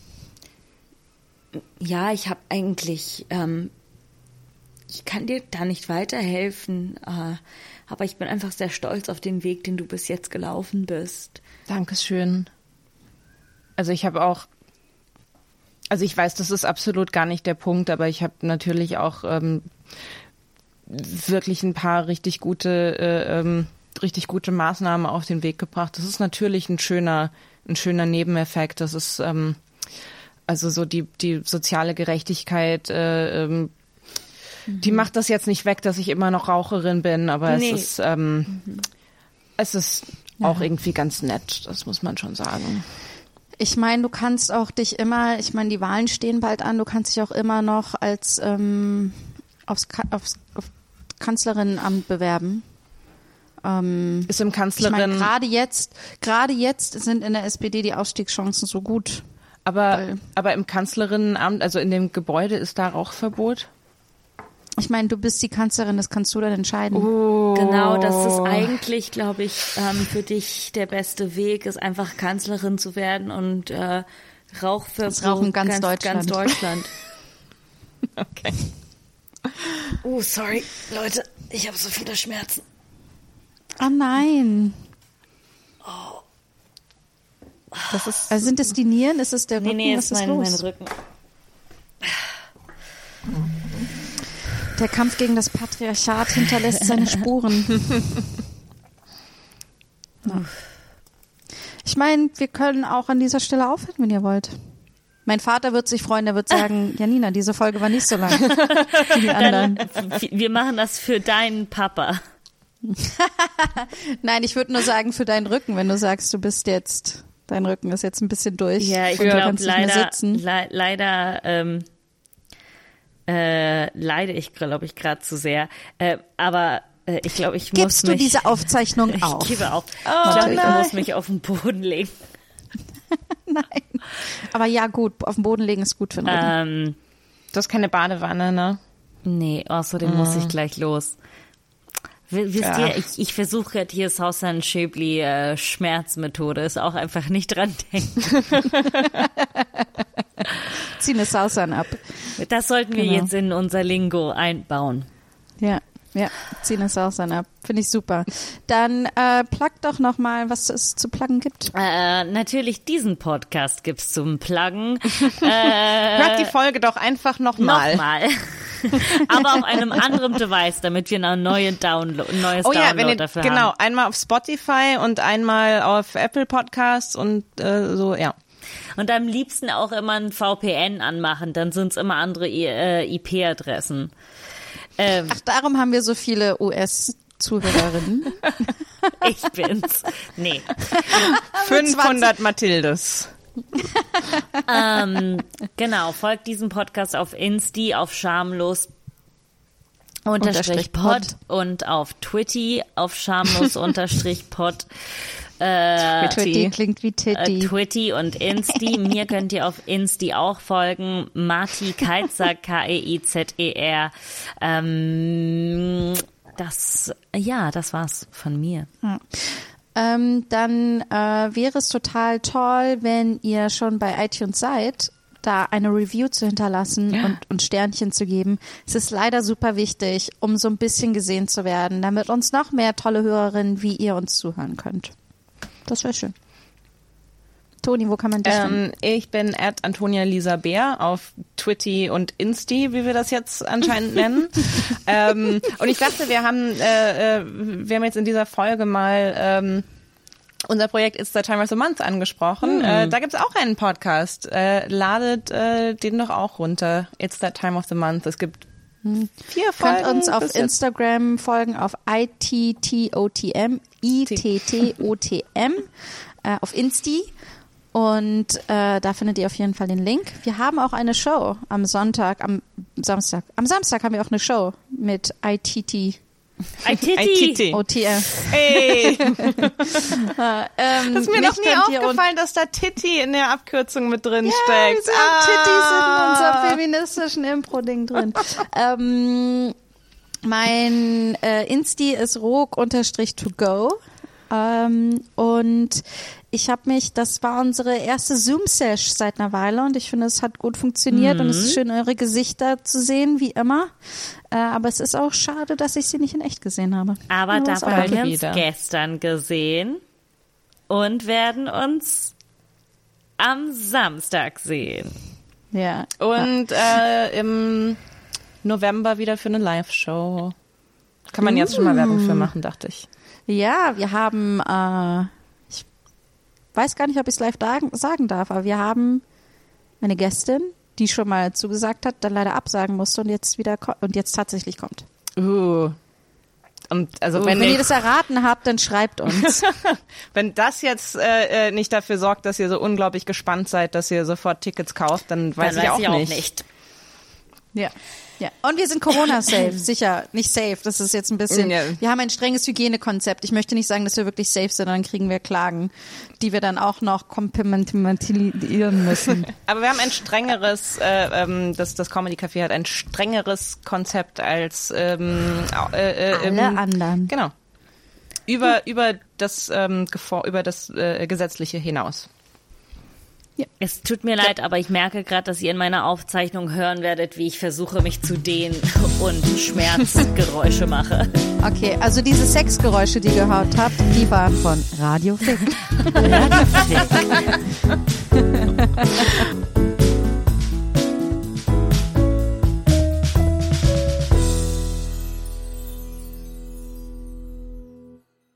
Speaker 2: Ja, ich habe eigentlich, ähm, ich kann dir da nicht weiterhelfen, äh, aber ich bin einfach sehr stolz auf den Weg, den du bis jetzt gelaufen bist.
Speaker 5: Dankeschön. Also ich habe auch, also ich weiß, das ist absolut gar nicht der Punkt, aber ich habe natürlich auch ähm, wirklich ein paar richtig gute, äh, ähm, richtig gute Maßnahmen auf den Weg gebracht. Das ist natürlich ein schöner, ein schöner Nebeneffekt. Das ist ähm, Also so die die soziale Gerechtigkeit, äh, ähm, mhm. die macht das jetzt nicht weg, dass ich immer noch Raucherin bin, aber nee. es ist ähm, mhm. es ist ja. auch irgendwie ganz nett, das muss man schon sagen.
Speaker 3: Ich meine, du kannst auch dich immer, ich meine, die Wahlen stehen bald an, du kannst dich auch immer noch als ähm, aufs, aufs auf Kanzlerinnenamt bewerben. Ähm,
Speaker 5: ist im Kanzlerin.
Speaker 3: Ich meine, gerade jetzt, gerade jetzt sind in der S P D die Ausstiegschancen so gut.
Speaker 5: Aber, aber im Kanzlerinnenamt, also in dem Gebäude, ist da Rauchverbot?
Speaker 3: Ich meine, du bist die Kanzlerin, das kannst du dann entscheiden.
Speaker 2: Oh. Genau, das ist eigentlich, glaube ich, ähm, für dich der beste Weg, ist einfach Kanzlerin zu werden und äh, Rauchverbot.
Speaker 3: Das Rauchen ganz, ganz Deutschland.
Speaker 2: Ganz Deutschland.
Speaker 5: Okay.
Speaker 2: Oh, sorry, Leute, ich habe so viele Schmerzen.
Speaker 3: Oh nein.
Speaker 2: Oh.
Speaker 3: Das ist, also sind es die Nieren? Ist es der Rücken?
Speaker 2: Nee, nee,
Speaker 3: was
Speaker 2: ist mein, mein Rücken.
Speaker 3: Der Kampf gegen das Patriarchat hinterlässt seine Spuren. Ja. Ich meine, wir können auch an dieser Stelle aufhören, wenn ihr wollt. Mein Vater wird sich freuen, der wird sagen, Janina, diese Folge war nicht so lang wie die anderen.
Speaker 2: Dann, wir machen das für deinen Papa.
Speaker 3: Nein, ich würde nur sagen, für deinen Rücken, wenn du sagst, du bist jetzt, dein Rücken ist jetzt ein bisschen durch.
Speaker 2: Ja, ich glaube leider, le- leider ähm, äh, leide ich, glaube ich, gerade zu sehr. Äh, aber äh, ich glaube, ich muss
Speaker 3: Gibst
Speaker 2: mich...
Speaker 3: du diese Aufzeichnung
Speaker 2: ich
Speaker 3: auf?
Speaker 2: Ich gebe auf.
Speaker 3: Oh,
Speaker 2: ich glaube, ich
Speaker 3: nein.
Speaker 2: muss mich auf den Boden legen.
Speaker 3: Nein. Aber ja, gut, auf den Boden legen ist gut für den Rücken.
Speaker 2: Ähm,
Speaker 5: Du hast keine Badewanne, ne?
Speaker 2: Nee, außerdem mm. muss ich gleich los. W- wisst ja. ihr, ich, ich versuche gerade hier Sausan Schäbli äh, Schmerzmethode, ist auch einfach nicht dran denken.
Speaker 3: Zieh eine Sausan ab.
Speaker 2: Das sollten wir
Speaker 3: genau.
Speaker 2: jetzt in unser Lingo einbauen.
Speaker 3: Ja, ja, zieh eine Sausan ab. Finde ich super. Dann äh, plug doch noch mal, was es zu pluggen gibt.
Speaker 2: Äh, natürlich diesen Podcast gibt's zum Pluggen. äh,
Speaker 5: Hört die Folge doch einfach nochmal.
Speaker 2: Nochmal. Aber auf einem anderen Device, damit wir ein neue Download, ein neues
Speaker 5: oh
Speaker 2: Download
Speaker 5: ja, wenn ihr,
Speaker 2: dafür
Speaker 5: genau,
Speaker 2: haben.
Speaker 5: Genau, einmal auf Spotify und einmal auf Apple Podcasts und äh, so, ja.
Speaker 2: Und am liebsten auch immer ein V P N anmachen, dann sind's immer andere äh, I P-Adressen. Ähm,
Speaker 3: Ach, darum haben wir so viele U S-Zuhörerinnen.
Speaker 2: Ich bin's. Nee.
Speaker 5: fünfhundert Mathildes.
Speaker 2: ähm, genau, folgt diesem Podcast auf Insti, auf schamlos unterstrich pod und auf Twitty auf schamlos unterstrich pod. Äh,
Speaker 3: Twitty klingt wie Titty.
Speaker 2: Äh, Twitty und Insti. Mir könnt ihr auf Insti auch folgen. Marti Keitzer, K E I Z E R. Ähm, das, ja, das war's von mir.
Speaker 3: Ja. Ähm, dann äh, wäre es total toll, wenn ihr schon bei iTunes seid, da eine Review zu hinterlassen ja. und, und Sternchen zu geben. Es ist leider super wichtig, um so ein bisschen gesehen zu werden, damit uns noch mehr tolle Hörerinnen wie ihr uns zuhören könnt. Das wäre schön. Toni, wo kann man dich
Speaker 5: ähm,
Speaker 3: finden?
Speaker 5: Ich bin at Antonia Lisa Bär auf Twitty und Insti, wie wir das jetzt anscheinend nennen. ähm, und ich dachte, wir haben, äh, wir haben jetzt in dieser Folge mal ähm, unser Projekt It's the Time of the Month angesprochen. Mhm. Äh, da gibt's auch einen Podcast. Äh, ladet äh, den doch auch runter. It's the Time of the Month. Es gibt vier Folgen.
Speaker 3: Könnt uns auf Instagram folgen, auf I T T O T M, I T T O T M, äh, auf Insti. Und äh, da findet ihr auf jeden Fall den Link. Wir haben auch eine Show am Sonntag, am Samstag. Am Samstag haben wir auch eine Show mit I T T.
Speaker 2: I T T
Speaker 3: O T M.
Speaker 5: Hey.
Speaker 3: ähm,
Speaker 5: das ist mir noch nie aufgefallen, dass da Titi in der Abkürzung mit drin
Speaker 3: ja,
Speaker 5: steckt.
Speaker 3: Ja,
Speaker 5: ah.
Speaker 3: Tittis in unserem feministischen Impro-Ding drin. ähm, mein äh, Insti ist rog-to-go. Ähm, und ich habe mich, das war unsere erste Zoom-Sesh seit einer Weile und ich finde, es hat gut funktioniert mhm. und es ist schön, eure Gesichter zu sehen, wie immer. Äh, aber es ist auch schade, dass ich sie nicht in echt gesehen habe.
Speaker 2: Aber
Speaker 3: ja,
Speaker 2: dafür haben wir uns
Speaker 5: wieder.
Speaker 2: gestern gesehen und werden uns am Samstag sehen.
Speaker 3: Ja.
Speaker 5: Und äh, im November wieder für eine Live-Show. Kann man jetzt schon mal Werbung für machen, dachte ich.
Speaker 3: Ja, wir haben, äh, ich weiß gar nicht, ob ich es live da- sagen darf, aber wir haben eine Gästin, die schon mal zugesagt hat, dann leider absagen musste und jetzt wieder ko- und jetzt tatsächlich kommt.
Speaker 5: Uh. Und also
Speaker 3: Wenn,
Speaker 5: wenn,
Speaker 3: wenn
Speaker 5: ich,
Speaker 3: ihr das erraten habt, dann schreibt uns.
Speaker 5: wenn das jetzt äh, nicht dafür sorgt, dass ihr so unglaublich gespannt seid, dass ihr sofort Tickets kauft, dann weiß,
Speaker 2: Dann
Speaker 5: ich,
Speaker 2: weiß
Speaker 5: auch,
Speaker 2: ich auch
Speaker 5: nicht.
Speaker 2: nicht.
Speaker 3: Ja. Ja. Und wir sind Corona-safe, sicher. Nicht safe, das ist jetzt ein bisschen,
Speaker 5: Ja.
Speaker 3: wir haben ein strenges Hygienekonzept. Ich möchte nicht sagen, dass wir wirklich safe sind, dann kriegen wir Klagen, die wir dann auch noch komplementarisieren müssen.
Speaker 5: Aber wir haben ein strengeres, äh, ähm, das, das Comedy Café hat ein strengeres Konzept als ähm, äh, äh,
Speaker 3: Alle
Speaker 5: ähm,
Speaker 3: anderen.
Speaker 5: Genau. Über, über das, ähm, Gefor- über das äh, Gesetzliche hinaus.
Speaker 2: Es tut mir leid, aber ich merke gerade, dass ihr in meiner Aufzeichnung hören werdet, wie ich versuche, mich zu dehnen und Schmerzgeräusche mache.
Speaker 3: Okay, also diese Sexgeräusche, die ihr gehört habt, die waren von Radio Fick.
Speaker 2: Radio Fick.